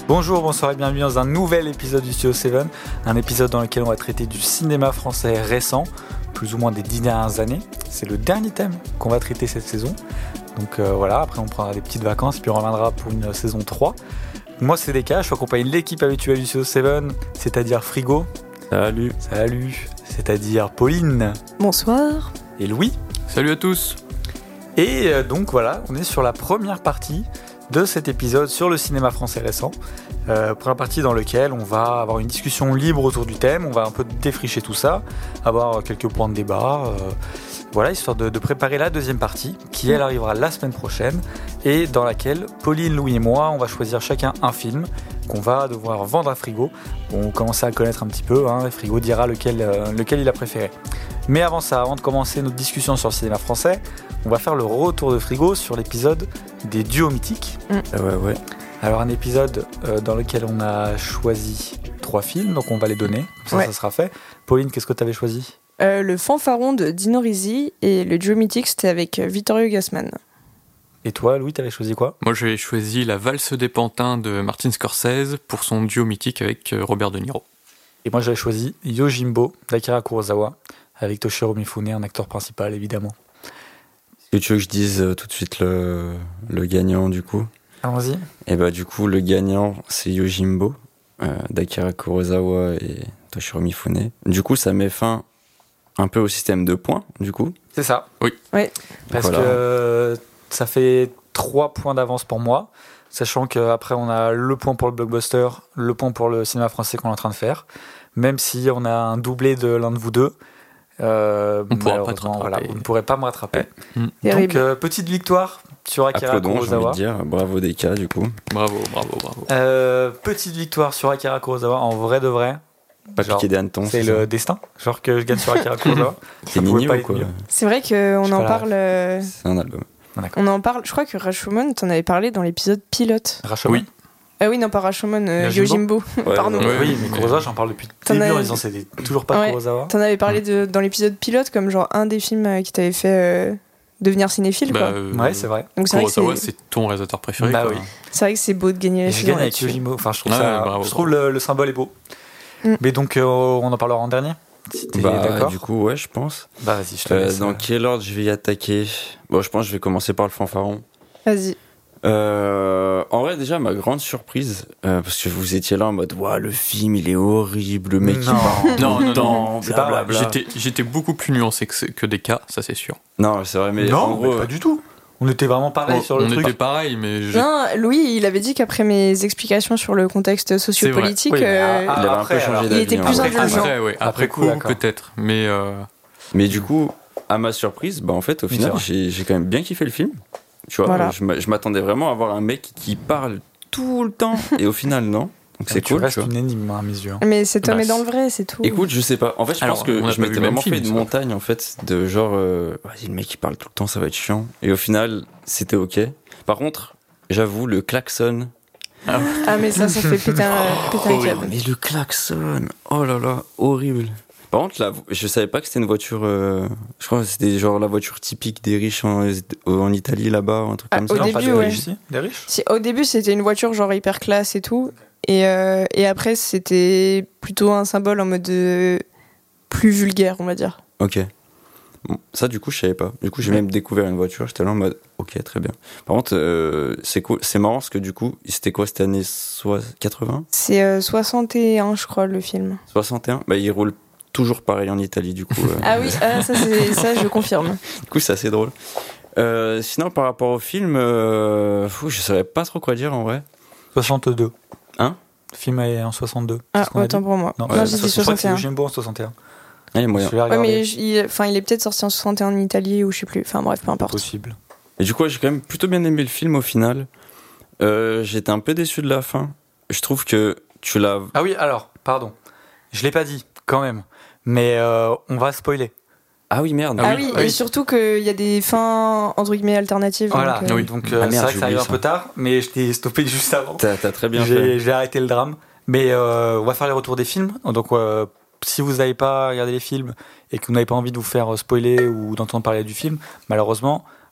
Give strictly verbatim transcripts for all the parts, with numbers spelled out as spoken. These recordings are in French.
Bonjour, bonsoir et bienvenue dans un nouvel épisode du Studio sept, un épisode dans lequel on va traiter du cinéma français récent, plus ou moins des dix dernières années. C'est le dernier thème qu'on va traiter cette saison. Donc euh, voilà, après on prendra des petites vacances puis on reviendra pour une saison trois. Moi c'est D K, je suis accompagné de l'équipe habituelle du Studio sept, c'est-à-dire Frigo. Salut. Salut. C'est-à-dire Pauline. Bonsoir. Et Louis. Salut à tous. Et euh, donc voilà, on est sur la première partie de cet épisode sur le cinéma français récent. Euh, première partie dans laquelle on va avoir une discussion libre autour du thème, on va un peu défricher tout ça, avoir quelques points de débat, euh, voilà, histoire de, de préparer la deuxième partie, qui elle arrivera la semaine prochaine, et dans laquelle Pauline, Louis et moi, on va choisir chacun un film qu'on va devoir vendre à Frigo. Bon, on commence à connaître un petit peu, hein, Frigo dira lequel, euh, lequel il a préféré. Mais avant ça, avant de commencer notre discussion sur le cinéma français, on va faire le retour de Frigo sur l'épisode des duos mythiques. Mm. Ah ouais, ouais. Alors un épisode euh, dans lequel on a choisi trois films, donc on va les donner, comme ça ouais. ça sera fait. Pauline, qu'est-ce que tu avais choisi ? euh, Le Fanfaron de Dino Risi et le duo mythique c'était avec Vittorio Gassman. Et toi, Louis, t'avais choisi quoi ? Moi j'ai choisi La Valse des Pantins de Martin Scorsese pour son duo mythique avec Robert De Niro. Et moi j'avais choisi Yojimbo d'Akira Kurosawa, avec Toshiro Mifune, un acteur principal évidemment. Est-ce que tu veux que je dise euh, tout de suite le, le gagnant du coup ? Allons-y. Et bah du coup le gagnant c'est Yojimbo euh, d'Akira Kurosawa et Toshiro Mifune. Du coup ça met fin un peu au système de points du coup. C'est ça. Oui. Ouais. Parce voilà. que euh, ça fait trois points d'avance pour moi, sachant qu'après on a le point pour le blockbuster, le point pour le cinéma français qu'on est en train de faire. Même si on a un doublé de l'un de vous deux, euh, on pourra pas te malheureusement, rattraper. voilà, vous ne pourrez pas me rattraper. Ouais. Terrible. Donc euh, petite victoire sur Akira Applaudons, j'ai envie Kurosawa. de dire. Bravo D K du coup. Bravo, bravo, bravo. Euh, petite victoire sur Akira Kurosawa en vrai de vrai. Pas Genre, piqué des hannetons. C'est c'est le ça destin, genre que je gagne sur Akira Kurosawa. C'est Ça pouvait Nini pas ou être quoi ? mieux. C'est vrai qu'on Je sais en pas. parle. euh, C'est un album. On en parle. Je crois que Rashomon, t'en avais parlé dans l'épisode pilote. Rashomon. Oui. Ah oui, non, pas Rashomon, euh, Yojimbo. Yojimbo. Pardon. ouais, Ouais. Oui, mais Kurosawa, j'en parle depuis le T'en début as- en disant c'était toujours pas Ouais. Kurosawa. T'en avais parlé de, dans l'épisode pilote comme genre un des films euh, qui t'avait fait euh, devenir cinéphile. Bah, Quoi. euh, Ouais, c'est vrai. Donc c'est vrai, que Kurosawa, c'est, c'est ton réalisateur préféré. Bah quoi. oui. c'est vrai que c'est beau de gagner Et les je films gagne avec là-dessus. Yojimbo. Enfin, je trouve, Ah ça, ouais, bravo, je trouve le, le symbole est beau. Mm. Mais donc, euh, on en parlera en dernier. Si t'es Bah d'accord. du coup ouais je pense. Bah vas-y, je te Euh, laisse. dans quel ordre je vais y attaquer ? Bon je pense que je vais commencer par le fanfaron. Vas-y. Euh, en vrai, déjà, ma grande surprise, euh, parce que vous étiez là en mode, waouh, le film, il est horrible, le mec, Non. il parle Non, tout le non, temps, non, c'est pas vrai. blablabla. J'étais, j'étais beaucoup plus nuancé que, que des cas, ça c'est sûr. Non, c'est vrai, mais non, en gros, mais pas du tout. On était vraiment pareil on sur le on truc. était pareil, mais j'ai- Non, Louis, il avait dit qu'après mes explications sur le contexte sociopolitique, Oui, mais euh, ah, il avait un après, peu changé alors. d'avis. Il était hein, plus ouais. indulgent. après, ouais, après, Après coup, coup, d'accord. peut-être. Mais euh, Mais du coup, à ma surprise, bah en fait, au Oui, final, c'est j'ai, j'ai quand même bien kiffé le film. Tu vois, Voilà. je, m'a- je m'attendais vraiment à avoir un mec qui parle tout le temps, et au final, non. Donc c'est tu cool, restes tu vois. une énigme à mes yeux. hein. mais cet homme Bah, est dans le vrai, c'est tout. Écoute, je sais pas. En fait, je Alors, pense que on a je pas vu m'étais le même vraiment film, fait une ça. montagne, en fait, de genre, euh, vas-y, le mec qui parle tout le temps, ça va être chiant. Et au final, c'était ok. Par contre, j'avoue, le klaxon. Ah, mais ça, ça fait péter un, péter un Horrible. câble. Mais le klaxon, oh là là, horrible. Par contre, là, je savais pas que c'était une voiture. euh, je crois que c'était genre la voiture typique des riches en, en Italie là-bas, ou un truc Ah, comme au ça. Non, pas début, de ouais. riches, si. Des riches. Si, au début, c'était une voiture genre hyper classe et tout. Et, euh, et après, c'était plutôt un symbole en mode euh, plus vulgaire, on va dire. Ok. Bon, ça, du coup, je savais pas. Du coup, j'ai même découvert une voiture. J'étais là en mode, ok, très bien. Par contre, euh, c'est cool. C'est marrant parce que du coup, c'était quoi cette année soit quatre-vingts C'est euh, soixante et un, je crois, le film. soixante et un Bah, il roule toujours pareil en Italie, du coup. euh. Ah oui, ah, ça, c'est, ça, je confirme. Du coup, c'est assez drôle. Euh, sinon, par rapport au film, euh, fou, je savais pas trop quoi dire en vrai. soixante-deux. Hein ? Le film est en soixante-deux. Ah, C'est ce qu'on a autant dit pour moi. Non, Moi, ouais, j'ai ça, dit je crois que c'est soixante et un. Yojimbo en soixante et un. Allez, moyen. Je vais Ouais, regarder. mais je- il, enfin, il est peut-être sorti en soixante et un en Italie ou je sais plus. Enfin, bref, peu importe. Possible. Et du coup, j'ai quand même plutôt bien aimé le film au final. Euh, j'étais un peu déçu de la fin. Je trouve que tu l'as. Ah oui, alors, pardon. Je l'ai pas dit, quand même. Mais euh, on va spoiler. Ah oui, merde. Ah, Ah oui, oui, et oui. surtout qu'il y a des fins entre guillemets alternatives. Voilà, donc, euh, oui. donc euh, Ah, merde, c'est vrai que j'ai ça arrive oublié un peu tard, mais je t'ai stoppé juste avant. T'as, t'as très bien J'ai, fait. j'ai arrêté le drame. Mais euh, on va faire les retours des films. Donc, euh, si vous n'avez pas regardé les films et que vous n'avez pas envie de vous faire spoiler ou d'entendre parler du film, malheureusement,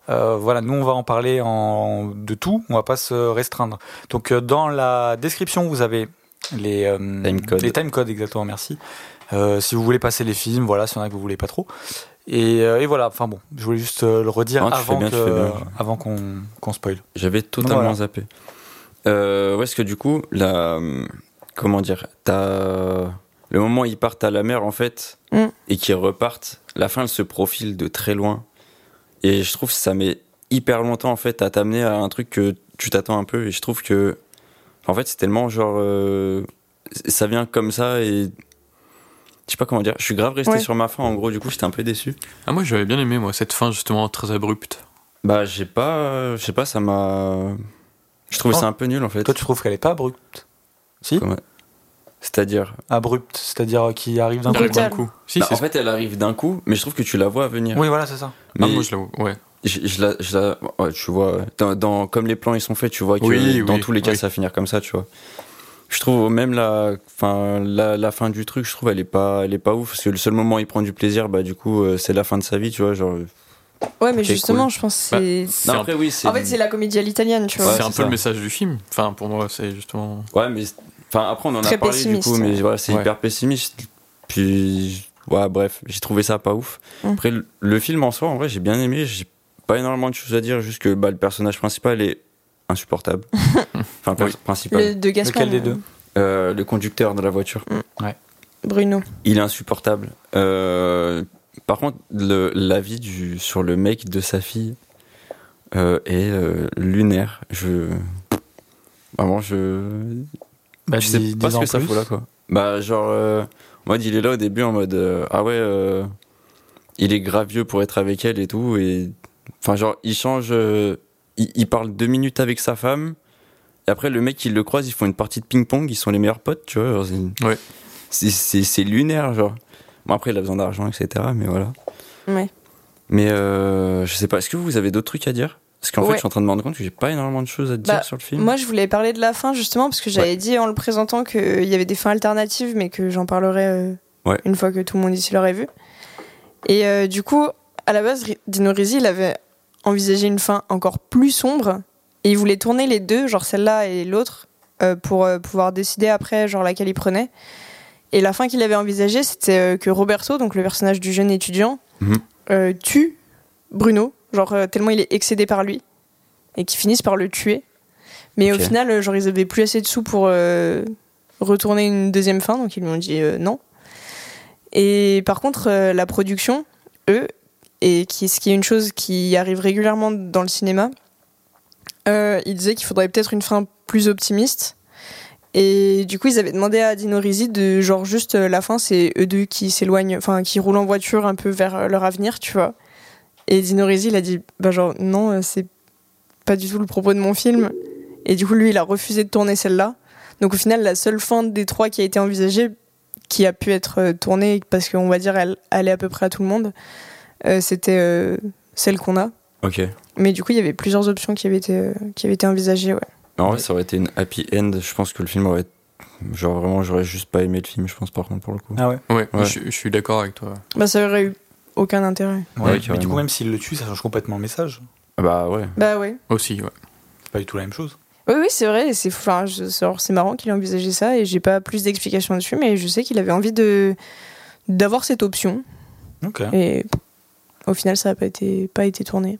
Euh, voilà, nous on va en parler en, de tout, on va pas se restreindre. Donc euh, dans la description vous avez les euh, Time les time codes, exactement, merci. Euh, si vous voulez passer les films, voilà, s'il y en a que vous voulez pas trop. Et, euh, et voilà, enfin bon, je voulais juste euh, le redire Non, tu avant fais bien, que, tu fais bien. avant qu'on qu'on spoil. J'avais totalement Voilà. zappé. Euh, ouais, est-ce que du coup, la, comment dire, t'as, le moment où ils partent à la mer, en fait, Mm. et qu'ils repartent, la fin, elle se profile de très loin. Et je trouve que ça met hyper longtemps, en fait, à t'amener à un truc que tu t'attends un peu. Et je trouve que, en fait, c'est tellement genre, euh, ça vient comme ça et, je sais pas comment dire, je suis grave resté Ouais. sur ma fin, en gros, du coup, j'étais un peu déçu. Ah, moi, j'avais bien aimé, moi, cette fin, justement, très abrupte. Bah, j'ai pas, euh, je sais pas, ça m'a, je trouvais Oh. ça un peu nul, en fait. Toi tu trouves qu'elle est pas abrupte? Si? Comment- C'est-à-dire, Abrupte, c'est-à-dire qui arrive d'un Il arrive coup. d'un Brutal. coup. Si, bah, c'est en fait, elle arrive d'un coup, mais je trouve que tu la vois venir. Oui, voilà, c'est ça. Ah, Mais moi, je l'avoue, ouais. je, je la, je la, ouais, tu vois, dans, dans- comme les plans ils sont faits, tu vois que Oui, dans oui, tous les cas, oui. ça va finir comme ça, tu vois. Je trouve même la, fin, la, la fin du truc, je trouve, elle est pas, elle est pas ouf, parce que le seul moment où il prend du plaisir, bah, du coup, euh, c'est la fin de sa vie, tu vois, genre. Ouais, mais Ok, justement, cool. je pense Bah, que c'est. C'est Non, un- après, oui, c'est. En fait, c'est la comédie à l'italienne, tu vois. Ouais, c'est un c'est peu ça. le message du film. Enfin, pour moi, c'est justement. Ouais, mais, enfin, après, on en Très a parlé, du pessimiste. coup, mais voilà, c'est Ouais. hyper pessimiste. Puis, ouais, bref, j'ai trouvé ça pas ouf. Mm. Après, le, le film en soi, en vrai, j'ai bien aimé, j'ai pas énormément de choses à dire, juste que, bah, le personnage principal est insupportable. Enfin, le Oui. principal. Le de Gaspard. Lequel des deux? Euh, le conducteur de la voiture. Bruno. Il est insupportable. Euh, par contre, le, l'avis du, sur le mec de sa fille euh, est euh, lunaire. Je. Vraiment, je. Bah, je sais dis- pas ce dis-en que ça plus. fout là, quoi. Bah, genre. Euh, en mode, il est là au début en mode. euh, ah ouais, euh, il est grave vieux pour être avec elle et tout. Et. Enfin, genre, il change. euh, il, il parle deux minutes avec sa femme. Et après, le mec, il le croise, ils font une partie de ping-pong, ils sont les meilleurs potes, tu vois. genre, c'est- Ouais. c'est, c'est, c'est lunaire, genre. Bon, après, il a besoin d'argent, et cetera. Mais voilà. Ouais. Mais euh, je sais pas, est-ce que vous avez d'autres trucs à dire? Parce qu'en fait, Ouais. je suis en train de me rendre compte que j'ai pas énormément de choses à dire Bah, sur le film. Moi, je voulais parler de la fin, justement, parce que j'avais Ouais. dit en le présentant qu'il y avait des fins alternatives, mais que j'en parlerai euh, Ouais. une fois que tout le monde ici l'aurait vu. Et euh, du coup, à la base, Ri- Dino Risi, il avait envisagé une fin encore plus sombre. Et il voulait tourner les deux, genre celle-là et l'autre, euh, pour euh, pouvoir décider après, genre laquelle il prenait. Et la fin qu'il avait envisagée, c'était euh, que Roberto, donc le personnage du jeune étudiant, Mhm. euh, tue Bruno, genre euh, tellement il est excédé par lui, et qu'il finisse par le tuer. Mais Ok. au final, euh, genre ils avaient plus assez de sous pour euh, retourner une deuxième fin, donc ils lui ont dit euh, non. Et par contre, euh, la production, eux, et qui, ce qui est une chose qui arrive régulièrement dans le cinéma, euh, ils disaient qu'il faudrait peut-être une fin plus optimiste. Et du coup, ils avaient demandé à Dino Risi de genre juste euh, la fin, c'est eux deux qui s'éloignent, enfin qui roulent en voiture un peu vers euh, leur avenir, tu vois. Et Dino Risi, il a dit bah genre non, euh, c'est pas du tout le propos de mon film. Et du coup, lui, il a refusé de tourner celle-là. Donc au final, la seule fin des trois qui a été envisagée, qui a pu être euh, tournée parce qu'on va dire elle allait à peu près à tout le monde, euh, c'était euh, celle qu'on a. Ok. Mais du coup, il y avait plusieurs options qui avaient été, euh, qui avaient été envisagées, ouais. En vrai, ça aurait été une happy end. Je pense que le film aurait. Genre, vraiment, j'aurais juste pas aimé le film, je pense, par contre, pour le coup. Ah ouais. Ouais, Ouais. Je, je suis d'accord avec toi. Bah ça aurait eu aucun intérêt. Ouais, Ouais, mais du carrément. coup, même s'il le tue, ça change complètement le message. Ah bah ouais. Bah ouais. Aussi, ouais. C'est pas du tout la même chose. Oui, oui, c'est vrai. et C'est, enfin, je- c'est alors, c'est marrant qu'il ait envisagé ça et j'ai pas plus d'explications dessus, mais je sais qu'il avait envie de d'avoir cette option Ok. et au final, ça n'a pas été pas été tourné.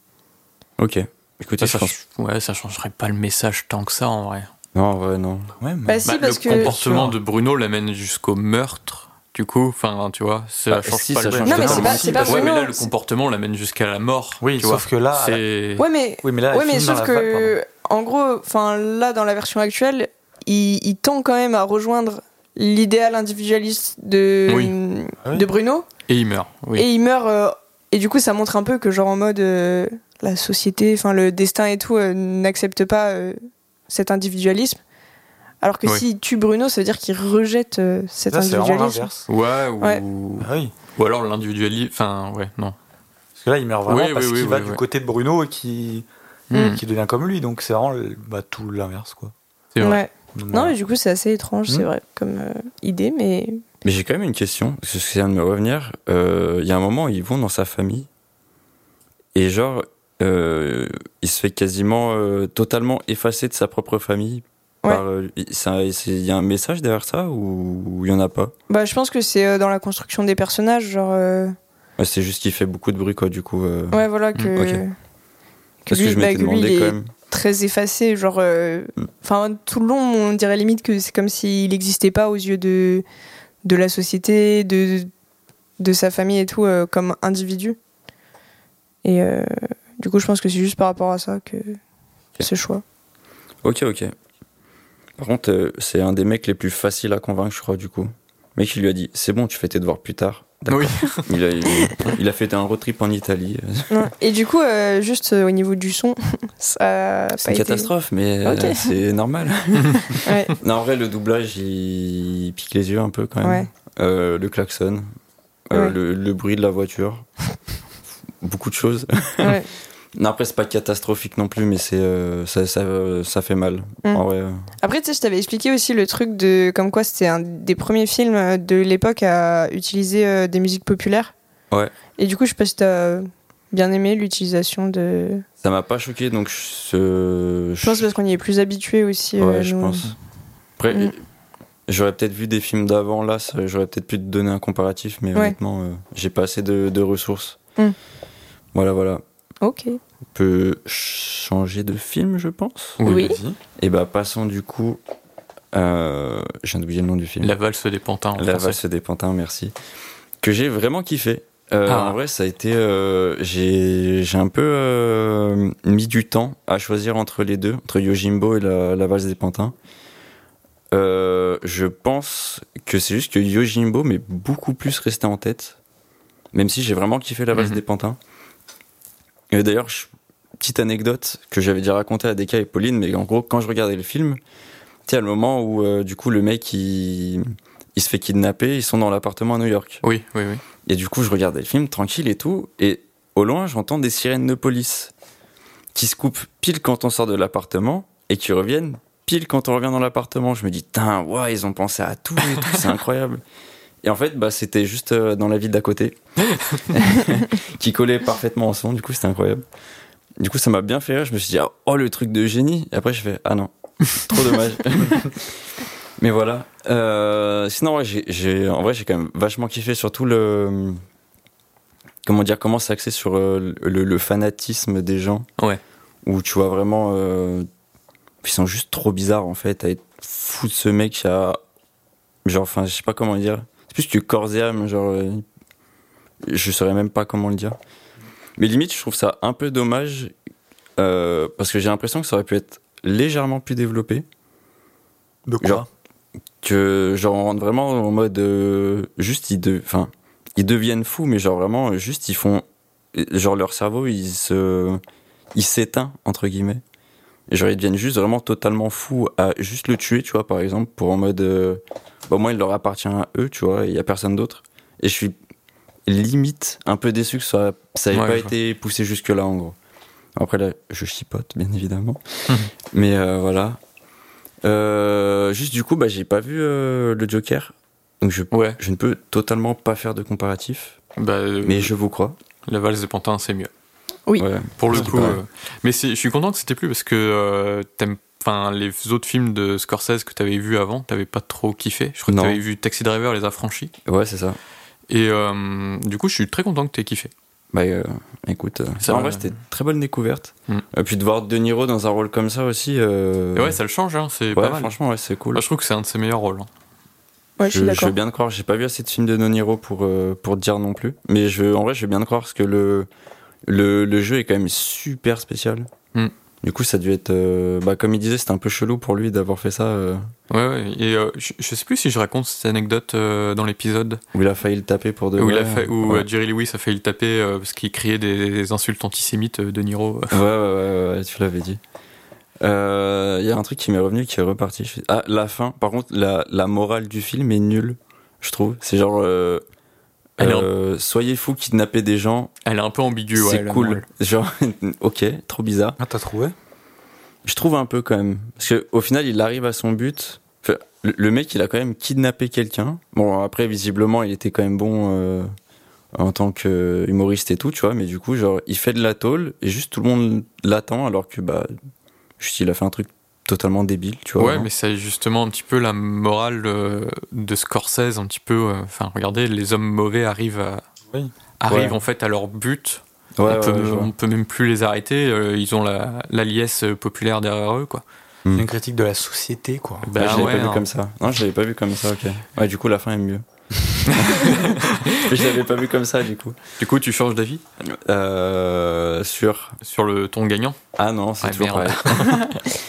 Ok. Écoutez, Ça, je ça, pense. ouais, ça changerait pas le message tant que ça, en vrai. Non, en vrai, non. Quand même. Bah, si, Bah, parce le que comportement Sûr. de Bruno l'amène jusqu'au meurtre. Du coup, enfin, tu vois, ça Bah, change si, pas ça le change Non, mais c'est totalement. pas- c'est pas Ouais, mais Bruno, là, le c'est- comportement l'amène jusqu'à la mort. Oui, tu sauf vois. que là, C'est. ouais, mais Oui, mais là, ouais, elle mais filme sauf dans la vague, que en gros, enfin là, dans la version actuelle, il, il tend quand même à rejoindre l'idéal individualiste de Oui. Ah oui. de Bruno. Et il meurt. Oui. Et il meurt. euh, et du coup, ça montre un peu que, genre, en mode. euh, la société, enfin, le destin et tout, euh, n'accepte pas euh, cet individualisme. Alors que Oui. s'il tue Bruno, ça veut dire qu'il rejette euh, cet là, c'est vraiment individualisme. l'inverse. Ouais, ou... Ouais. Ah oui. ou alors l'individualisme. Enfin, ouais, non. Parce que là, il meurt vraiment Oui, parce oui, qu'il oui, va oui, du oui. côté de Bruno et qui, Hmm. qui devient comme lui. Donc c'est vraiment le- bah, tout l'inverse, quoi. C'est vrai. Ouais. Donc, Non, voilà. mais du coup, c'est assez étrange, c'est Mm. vrai, comme euh, idée, mais. Mais j'ai quand même une question, parce que ça vient de me revenir. Euh, Il y a un moment où ils vont dans sa famille, et genre, euh, il se fait quasiment euh, totalement effacer de sa propre famille. Ouais. Par, euh, ça- c'est- il y a un message derrière ça ou il y en a pas? Bah, je pense que c'est euh, dans la construction des personnages, genre. euh, Ouais, c'est juste qu'il fait beaucoup de bruit, quoi, du coup. euh, Ouais, voilà, que. ok. que Parce lui, que je bah, m'étais que lui, demandé il quand est même. très effacé, genre. euh, Mm. Enfin, tout le long, on dirait limite que c'est comme s'il n'existait pas aux yeux de, de la société, de, de sa famille et tout, euh, comme individu. Et euh, du coup, je pense que c'est juste par rapport à ça que ce choix. Ok, ok. Par contre, euh, c'est un des mecs les plus faciles à convaincre, je crois, du coup. Le mec, il lui a dit, c'est bon, tu fais tes devoirs plus tard. D'accord. Oui. il, a, il, il a fait un road trip en Italie. Ouais. Et du coup, euh, juste euh, au niveau du son, ça a C'est pas une été... catastrophe, mais euh, Ok. c'est normal. Ouais. Non, en vrai, le doublage, il, il pique les yeux un peu quand même. Ouais. Euh, le klaxon, euh, Ouais. le, le bruit de la voiture, beaucoup de choses. Ouais. Non, après, c'est pas catastrophique non plus, mais c'est, euh, ça, ça, ça fait mal. Mm. En vrai, euh, Après, tu sais, je t'avais expliqué aussi le truc de comme quoi c'était un des premiers films de l'époque à utiliser euh, des musiques populaires. Ouais. Et du coup, je sais pas si t'as bien aimé l'utilisation de. ça m'a pas choqué, donc je, Je pense parce qu'on y est plus habitué aussi. Ouais, euh, je nous. pense. Après, Mm. j'aurais peut-être vu des films d'avant, là, ça- j'aurais peut-être pu te donner un comparatif, mais Ouais. honnêtement, euh, j'ai pas assez de, de ressources. Mm. Voilà, voilà. Ok. On peut changer de film, je pense. Oui. vas-y. Et bah, passons du coup. Euh, je viens d'oublier le nom du film. La valse des pantins en La français. valse des pantins, merci. Que j'ai vraiment kiffé. Euh, Ah. En vrai, ça a été. euh, j'ai, j'ai un peu euh, mis du temps à choisir entre les deux, entre Yojimbo et la, la valse des pantins. Euh, je pense que c'est juste que Yojimbo m'est beaucoup plus resté en tête, même si j'ai vraiment kiffé la valse Mhm. des pantins. Et d'ailleurs, je- petite anecdote que j'avais déjà racontée à Deka et Pauline, mais en gros, quand je regardais le film, tu sais, à le moment où euh, du coup le mec il, il se fait kidnapper, ils sont dans l'appartement à New York. Oui, oui, oui. Et du coup, je regardais le film tranquille et tout, et au loin, j'entends des sirènes de police qui se coupent pile quand on sort de l'appartement et qui reviennent pile quand on revient dans l'appartement. Je me dis, tain, ouais, ils ont pensé à tout et tout, c'est incroyable. Et en fait, bah, c'était juste euh, dans la ville d'à côté, qui collait parfaitement au son, du coup, c'était incroyable. Du coup, ça m'a bien fait rire, je me suis dit, ah, oh, le truc de génie. Et après, je fais, ah non, trop dommage. Mais voilà. Euh, sinon, ouais, j'ai, j'ai, en vrai, j'ai quand même vachement kiffé, surtout le. Comment dire, comment c'est axé sur euh, le, le fanatisme des gens. Ouais. Où tu vois vraiment. Euh, ils sont juste trop bizarres, en fait, à être fou de ce mec à. Genre, enfin, je sais pas comment le dire. C'est plus que corps et âme, genre. Euh, je saurais même pas comment le dire. Mais limite, je trouve ça un peu dommage. Euh, parce que j'ai l'impression que ça aurait pu être légèrement plus développé. De quoi Genre, que genre on rentre vraiment en mode euh, juste ils de enfin ils deviennent fous, mais genre vraiment juste ils font genre leur cerveau il se il s'éteint entre guillemets, et genre ils deviennent juste vraiment totalement fous à juste le tuer, tu vois, par exemple, pour en mode euh, bah, au moins il leur appartient à eux, tu vois, il y a personne d'autre. Et je suis limite un peu déçu que ça ça ait Ouais, pas je vois. été poussé jusque là, en gros. Après là je chipote bien évidemment. Mais euh, voilà. Euh, juste du coup, bah, j'ai pas vu euh, le Joker, donc je, Ouais. je ne peux totalement pas faire de comparatif, Bah, euh, mais je vous crois. La valse des pantins, c'est mieux. Oui. Ouais. Pour le C'est coup. pas- euh, Mais c'est- je suis content que c'était plus parce que euh, t'aimes. Enfin, les autres films de Scorsese que t'avais vus avant, t'avais pas trop kiffé. Je crois Non. que t'avais vu Taxi Driver, Les Affranchis. Ouais, c'est ça. Et euh, du coup, je suis très content que t'aies kiffé. Bah, euh, écoute, euh, Ça en va. vrai, c'était une très bonne découverte. Mm. Et puis de voir De Niro dans un rôle comme ça aussi. Euh... Et ouais, ça le change, hein, c'est ouais, pas mal. franchement, ouais, c'est cool. Moi, je trouve que c'est un de ses meilleurs rôles. hein. Ouais, je suis je, je d'accord. veux bien te croire. J'ai pas vu assez de films de De Niro pour euh, pour te dire non plus. Mais je, en vrai, je veux bien te croire parce que le le, le jeu est quand même super spécial. Mm. Du coup, ça a dû être, euh, bah, comme il disait, c'était un peu chelou pour lui d'avoir fait ça. Euh, Ouais, ouais. Et euh, je, je sais plus si je raconte cette anecdote euh, dans l'épisode où il a failli le taper pour de où, il vrai. a fait, où Ouais. euh, Jerry Lewis a failli le taper euh, parce qu'il criait des, des insultes antisémites euh, de Niro. Ouais, ouais, ouais, ouais, tu l'avais dit. Il euh, y a un truc qui m'est revenu, qui est reparti. Je fais- Ah, la fin. Par contre, la, la morale du film est nulle, je trouve. C'est genre, euh, Elle est euh, soyez fous, kidnapper des gens, Elle est un peu ambiguë, ouais. c'est la cool. morale. Genre, ok, trop bizarre. Ah, t'as trouvé Je trouve un peu quand même. Parce qu'au final, il arrive à son but. Enfin, le, le mec, il a quand même kidnappé quelqu'un. Bon, après, visiblement, il était quand même bon euh, en tant qu'humoriste et tout, tu vois, mais du coup, genre, il fait de la tôle et juste tout le monde l'attend alors que, bah, juste, il a fait un truc totalement débile, tu vois. Ouais, vraiment. mais c'est justement un petit peu la morale euh, de Scorsese, un petit peu. Enfin, euh, regardez, les hommes mauvais arrivent, à, Oui. arrivent Ouais. en fait à leur but. Ouais, on, ouais, peut, ouais, je vois. on peut même plus les arrêter. euh, ils ont la, la liesse populaire derrière eux, quoi. C'est une critique de la société, quoi. Bah, Ouais, je l'avais ouais, pas vu hein. comme ça. Non, je l'avais pas vu comme ça, ok. Ouais, du coup, la fin est mieux. Je l'avais pas vu comme ça, du coup. Du coup, tu changes d'avis Euh, sur. sur le ton gagnant. Ah non, c'est Ouais, toujours merde. pareil.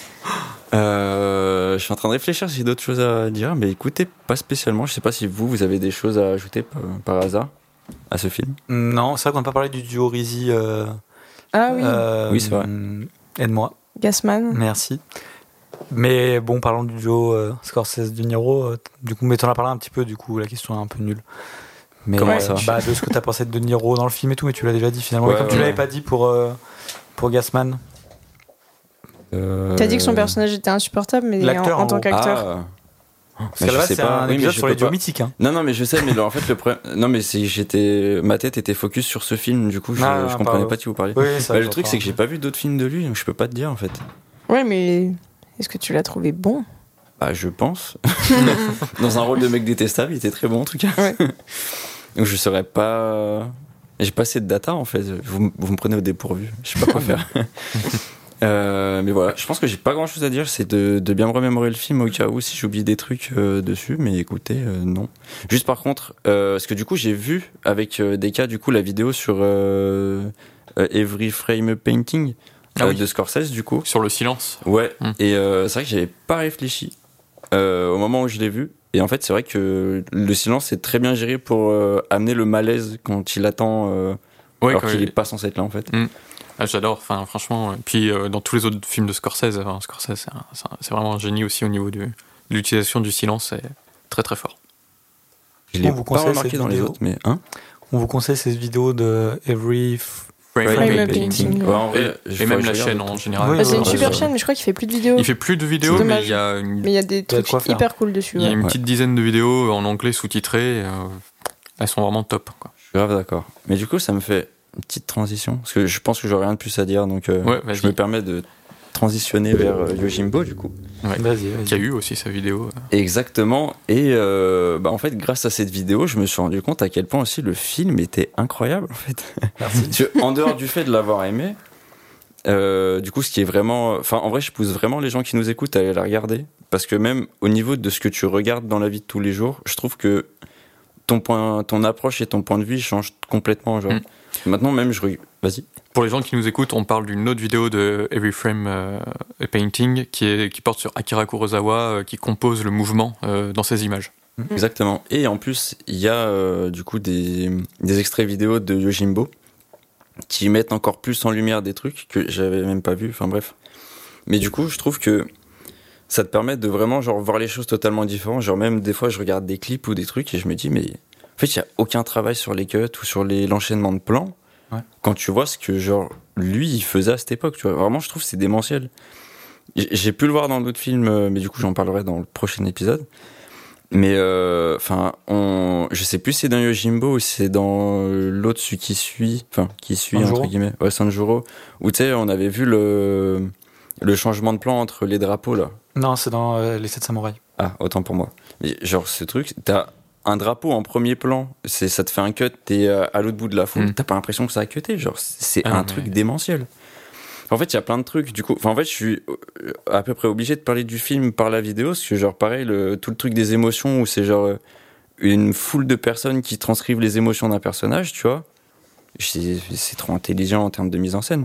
Euh, je suis en train de réfléchir si j'ai d'autres choses à dire, mais écoutez, pas spécialement. Je sais pas si vous, vous avez des choses à ajouter par, par hasard à ce film. Non, c'est vrai qu'on n'a pas parlé du duo Rizzi. Euh, Ah oui, euh, Oui, c'est vrai. Aide-moi. Gassman. Merci. Mais bon, parlons du duo euh, Scorsese-De Niro. euh, du coup, mais t'en as parlé un petit peu, du coup, la question est un peu nulle. Mais Comment euh, ça bah, de ce que t'as pensé de De Niro dans le film et tout, mais tu l'as déjà dit finalement. Ouais, et comme ouais, tu l'avais ouais. pas dit pour, euh, pour Gassman. Euh... T'as dit que son personnage était insupportable, mais en, L'acteur, en en tant gros. qu'acteur. Ah. Parce Mais qu'à je la base, sais c'est pas. un Oui, mais épisode je sur peux les duos pas. mythiques. Hein. Non, non, mais je sais, mais là, en fait, le problème. Non, mais c'est j'étais. Ma tête était focus sur ce film, du coup, je, Ah, je comprenais pardon. pas de qui vous parliez. Oui, ça, Bah, je le truc, comprends. c'est que j'ai pas vu d'autres films de lui, donc je peux pas te dire, en fait. Ouais, mais est-ce que tu l'as trouvé bon? Bah, je pense. Dans un rôle de mec détestable, il était très bon, en tout cas. Ouais. Donc, je saurais pas. J'ai pas assez de data, en fait. Vous, m- vous me prenez au dépourvu. Je sais pas quoi faire. Euh, mais voilà, je pense que j'ai pas grand chose à dire, c'est de, de bien me remémorer le film au cas où si j'oublie des trucs euh, dessus, mais écoutez, euh, non. Juste par contre, euh, parce que du coup j'ai vu avec euh, des cas du coup la vidéo sur euh, euh, Every Frame Painting Ah euh, oui. de Scorsese du coup. Sur le silence. Ouais, Mm. et euh, c'est vrai que j'avais pas réfléchi euh, au moment où je l'ai vu. Et en fait, c'est vrai que le silence est très bien géré pour euh, amener le malaise quand il attend, euh, Ouais, alors quand qu'il il- est pas censé être là en fait. Ah, j'adore, enfin, franchement. Puis euh, dans tous les autres films de Scorsese, enfin, Scorsese, c'est, un- c'est un- c'est vraiment un génie aussi au niveau de, de l'utilisation du silence, c'est très très fort. Je l'ai On vous pas conseille remarqué cette dans les vidéo. autres, mais hein. On vous conseille ces vidéos de Every. F- Frame Frame Painting. Painting. Ouais, en vrai, Et, je- et faut même que la je regarde chaîne le en truc. général. Oui, Bah, c'est une ouais, super ouais. chaîne, mais je crois qu'il fait plus de vidéos. Il fait plus de vidéos, C'est mais dommage. il y a une, Mais il y a des y a de trucs quoi faire. hyper cool dessus. il y a ouais. une Ouais. petite dizaine de vidéos en anglais sous-titrées. euh, elles sont vraiment top, quoi. Je suis grave d'accord. Mais du coup, ça me fait une petite transition. Parce que je pense que j'aurais rien de plus à dire. Donc, euh, Ouais, vas-y. je me permets de transitionner vers euh, Yojimbo, du coup. Ouais. Vas-y, vas-y. Qui a eu aussi sa vidéo. euh. Exactement. Et euh, bah, en fait, grâce à cette vidéo, je me suis rendu compte à quel point aussi le film était incroyable, en fait. Merci. Parce que, en dehors du fait de l'avoir aimé, euh, du coup, ce qui est vraiment. Enfin, en vrai, je pousse vraiment les gens qui nous écoutent à aller la regarder. Parce que même au niveau de ce que tu regardes dans la vie de tous les jours, je trouve que ton, point, ton approche et ton point de vue changent complètement. Genre. Mm. Maintenant, même, je. re- Vas-y. Pour les gens qui nous écoutent, on parle d'une autre vidéo de Every Frame euh, Painting qui, est, qui porte sur Akira Kurosawa, euh, qui compose le mouvement euh, dans ses images. Exactement. Et en plus, il y a euh, du coup des, des extraits vidéo de Yojimbo qui mettent encore plus en lumière des trucs que j'avais même pas vu. Enfin bref. Mais du coup, je trouve que ça te permet de vraiment genre voir les choses totalement différentes. Genre même des fois, je regarde des clips ou des trucs et je me dis mais en fait, il y a aucun travail sur les cuts ou sur les l'enchaînement de plans. Ouais. Quand tu vois ce que genre lui il faisait à cette époque, tu vois. Vraiment, je trouve que c'est démentiel. J'ai j'ai pu le voir dans d'autres films, euh, mais du coup, j'en parlerai dans le prochain épisode. Mais enfin, euh, on, je sais plus si c'est dans Yojimbo ou si c'est dans l'autre celui qui suit, enfin qui suit Sanjuro. entre guillemets, ouais Sanjuro, où tu sais on avait vu le le changement de plan entre les drapeaux là. Non, c'est dans euh, Les sept samouraïs. Ah autant pour moi. Mais genre ce truc, t'as un drapeau en premier plan, c'est ça te fait un cut, t'es euh, à l'autre bout de la foule, Mm. t'as pas l'impression que ça a cuté, genre c'est Ah, un mais- truc démentiel. En fait, il y a plein de trucs. Du coup, enfin, en fait, je suis euh, à peu près obligé de parler du film par la vidéo, parce que genre pareil, le, tout le truc des émotions où c'est genre euh, une foule de personnes qui transcrivent les émotions d'un personnage, tu vois. C'est, c'est trop intelligent en termes de mise en scène.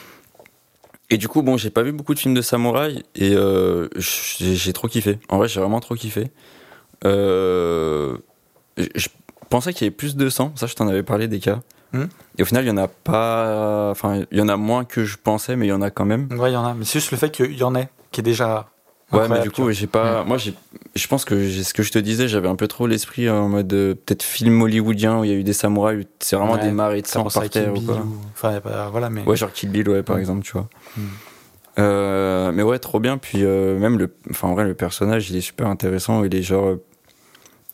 Et du coup, bon, j'ai pas vu beaucoup de films de samouraï et euh, j'ai, j'ai trop kiffé. En vrai, j'ai vraiment trop kiffé. Euh, je, je pensais qu'il y avait plus de sang. Ça, je t'en avais parlé des cas. Hmm. Et au final, il y en a pas. Enfin, il y en a moins que je pensais, mais il y en a quand même. Ouais, il y en a. Mais c'est juste le fait qu'il y en ait qui est déjà. Ouais, mais incroyable, du tu vois. coup, j'ai pas. Moi, j'ai. Je pense que j'ai- ce que je te disais, j'avais un peu trop l'esprit en mode euh, peut-être film hollywoodien où il y a eu des samouraïs, où c'est vraiment Ouais, des marées de Ça sang pense à par Kill terre ou Bill quoi. ou- Enfin, y a pas- voilà, mais. Ouais, genre Kill Bill, ouais, par Mm. exemple, tu vois. Mm. Euh, mais ouais, trop bien. Puis euh, même le, enfin en vrai, le personnage, il est super intéressant. Il est genre, euh,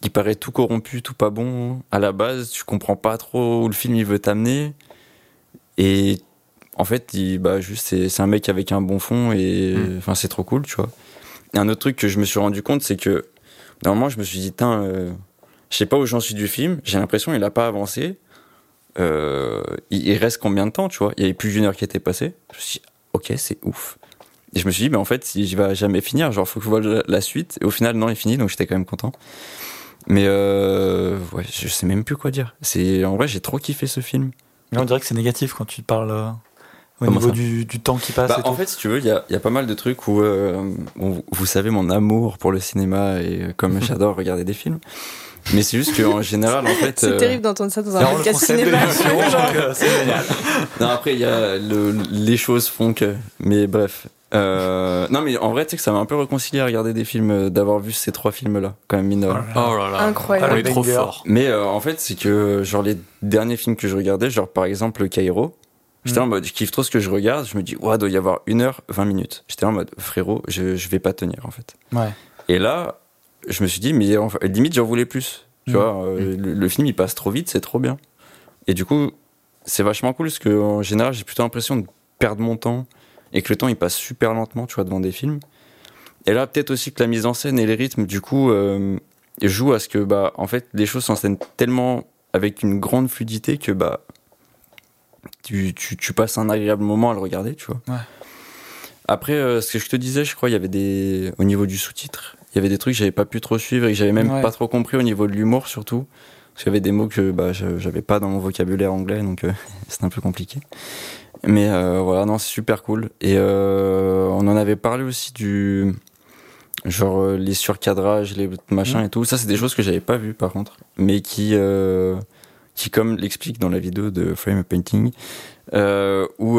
qui paraît tout corrompu, tout pas bon à la base. Tu comprends pas trop où le film il veut t'amener. Et en fait, il, bah, juste, c'est, c'est un mec avec un bon fond et enfin, mmh. c'est trop cool, tu vois. Et un autre truc que je me suis rendu compte, c'est que normalement, je me suis dit, tiens, euh, je sais pas où j'en suis du film. J'ai l'impression qu'il a pas avancé. Euh, il, il reste combien de temps, tu vois? Il y avait plus d'une heure qui était passée. Je me suis dit, ok, c'est ouf. Et je me suis dit, mais en fait, si je vais jamais finir, genre, faut que je vois la, la suite. Et au final, non, il finit, donc j'étais quand même content. Mais euh, ouais, je sais même plus quoi dire. C'est, en vrai, j'ai trop kiffé ce film. Mais on dirait que c'est négatif quand tu parles euh, au Comment niveau ça du, du temps qui passe. Bah, et en tout. fait, si tu veux, il y a, y a pas mal de trucs où, euh, bon, vous savez mon amour pour le cinéma et comme j'adore regarder des films. Mais c'est juste qu'en général, en fait. C'est euh... terrible d'entendre ça dans c'est un podcast cinéma. Genre... c'est génial. Non, après, il y a le, les choses font que. Mais bref. Euh... Non, mais en vrai, tu sais que ça m'a un peu réconcilié à regarder des films, d'avoir vu ces trois films-là, quand même, mine. Oh là là. Incroyable. On est trop fort. Mais euh, en fait, c'est que, genre, les derniers films que je regardais, genre, par exemple, Cairo, j'étais en mode, je kiffe trop ce que je regarde, je me dis, ouais, doit y avoir une heure, vingt minutes. J'étais en mode, frérot, je, je vais pas tenir, en fait. Ouais. Et là, je me suis dit, mais enfin, limite, j'en voulais plus. Tu mmh. vois, euh, mmh. le, le film, il passe trop vite, c'est trop bien. Et du coup, c'est vachement cool, parce qu'en général, j'ai plutôt l'impression de perdre mon temps, et que le temps, il passe super lentement, tu vois, devant des films. Et là, peut-être aussi que la mise en scène et les rythmes, du coup, euh, jouent à ce que, bah, en fait, les choses s'enseignent tellement avec une grande fluidité que, bah, tu, tu, tu passes un agréable moment à le regarder, tu vois. Ouais. Après, euh, ce que je te disais, je crois, il y avait des, au niveau du sous-titre, il y avait des trucs que j'avais pas pu trop suivre et que j'avais même ouais. pas trop compris au niveau de l'humour, surtout. Parce qu'il y avait des mots que, bah, j'avais pas dans mon vocabulaire anglais, donc, euh, c'était un peu compliqué. Mais, euh, voilà, non, c'est super cool. Et, euh, on en avait parlé aussi du, genre, euh, les surcadrages, les machins mmh. et tout. Ça, c'est des choses que j'avais pas vues, par contre. Mais qui, euh, qui, comme l'explique dans la vidéo de Frame Painting, euh, où,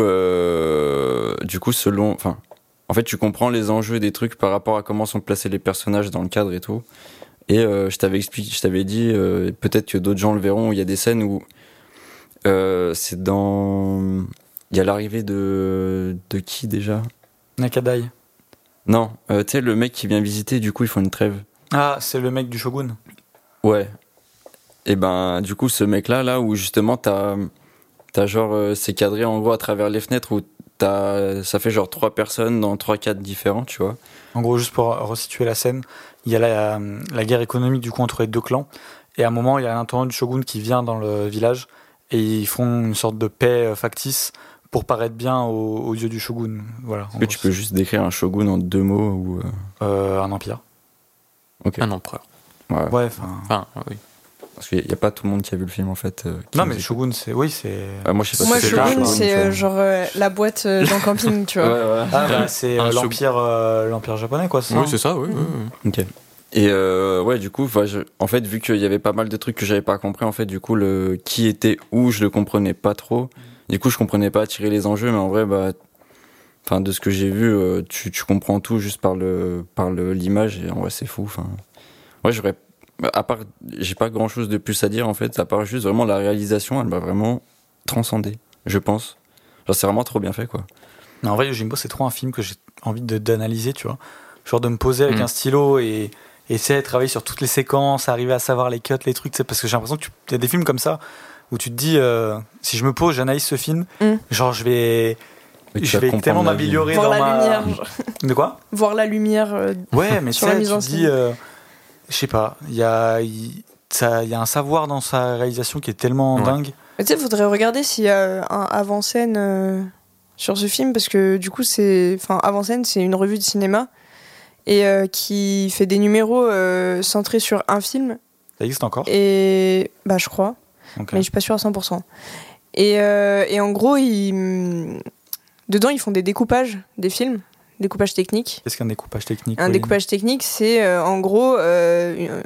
euh, du coup, selon, enfin, en fait, tu comprends les enjeux des trucs par rapport à comment sont placés les personnages dans le cadre et tout. Et, euh, je t'avais expliqué, je t'avais dit, euh, peut-être que d'autres gens le verront, il y a des scènes où, euh, c'est dans, il y a l'arrivée de, de qui déjà? Nakadai. Non, euh, tu sais, le mec qui vient visiter, du coup, ils font une trêve. Ah, c'est le mec du Shogun. Ouais. Et ben, du coup, ce mec-là, là, où justement, t'as, t'as genre, euh, c'est cadré en gros à travers les fenêtres où t'as, ça fait genre trois personnes dans trois cadres différents, tu vois. En gros, juste pour resituer la scène, il y a la, la guerre économique du coup entre les deux clans. Et à un moment, il y a l'intendant du Shogun qui vient dans le village et ils font une sorte de paix factice pour paraître bien aux, aux yeux du Shogun. Voilà. Est-ce que tu peux juste décrire un Shogun en deux mots ou euh... Euh, un empire. Ok. Un empereur. Ouais. Ouais, enfin. Enfin, oui. Parce qu'il n'y a pas tout le monde qui a vu le film en fait. Euh, non, mais Shogun, c'est. Oui, c'est. Ah, moi, je sais pas moi, si c'est Shogun, là, c'est euh, genre euh, la boîte euh, dans le camping, tu vois. Ouais, ouais. Ah, bah, c'est euh, l'empire, euh, l'empire japonais, quoi. Oui, c'est ça, oui. oui, oui. Ok. Et euh, ouais, du coup, je, en fait, vu qu'il y avait pas mal de trucs que j'avais pas compris, en fait, du coup, le qui était où, je le comprenais pas trop. Du coup, je comprenais pas tirer les enjeux, mais en vrai, bah, enfin, de ce que j'ai vu, euh, tu, tu comprends tout juste par le, par le, l'image, et en vrai, c'est fou. Enfin, ouais, j'aurais, à part, j'ai pas grand chose de plus à dire, en fait, à part juste vraiment la réalisation, elle m'a vraiment transcendé, je pense. Genre, c'est vraiment trop bien fait, quoi. Non, en vrai, Yojimbo, c'est trop un film que j'ai envie de, d'analyser, tu vois. Genre de me poser avec mmh. un stylo et, et essayer de travailler sur toutes les séquences, arriver à savoir les cuts, les trucs, tu sais, parce que j'ai l'impression qu'il y a des films comme ça où tu te dis, euh, si je me pose, j'analyse ce film, mmh. genre je vais, je vais tellement m'améliorer voir dans la ma... lumière. De quoi? Voir la lumière. Euh, ouais, mais sur la mise en scène. Tu dis, euh, je sais pas, il y a, il y a un savoir dans sa réalisation qui est tellement ouais. dingue. Tu sais, il faudrait regarder s'il y a un avant-scène euh, sur ce film, parce que du coup, c'est, enfin, avant-scène, c'est une revue de cinéma. Et euh, qui fait des numéros euh, centrés sur un film. Ça existe encore ? Et bah je crois, okay. mais je suis pas sûre à cent pour cent. Et, euh, et en gros, ils... dedans ils font des découpages des films, découpage technique. Qu'est-ce qu'un découpage technique ? Un oui. découpage technique, c'est euh, en gros euh,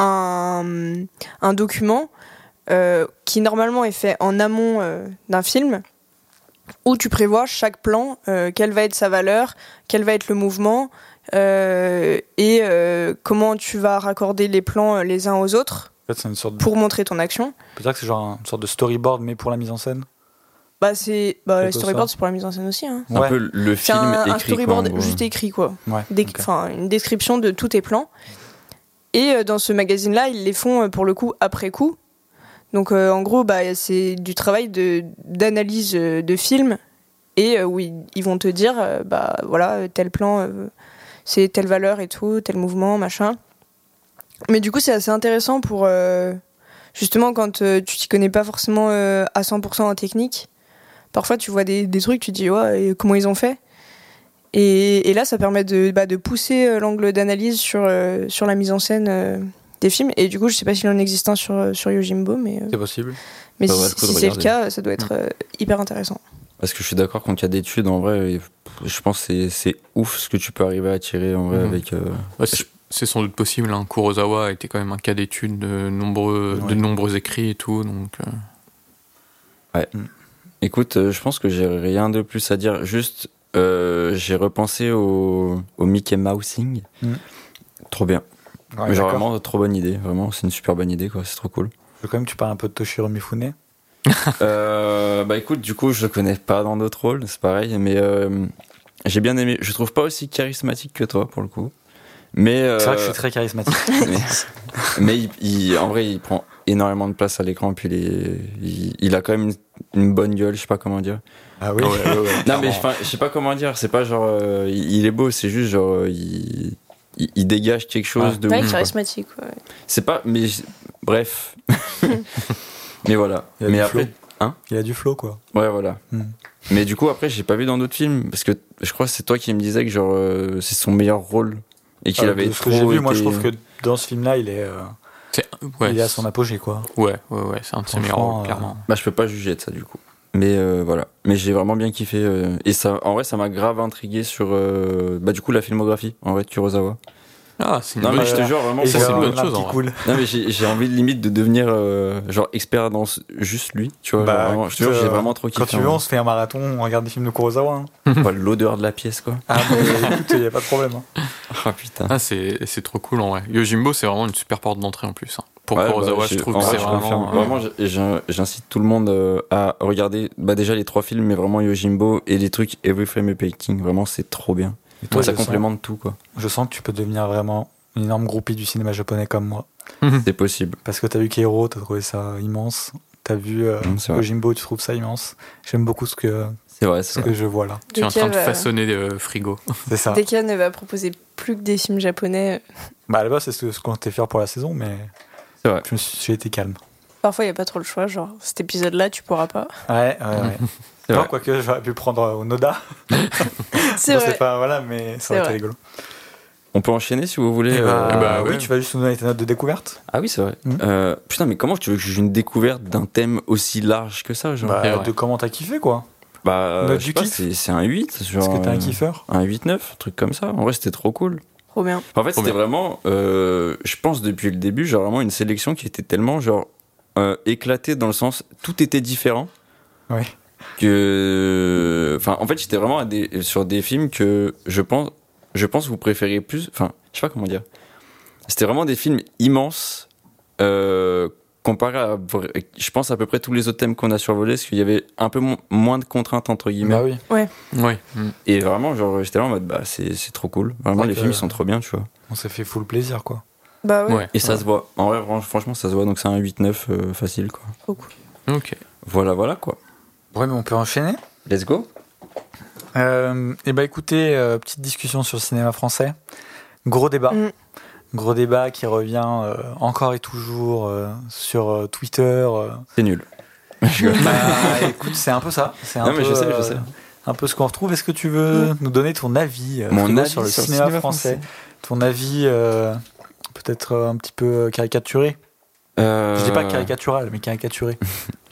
un, un document euh, qui normalement est fait en amont euh, d'un film, où tu prévois chaque plan, euh, quelle va être sa valeur, quel va être le mouvement. Euh, et euh, comment tu vas raccorder les plans les uns aux autres en fait, c'est une sorte de... pour montrer ton action. Peut-être que c'est genre une sorte de storyboard mais pour la mise en scène. Bah c'est bah le storyboard c'est pour la mise en scène aussi. Hein. Ouais. Un peu le film c'est un, écrit. un storyboard quoi, juste écrit quoi. Ouais. Des, okay. Enfin une description de tous tes plans. Et euh, dans ce magazine-là, ils les font euh, pour le coup après coup. Donc euh, en gros, bah, c'est du travail de, d'analyse euh, de films et euh, où ils, ils vont te dire, euh, bah voilà, tel plan, euh, c'est telle valeur et tout, tel mouvement, machin. Mais du coup, c'est assez intéressant pour euh, justement quand euh, tu t'y connais pas forcément euh, à cent pour cent en technique. Parfois, tu vois des, des trucs, tu te dis ouais, et comment ils ont fait. Et, et là, ça permet de, bah, de pousser euh, l'angle d'analyse sur, euh, sur la mise en scène euh, des films. Et du coup, je sais pas s'il en existe un sur, sur Yojimbo, mais, euh, C'est possible. mais Ça si, vaut le coup de si c'est le regarder. cas, ça doit être euh, hyper intéressant. Parce que je suis d'accord qu'en cas d'études, en vrai, je pense que c'est, c'est ouf ce que tu peux arriver à tirer en vrai Mhm. avec. Euh... Ouais, c'est, c'est sans doute possible. Hein. Kurosawa était quand même un cas d'étude de nombreux, Ouais. de nombreux écrits et tout. Donc, euh, Écoute, euh, je pense que j'ai rien de plus à dire. Juste, euh, j'ai repensé au, au Mickey Mousing. Mm. Trop bien. Ouais, Genre d'accord. vraiment, trop bonne idée. Vraiment, c'est une super bonne idée, quoi. C'est trop cool. Je veux quand même que tu parles un peu de Toshiro Mifune. euh, bah écoute, du coup, je le connais pas dans d'autres rôles, c'est pareil, mais euh, j'ai bien aimé. Je trouve pas aussi charismatique que toi, pour le coup. Mais, euh, C'est vrai que je suis très charismatique. mais, mais il, il- en vrai, il prend énormément de place à l'écran, puis il, est- il, il a quand même une, une bonne gueule, je sais pas comment dire. Ah oui. ouais, ouais, ouais, Non, clairement. mais enfin, je sais pas comment dire, c'est pas genre. euh, il, il est beau, c'est juste genre. euh, il, il, il dégage quelque chose Ouais. de Ouais, ouf, quoi. charismatique. Ouais. C'est pas. Mais. Bref. Mais voilà. Il a Mais du après. flow. Il a du flow, quoi. Ouais, voilà. Hmm. Mais du coup, après, j'ai pas vu dans d'autres films, parce que je crois que c'est toi qui me disais que genre euh, c'est son meilleur rôle et qu'il Euh, avait de ce trop que j'ai vu, moi je été- trouve que dans ce film-là, il est, euh, C'est, ouais, il est à son apogée, quoi. ouais, ouais, ouais, c'est un de ses meilleurs Franchement, rôles, euh, clairement. Bah, je peux pas juger de ça du coup. Mais euh, voilà. Mais j'ai vraiment bien kiffé euh, et ça, en vrai, ça m'a grave intrigué sur euh, bah du coup la filmographie en vrai de Kurosawa. Ah, c'est une Non bonne mais je te euh, jure vraiment, Et ça, c'est c'est une un- bonne un chose, petit en vrai. cool. non mais j'ai j'ai envie limite de devenir euh, genre expert dans ce- juste lui, tu vois. Bah, genre, vraiment, je te jure, écoute, j'ai euh, vraiment trop kiffé. Quand tu veux, on se fait un marathon, on regarde des films de Kurosawa. Hein. Pas l'odeur de la pièce quoi. Ah, mais écoute, il n'y a pas de problème. Hein. Ah putain. Ah, c'est, c'est trop cool en vrai. Yojimbo, c'est vraiment une super porte d'entrée en plus. Hein. Pour Ouais, Kurosawa, bah, je j'ai- trouve en que vrai, c'est je confirme. vraiment. euh, Vraiment, j'ai- j'ai- j'incite tout le monde euh, à regarder bah, déjà les trois films, mais vraiment Yojimbo et les trucs Every Frame a Painting. Vraiment, c'est trop bien. Et toi, ça je, sens, complémente tout, quoi. je sens que tu peux devenir vraiment une énorme groupie du cinéma japonais comme moi. C'est possible. Parce que t'as vu Keiro, t'as trouvé ça immense. T'as vu euh, Mm, c'est vrai. Yojimbo, tu trouves ça immense. J'aime beaucoup ce que, C'est vrai, ce c'est vrai. que je vois là. Tu es en train de Dès qu'il y a- façonner des frigos. C'est ça. Dès qu'elle ne va proposer plus que des films japonais, Bah, à la base, c'est ce, ce qu'on était faire pour la saison, mais C'est vrai. je me suis, j'ai été calme. parfois il n'y a pas trop le choix. Genre, cet épisode-là, tu pourras pas. Ouais, ouais, ouais. C'est Non, vrai. quoique j'aurais pu prendre euh, Onoda. C'est Bon, vrai. pas, voilà, mais ça C'est aurait été vrai. rigolo. On peut enchaîner si vous voulez. Eh bah, euh, bah, oui, ouais. tu vas juste nous donner tes notes de découverte. Ah oui, c'est vrai. Mm. Euh, putain, mais comment tu veux que j'ai une découverte d'un thème aussi large que ça, genre Bah, c'est vrai. de comment t'as kiffé, quoi. Bah, euh, note je sais du pas, kiff. c'est, c'est un huit. Genre, Est-ce que t'es un euh, kiffeur? Un huit neuf, un truc comme ça. En vrai, c'était trop cool. Trop bien. En fait, Trop c'était bien. vraiment, euh, je pense depuis le début, genre vraiment une sélection qui était tellement genre euh, éclatée dans le sens, tout était différent. Oui. Que, enfin, en fait, j'étais vraiment à des, sur des films que je pense, je pense vous préférez plus. Enfin, je sais pas comment dire. C'était vraiment des films immenses. Euh, comparé à, vra- je pense à peu près tous les autres thèmes qu'on a survolés, parce qu'il y avait un peu mo- moins de contraintes entre guillemets. Bah oui. Oui. Mm. Et vraiment, genre, j'étais là en mode, bah, c'est, c'est trop cool. Vraiment, C'est les vrai films que- ils sont trop bien, tu vois. On s'est fait full plaisir, quoi. Bah ouais. Ouais. Et ça Ouais. se voit. En vrai, fran- franchement, ça se voit. Donc c'est un huit neuf euh, facile, quoi. Trop cool. Ok. Voilà, voilà, quoi. Ouais, mais on peut enchaîner. Let's go. Euh, et bah écoutez, euh, petite discussion sur le cinéma français. Gros débat. Mm. Gros débat qui revient euh, encore et toujours euh, sur euh, Twitter. euh. C'est nul. Je rigole. Bah écoute, c'est un peu ça. C'est un Non, mais peu, je sais, je euh, sais. Un peu ce qu'on retrouve. Est-ce que tu veux nous donner ton avis, euh, Mon Frigo, avis sur le sur le cinéma, cinéma français, français. Ton avis euh, peut-être euh, un petit peu euh, caricaturé. Euh, Je dis pas caricatural, mais caricaturé.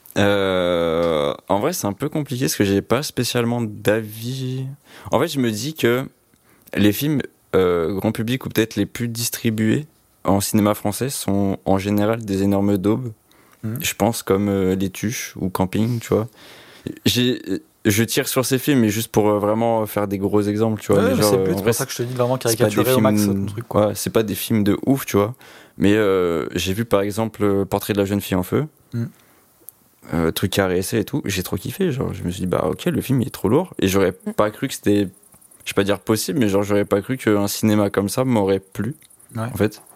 euh, En vrai, c'est un peu compliqué parce que j'ai pas spécialement d'avis. En fait, je me dis que les films euh, grand public ou peut-être les plus distribués en cinéma français sont en général des énormes daubes. Mhm. Je pense comme euh, Les Tuches ou Camping, tu vois. J'ai, je tire sur ces films, mais juste pour euh, vraiment faire des gros exemples, tu vois. Ouais, mais mais genre, c'est euh, peut-être en pour vrai, ça que je te dis vraiment c'est pas des caricaturé au max films- ton truc, quoi. ouais, c'est pas des films de ouf, tu vois. Mais euh, j'ai vu par exemple euh, Portrait de la jeune fille en feu, Mm. euh, truc caressé et tout. J'ai trop kiffé. Genre, je me suis dit, bah ok, le film il est trop lourd. Et j'aurais pas cru que c'était, je vais pas dire possible, mais genre, j'aurais pas cru qu'un cinéma comme ça m'aurait plu, Ouais. en fait.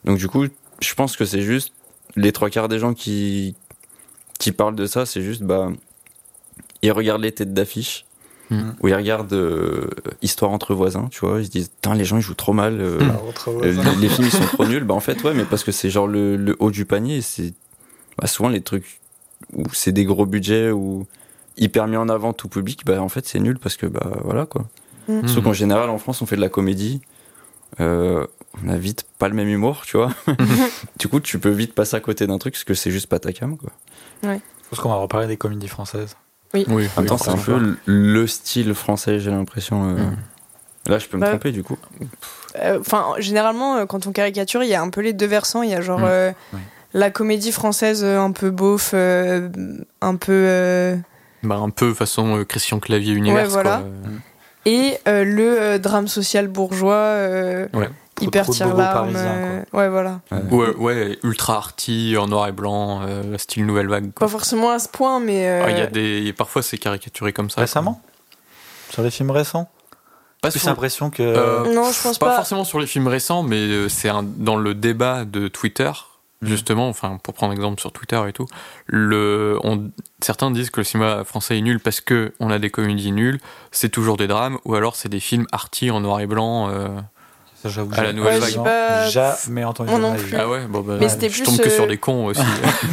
Donc du coup, je pense que c'est juste les trois quarts des gens qui qui parlent de ça, c'est juste bah ils regardent les têtes d'affiche. Mmh. Où ils regardent euh, Histoire entre voisins, tu vois, ils se disent putain les gens ils jouent trop mal, euh, mmh. euh, les, les films ils sont trop nuls. Bah en fait ouais, mais parce que c'est genre le, le haut du panier, c'est bah, souvent les trucs où c'est des gros budgets ou hyper mis en avant tout public, bah en fait c'est nul parce que bah voilà quoi. Mmh. Sauf qu'en général en France on fait de la comédie, euh, on a vite pas le même humour, tu vois. Du coup tu peux vite passer à côté d'un truc parce que c'est juste pas ta cam quoi. Ouais. Je pense qu'on va reparler des comédies françaises. Oui. Oui, en même temps, oui, c'est un peu le style français, j'ai l'impression. Euh... Mmh. Là, je peux me bah, tromper, du coup. Enfin, euh, généralement, quand on caricature, il y a un peu les deux versants. Il y a genre mmh. euh, oui. la comédie française un peu beauf, euh, un peu... Euh... Bah, un peu façon euh, Christian Clavier Univers, ouais, voilà. quoi. Mmh. Et euh, le euh, drame social bourgeois... Euh, ouais. Hyper tire-larme, euh, ouais voilà. Ouais, ouais, ultra arty, en noir et blanc, euh, style nouvelle vague. Quoi. Pas forcément à ce point, mais. Il euh... ah, y a des, parfois c'est caricaturé comme ça. Récemment quoi. Sur les films récents Pas plus sur... l'impression que. Euh, non, je pense pas. Pas forcément sur les films récents, mais c'est un, dans le débat de Twitter, mmh. justement, enfin pour prendre exemple sur Twitter et tout, le, on, certains disent que le cinéma français est nul parce que on a des comédies nulles, c'est toujours des drames, ou alors c'est des films arty en noir et blanc. Euh, Ça, j'avoue, à la nouvelle ouais, vague. pas... Jamais entendu Moi non plus. Ah ouais, bon bah, mais c'était je plus tombe que euh... sur des cons aussi.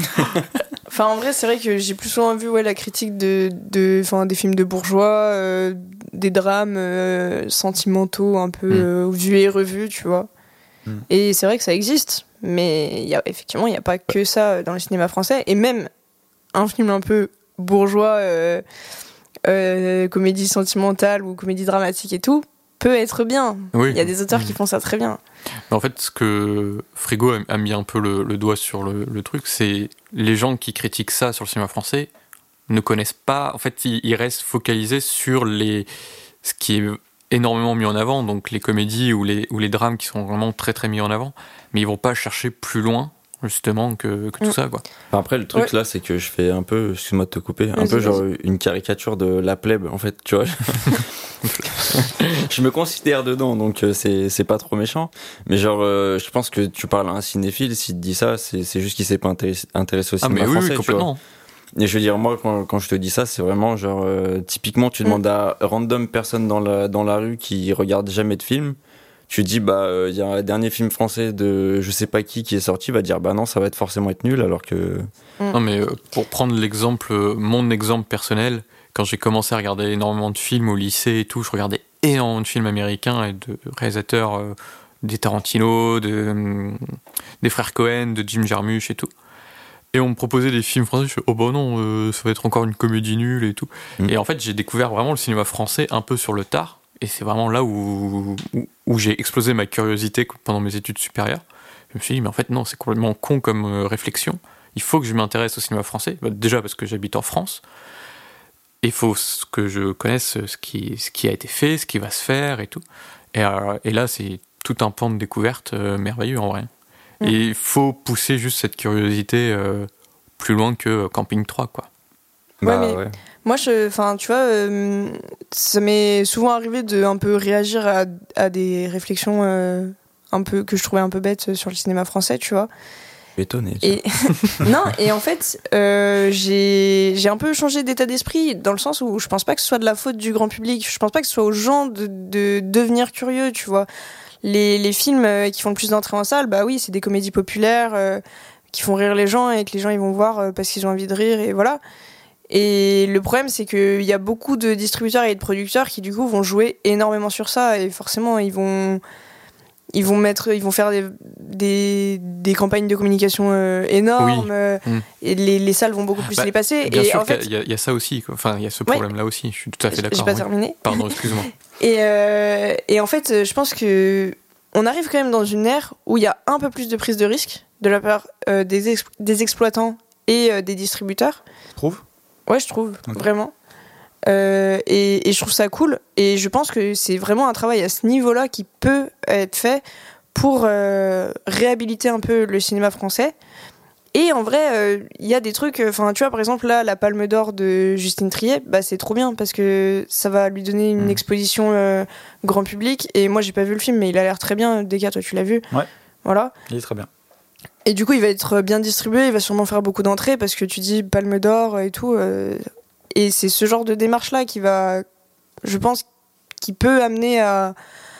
Enfin, en vrai, c'est vrai que j'ai plus souvent vu ouais, la critique de, de, enfin, des films de bourgeois, euh, des drames euh, sentimentaux un peu mm. euh, vus et revus, tu vois. Mm. Et c'est vrai que ça existe, mais y a, effectivement, il n'y a pas que ça dans le cinéma français. Et même un film un peu bourgeois, euh, euh, comédie sentimentale ou comédie dramatique et tout, peut être bien. Oui. Il y a des auteurs mmh. qui font ça très bien. En fait, ce que Frigo a mis un peu le, le doigt sur le, le truc, c'est les gens qui critiquent ça sur le cinéma français ne connaissent pas. En fait, ils, ils restent focalisés sur les, ce qui est énormément mis en avant, donc les comédies ou les, ou les drames qui sont vraiment très très mis en avant, mais ils vont pas chercher plus loin justement que, que tout mmh. ça quoi. Après le truc ouais. là c'est que je fais un peu, excuse-moi de te couper, un vas-y, peu vas-y. genre une caricature de la plèbe en fait, tu vois. Je me considère dedans donc c'est, c'est pas trop méchant, mais genre euh, je pense que tu parles à un cinéphile, s'il te dit ça c'est, c'est juste qu'il s'est pas intéressé, intéressé au cinéma ah, mais français, oui, oui, complètement. Tu vois. Et je veux dire moi quand, quand je te dis ça c'est vraiment genre euh, typiquement tu demandes mmh. à random personne dans la, dans la rue qui regarde jamais de film, tu dis bah il euh, y a un dernier film français de je sais pas qui qui est sorti, va dire bah non ça va être forcément être nul alors que mm. non mais euh, pour prendre l'exemple mon exemple personnel, quand j'ai commencé à regarder énormément de films au lycée et tout, je regardais énormément de films américains et de réalisateurs euh, des Tarantino, de, euh, des frères Cohen, de Jim Jarmusch et tout, et on me proposait des films français, je fais oh bah non euh, ça va être encore une comédie nulle et tout mm. Et en fait j'ai découvert vraiment le cinéma français un peu sur le tard. Et c'est vraiment là où, où, où j'ai explosé ma curiosité pendant mes études supérieures. Je me suis dit, mais en fait, non, c'est complètement con comme euh, réflexion. Il faut que je m'intéresse au cinéma français. Bah, déjà parce que j'habite en France. Il faut que je connaisse ce qui, ce qui a été fait, ce qui va se faire et tout. Et, euh, et là, c'est tout un pan de découverte euh, merveilleux en vrai. Mmh. Et il faut pousser juste cette curiosité euh, plus loin que Camping trois, quoi. Ouais, bah, mais... ouais. Moi, je, enfin, tu vois, euh, ça m'est souvent arrivé de un peu réagir à, à des réflexions euh, un peu que je trouvais un peu bêtes sur le cinéma français, tu vois. Étonné. Et non, et en fait, euh, j'ai j'ai un peu changé d'état d'esprit dans le sens où je pense pas que ce soit de la faute du grand public. Je pense pas que ce soit aux gens de, de devenir curieux, tu vois. Les les films qui font le plus d'entrées en salle, bah oui, c'est des comédies populaires euh, qui font rire les gens et que les gens ils vont voir parce qu'ils ont envie de rire et voilà. Et le problème, c'est qu'il y a beaucoup de distributeurs et de producteurs qui, du coup, vont jouer énormément sur ça. Et forcément, ils vont, ils vont, mettre, ils vont faire des, des, des campagnes de communication euh, énormes. Oui. Euh, mmh. Et les, les salles vont beaucoup plus bah, les passer. Bien et sûr en fait, qu'il y a, il y a ça aussi. Quoi. Enfin, il y a ce problème-là ouais. aussi. Je suis tout à fait d'accord. J'ai pas oui. terminé. Pardon, excuse-moi. et, euh, et en fait, je pense que on arrive quand même dans une ère où il y a un peu plus de prise de risque de la part euh, des, ex- des exploitants et euh, des distributeurs. Tu trouves ? Ouais, je trouve, okay. vraiment. Euh, et, et je trouve ça cool. Et je pense que c'est vraiment un travail à ce niveau-là qui peut être fait pour euh, réhabiliter un peu le cinéma français. Et en vrai, il euh, y a des trucs... Enfin, tu vois, par exemple, là, la Palme d'Or de Justine Triet, bah, c'est trop bien parce que ça va lui donner une mmh. exposition euh, grand public. Et moi, j'ai pas vu le film, mais il a l'air très bien. Deka, toi, tu l'as vu ? Ouais. Voilà. Il est très bien. Et du coup, il va être bien distribué, il va sûrement faire beaucoup d'entrées parce que tu dis Palme d'Or et tout. Euh, et c'est ce genre de démarche-là qui va, je pense, qui peut amener à,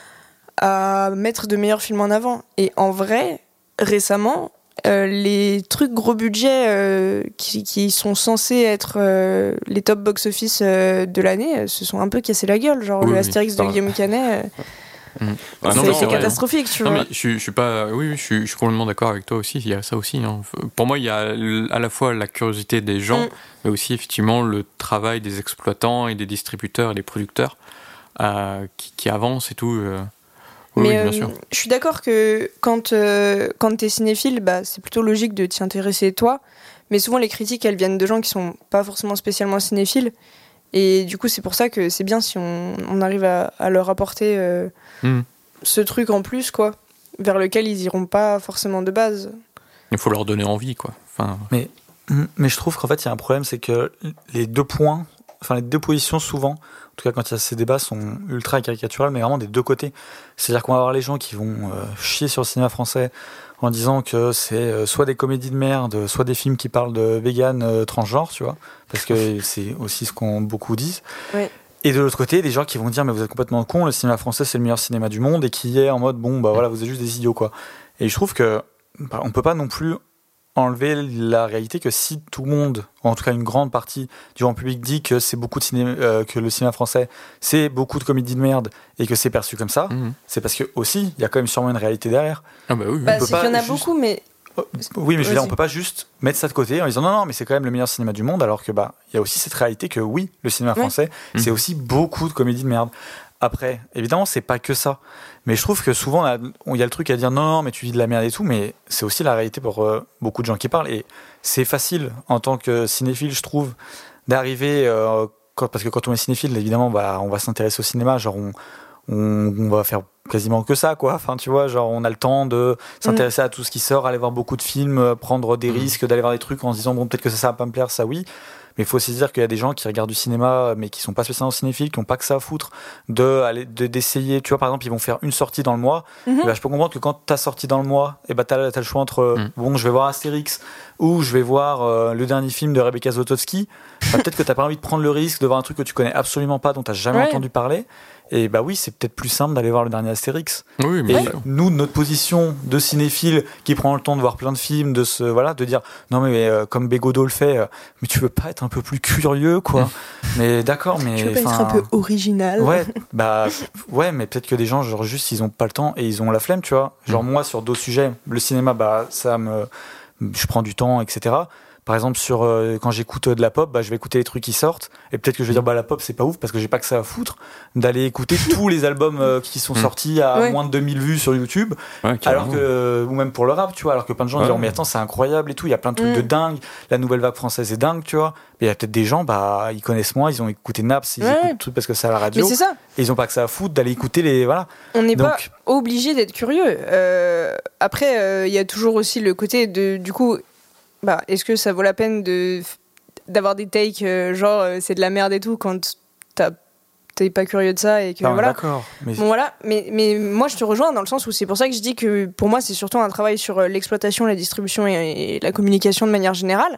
à mettre de meilleurs films en avant. Et en vrai, récemment, euh, les trucs gros budget euh, qui, qui sont censés être euh, les top box-office euh, de l'année euh, se sont un peu cassés la gueule. Genre oui, le oui, Astérix de Guillaume Canet. Euh, Mmh. C'est, non, c'est ouais, catastrophique, tu non, vois. mais je, suis- je suis pas, oui, oui, je suis, je suis complètement d'accord avec toi aussi. Il y a ça aussi. Hein. Pour moi, il y a à la fois la curiosité des gens, Mm. mais aussi effectivement le travail des exploitants et des distributeurs et des producteurs euh, qui, qui avancent et tout. Euh. Oui, Mais oui, bien euh, sûr. je suis d'accord que quand, euh, quand t'es cinéphile, bah, c'est plutôt logique de t'y intéresser toi. Mais souvent, les critiques, elles viennent de gens qui sont pas forcément spécialement cinéphiles. Et du coup, c'est pour ça que c'est bien si on, on arrive à, à leur apporter euh, Mmh. ce truc en plus, quoi, vers lequel ils iront pas forcément de base. Il faut leur donner envie, quoi. Enfin, Mais, mais je trouve qu'en fait, il y a un problème, c'est que les deux points, enfin les deux positions, souvent, en tout cas quand il y a ces débats, sont ultra caricaturales, mais vraiment des deux côtés. C'est-à-dire qu'on va avoir les gens qui vont euh, chier sur le cinéma français en disant que c'est euh, soit des comédies de merde, soit des films qui parlent de vegan euh, transgenre, tu vois, parce que c'est aussi ce qu'on beaucoup disent. Ouais. Et de l'autre côté, des gens qui vont dire mais vous êtes complètement cons, le cinéma français c'est le meilleur cinéma du monde, et qui est en mode bon bah voilà, vous êtes juste des idiots quoi. Et je trouve que bah, on peut pas non plus enlever la réalité que si tout le monde, en tout cas une grande partie du grand public dit que c'est beaucoup de cinéma, euh, que le cinéma français c'est beaucoup de comédies de merde et que c'est perçu comme ça, mmh. c'est parce que aussi il y a quand même sûrement une réalité derrière. Ah bah oui, oui. Bah, peut c'est qu'il y en pas a juste- beaucoup, mais Oui, mais je veux dire, Vas-y. on peut pas juste mettre ça de côté en disant non, non, mais c'est quand même le meilleur cinéma du monde, alors que bah, il y a aussi cette réalité que oui, le cinéma Ouais. français, c'est Mhm. aussi beaucoup de comédies de merde. Après, évidemment, c'est pas que ça, mais je trouve que souvent, on a- on- il y a le truc à dire non, non, mais tu dis de la merde et tout, mais c'est aussi la réalité pour euh, beaucoup de gens qui parlent, et c'est facile en tant que cinéphile, je trouve, d'arriver, euh, quand- parce que quand on est cinéphile, évidemment, bah, on va s'intéresser au cinéma, genre on, on, on va faire quasiment que ça, quoi. Enfin, tu vois, genre on a le temps de s'intéresser à tout ce qui sort, aller voir beaucoup de films, euh, prendre des Mhm. risques, d'aller voir des trucs en se disant bon, peut-être que ça, ça va pas me plaire, ça oui. Mais il faut aussi se dire qu'il y a des gens qui regardent du cinéma, mais qui sont pas spécialement cinéphiles, qui ont pas que ça à foutre, de aller, de, d'essayer. Tu vois, par exemple, ils vont faire une sortie dans le mois. Mhm. Et bah, je peux comprendre que quand t'as sorti dans le mois, et bah, t'as, t'as le choix entre euh, Mhm. bon, je vais voir Astérix ou je vais voir euh, le dernier film de Rebecca Zlotowski. Bah, peut-être que t'as pas envie de prendre le risque de voir un truc que tu connais absolument pas, dont t'as jamais Ouais. entendu parler. Et bah oui, c'est peut-être plus simple d'aller voir le dernier Astérix. Oui, Et bien sûr. nous, de notre position de cinéphile qui prend le temps de voir plein de films, de se voilà, de dire non mais euh, comme Bégodeau le fait, euh, mais tu veux pas être un peu plus curieux quoi. Mais d'accord, mais tu veux pas être enfin, un peu original. ouais, bah ouais, mais peut-être que des gens genre juste ils ont pas le temps et ils ont la flemme, tu vois. Genre Mm. moi sur d'autres sujets, le cinéma bah ça me je prends du temps, et cetera. Par exemple, sur, euh, quand j'écoute euh, de la pop, bah, je vais écouter les trucs qui sortent. Et peut-être que je vais dire, bah, la pop, c'est pas ouf parce que j'ai pas que ça à foutre d'aller écouter tous les albums euh, qui sont Mm. sortis à Ouais. moins de deux mille vues sur YouTube. Ouais, carrément. Alors que, ou même pour le rap, tu vois, alors que plein de gens Ouais. diront, mais attends, c'est incroyable et tout, il y a plein de trucs Mm. de dingue. La nouvelle vague française est dingue, tu vois. Mais il y a peut-être des gens, bah, ils connaissent moins, ils ont écouté Naps, ils Ouais. écoutent tout parce que c'est à la Mais radio. c'est ça. Et ils ont pas que ça à foutre d'aller écouter les, voilà. On n'est pas Donc, obligé d'être curieux. Euh, après, euh, il y a toujours aussi le côté de, du coup, bah, est-ce que ça vaut la peine de d'avoir des takes euh, genre euh, c'est de la merde et tout quand t'as- t'es pas curieux de ça et que non, mais voilà. d'accord. Mais Bon voilà, mais, mais moi je te rejoins dans le sens où c'est pour ça que je dis que pour moi c'est surtout un travail sur euh, l'exploitation, la distribution et, et la communication de manière générale.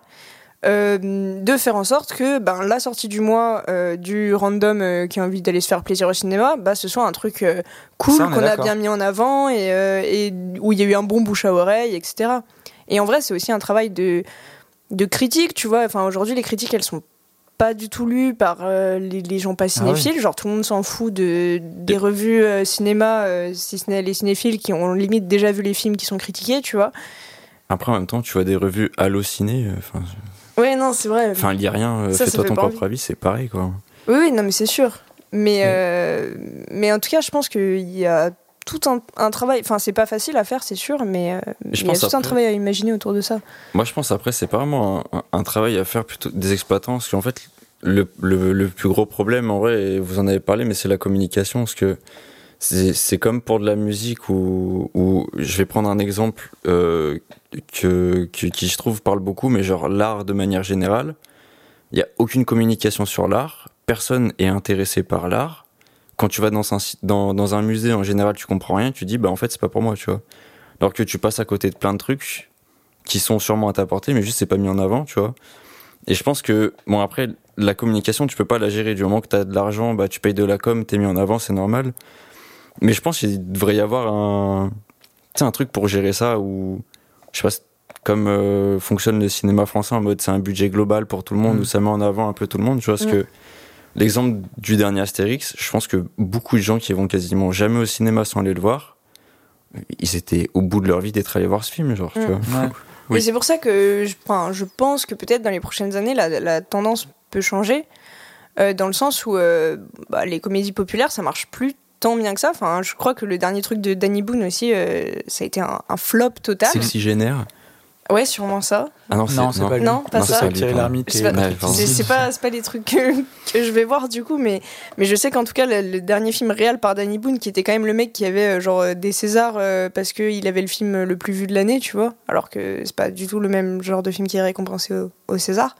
Euh, de faire en sorte que ben, la sortie du mois euh, du random euh, qui a envie d'aller se faire plaisir au cinéma, bah, ce soit un truc euh, cool Ça, on est qu'on a d'accord. bien mis en avant et, euh, et où il y a eu un bon bouche à oreille, et cetera. Et en vrai, c'est aussi un travail de, de critique, tu vois. Enfin, aujourd'hui, les critiques, elles sont pas du tout lues par euh, les, les gens pas cinéphiles. Genre, tout le monde s'en fout de, des revues euh, cinéma, euh, si ce n'est les cinéphiles qui ont limite déjà vu les films qui sont critiqués, tu vois. Après, en même temps, tu vois des revues Allociné, enfin, Ouais, non, c'est vrai. enfin, lis rien, euh, Ça, ça fais-toi fait ton pas propre envie. avis, c'est pareil, quoi. Oui, oui, non, mais c'est sûr. Mais, Ouais. euh, mais en tout cas, je pense qu'il y a tout un, un travail. Enfin, c'est pas facile à faire, c'est sûr, mais euh, je il y a pense tout un après- travail à imaginer autour de ça. Moi, je pense après, c'est pas vraiment un, un- un travail à faire plutôt des exploitants, parce qu'en fait, le, le, le plus gros problème, en vrai, et vous en avez parlé, mais c'est la communication, parce que c'est, c'est comme pour de la musique où, où je vais prendre un exemple euh, que, que, qui, je trouve, parle beaucoup, mais genre l'art de manière générale, il n'y a aucune communication sur l'art, personne est intéressé par l'art. Quand tu vas dans un, dans, dans un musée, en général, tu comprends rien, tu dis, bah en fait, c'est pas pour moi, tu vois. alors que tu passes à côté de plein de trucs qui sont sûrement à ta portée, mais juste c'est pas mis en avant, tu vois. Et je pense que, bon, après, la communication, tu peux pas la gérer. Du moment que t'as de l'argent, bah, tu payes de la com, t'es mis en avant, c'est normal. Mais je pense qu'il devrait y avoir un, tu sais, un truc pour gérer ça où, je sais pas, comme euh, fonctionne le cinéma français en mode c'est un budget global pour tout le monde, mmh. où ça met en avant un peu tout le monde, tu vois, parce mmh. que l'exemple du dernier Astérix, je pense que beaucoup de gens qui vont quasiment jamais au cinéma sans aller le voir, ils étaient au bout de leur vie d'être allés voir ce film, genre, mmh. tu vois. Ouais. Oui. Et c'est pour ça que je, enfin, je pense que peut-être dans les prochaines années, la, la tendance peut changer, euh, dans le sens où euh, bah, les comédies populaires, ça marche plus tant bien que ça. Enfin, je crois que le dernier truc de Danny Boone aussi, euh, ça a été un, un flop total. Sexygénaire. Ouais, sûrement ça. Ah non, c'est, non, c'est non. pas lui. Non, pas non, ça. C'est Thierry Lhermitte. C'est pas, c'est, c'est, pas, c'est pas les trucs que, que je vais voir du coup, mais, mais je sais qu'en tout cas, le, le dernier film réel par Danny Boone, qui était quand même le mec qui avait genre des Césars euh, parce qu'il avait le film le plus vu de l'année, tu vois, alors que c'est pas du tout le même genre de film qui est récompensé au, au César.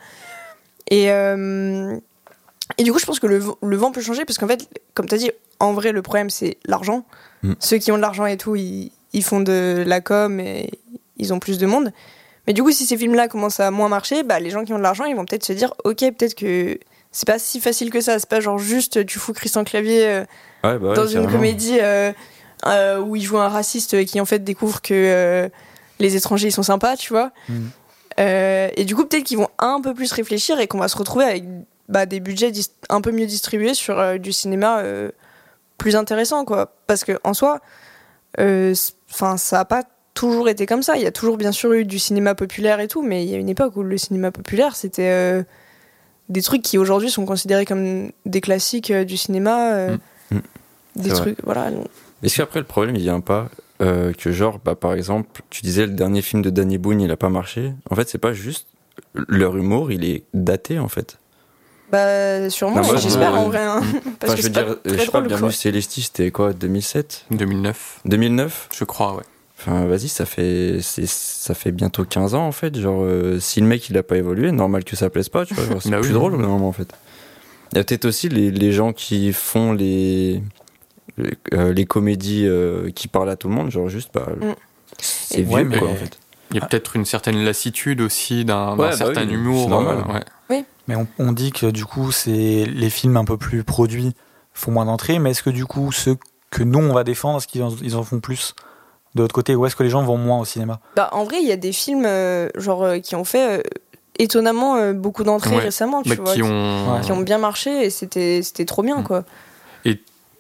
Et, euh, et du coup, je pense que le, le vent peut changer parce qu'en fait, comme t'as dit, en vrai, le problème c'est l'argent. Mm. Ceux qui ont de l'argent et tout, ils, ils font de la com et ils ont plus de monde. Mais du coup, si ces films-là commencent à moins marcher, bah, les gens qui ont de l'argent, ils vont peut-être se dire ok, peut-être que c'est pas si facile que ça. C'est pas genre juste tu fous Christian Clavier euh, ouais, bah ouais, dans une carrément. comédie euh, euh, où il joue un raciste qui en fait découvre que euh, les étrangers ils sont sympas, tu vois. Mm. Euh, et du coup, peut-être qu'ils vont un peu plus réfléchir et qu'on va se retrouver avec bah, des budgets dis- un peu mieux distribués sur euh, du cinéma euh, plus intéressant, quoi. Parce que en soi, euh, ça a pas toujours été comme ça. Il y a toujours bien sûr eu du cinéma populaire et tout, mais il y a une époque où le cinéma populaire c'était euh, des trucs qui aujourd'hui sont considérés comme des classiques euh, du cinéma, euh, mmh. des c'est trucs, vrai. voilà. Donc... Est-ce qu'après le problème il vient pas euh, que genre, bah, par exemple, tu disais le dernier film de Danny Boone il a pas marché. En fait, c'est pas juste leur humour, il est daté en fait. Bah sûrement, non, moi, j'espère euh, en vrai. Hein, parce enfin, que je veux dire, je sais pas, Bienvenue Célestie, c'était quoi, deux mille sept deux mille neuf deux mille neuf Je crois, ouais. Enfin, vas-y, ça fait, c'est, ça fait bientôt quinze ans, en fait. Genre, euh, si le mec, il a pas évolué, normal que ça plaise pas, tu vois. Genre, c'est bah plus oui, drôle, normalement, en fait. Il y a peut-être aussi les, les gens qui font les, les, euh, les comédies euh, qui parlent à tout le monde, genre, juste, bah, mm. c'est Et vieux, ouais, quoi, en fait. Il y a peut-être une certaine lassitude aussi d'un, ouais, d'un bah certain oui, humour. C'est normal. Euh, ouais. Oui. Mais on, on dit que, du coup, c'est les films un peu plus produits font moins d'entrées, mais est-ce que, du coup, ceux que nous, on va défendre, est-ce qu'ils en, ils en font plus ? De l'autre côté, où est-ce que les gens vont moins au cinéma ? Bah, en vrai, il y a des films euh, genre, euh, qui ont fait euh, étonnamment euh, beaucoup d'entrées ouais. récemment, tu bah, vois, qui, qui, ont... qui ont bien marché et c'était, c'était trop bien, mmh. quoi. Et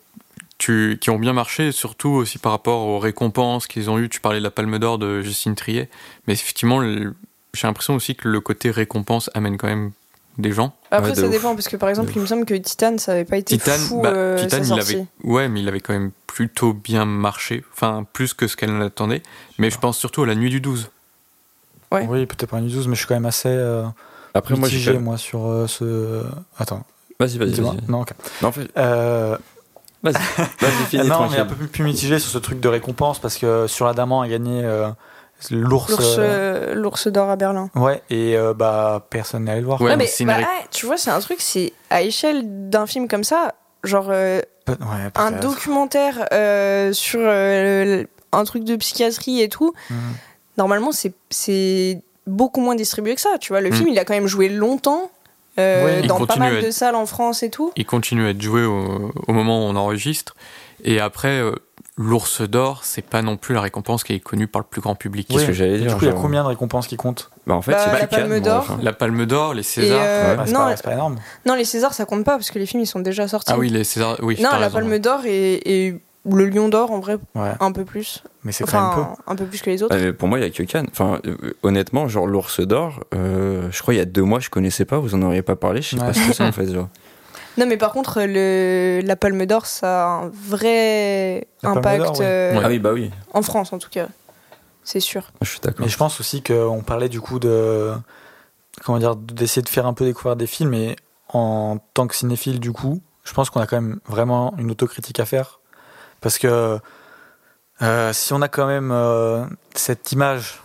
tu, qui ont bien marché, surtout aussi par rapport aux récompenses qu'ils ont eues. Tu parlais de la Palme d'Or de Justine Triet, mais effectivement, le... j'ai l'impression aussi que le côté récompense amène quand même des gens. Après, ouais, ça ouf. dépend, parce que par exemple, il me semble que Titan, ça avait pas été Titan, fou. Bah, euh, Titan, il avait, ouais, mais il avait quand même plutôt bien marché, enfin plus que ce qu'elle en attendait. Mais je pense surtout à La Nuit du douze. Ouais. Oui, peut-être pas La Nuit du douze, mais je suis quand même assez euh, Après, mitigé, moi, j'ai... moi, sur euh, ce. Attends. Vas-y, vas-y, Dis-moi. vas-y. Non, ok. Non, en fait. Euh... Vas-y, vas-y, finis. Non, tranquille. mais un peu plus mitigé sur ce truc de récompense parce que sur Adamant a gagné euh, l'ours. L'ours, euh... euh, l'ours d'or à Berlin. Ouais, et euh, bah personne n'est allé le voir. Ouais, ouais, mais c'est bah, ré... ah, tu vois, c'est un truc, c'est à échelle d'un film comme ça, genre euh, Pe- ouais, un documentaire euh, sur euh, un truc de psychiatrie et tout. Mmh. Normalement, c'est c'est beaucoup moins distribué que ça. Tu vois, le mmh. film, il a quand même joué longtemps. Euh, oui, dans pas mal être, de salles en France et tout. Il continue à être joué au, au moment où on enregistre. Et après, euh, l'Ours d'Or, c'est pas non plus la récompense qui est connue par le plus grand public. Oui, Qu'est-ce que j'allais dire, du coup, il genre... y a combien de récompenses qui comptent ? Bah en fait, bah, c'est la Palme d'Or. Enfin. La Palme d'Or, les Césars. Euh, ouais, c'est, non, pas, c'est pas énorme. Non, les Césars, ça compte pas parce que les films ils sont déjà sortis. Ah oui, les Césars. Oui. Non, la raison, Palme ouais. d'Or et, et le Lion d'Or en vrai, ouais. un peu plus. Mais c'est enfin, quand même peu. Un peu plus que les autres. Euh, pour moi, il y a que Cannes. Enfin, euh, honnêtement, genre l'Ours d'Or, euh, je crois il y a deux mois, je connaissais pas. Vous en auriez pas parlé. Je sais ouais. pas ce que c'est en fait. Genre. Non, mais par contre, le, la Palme d'Or, ça a un vrai la impact ouais. euh, ouais. Ah oui, bah oui. En France, en tout cas. C'est sûr. Je suis d'accord. Mais je pense aussi qu'on parlait du coup de. Comment dire, d'essayer de faire un peu découvrir des films. Et en tant que cinéphile, du coup, je pense qu'on a quand même vraiment une autocritique à faire. Parce que euh, si on a quand même euh, cette image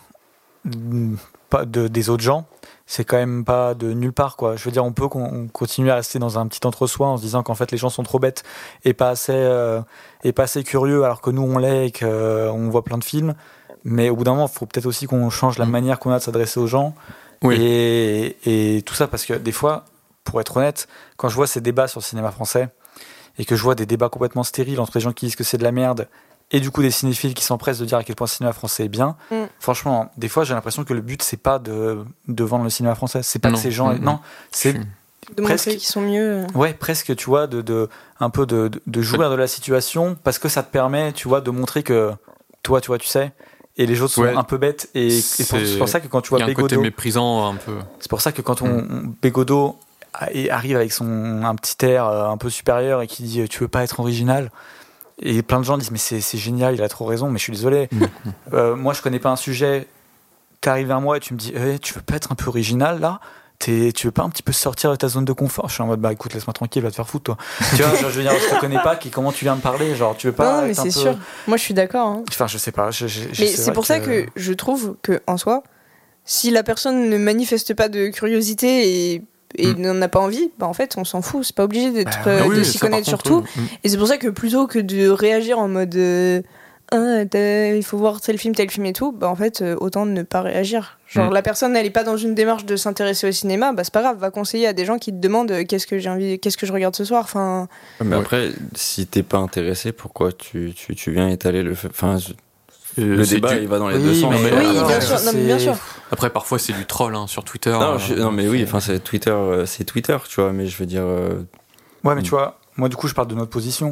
de, de, des autres gens, c'est quand même pas de nulle part, quoi. Je veux dire, on peut qu'on continue à rester dans un petit entre-soi en se disant qu'en fait les gens sont trop bêtes et pas assez, euh, et pas assez curieux, alors que nous on l'est et qu'on voit plein de films. mais au bout d'un moment, il faut peut-être aussi qu'on change la Mm. manière qu'on a de s'adresser aux gens. Oui. Et, et tout ça, parce que des fois, pour être honnête, quand je vois ces débats sur le cinéma français, et que je vois des débats complètement stériles entre les gens qui disent que c'est de la merde, et du coup des cinéphiles qui s'empressent de dire à quel point le cinéma français est bien, Mm. franchement, des fois, j'ai l'impression que le but, c'est pas de, de vendre le cinéma français. C'est pas Non. que ces gens... Mm. Non, c'est... Je suis- De Presque. montrer qu'ils sont mieux. Ouais, presque, tu vois, de, de, un peu de, de, de jouir de la situation, parce que ça te permet, tu vois, de montrer que toi, tu vois, tu sais, et les autres sont Ouais. un peu bêtes, et, et pour- C'est- c'est pour ça que quand tu Il y vois a un côté Bégodeau, méprisant un peu. c'est pour ça que quand on, on- Bégodeau a- et arrive avec son, un petit air euh, un peu supérieur et qui dit tu veux pas être original, et plein de gens disent mais c'est, c'est génial, il a trop raison, mais je suis désolé. Euh, moi, je connais pas un sujet, t'arrives vers moi et tu me dis Eh, tu veux pas être un peu original là? T'es, tu veux pas un petit peu sortir de ta zone de confort? Je suis en mode bah écoute, laisse-moi tranquille, va te faire foutre toi. Tu vois, genre, je veux dire, je te connais pas, qui, comment tu viens me parler? Genre, tu veux pas. Non, mais être un c'est peu- sûr. Moi, je suis d'accord. hein. Enfin, je sais pas. je- je- je- Mais c'est c'est vrai pour ça que je trouve que en soi, si la personne ne manifeste pas de curiosité et, et Mm. n'en a pas envie, bah en fait, on s'en fout. C'est pas obligé d'être, Bah, euh, Ah oui, de ça, s'y par connaître contre, surtout. oui. Mm. Et c'est pour ça que plutôt que de réagir en mode euh, ah, t'as- il faut voir tel film, tel film et tout, bah en fait, euh, autant ne pas réagir. Genre, Mm. la personne, elle est pas dans une démarche de s'intéresser au cinéma, bah c'est pas grave, va conseiller à des gens qui te demandent euh, qu'est-ce que j'ai envie, qu'est-ce que je regarde ce soir. Enfin, Mais Ouais. après, si t'es pas intéressé, pourquoi tu, tu, tu viens étaler le fait. Enfin, je- le C'est débat, du- il va dans les Oui, deux sens. mais- oui, euh, bien après, sûr, non, mais bien sûr. Après, parfois, c'est du troll hein, sur Twitter. Non, euh, je- non, mais oui, enfin, c'est Twitter, euh, c'est Twitter, tu vois, mais je veux dire. euh, Ouais, mais Mm. tu vois, moi du coup, je parle de notre position.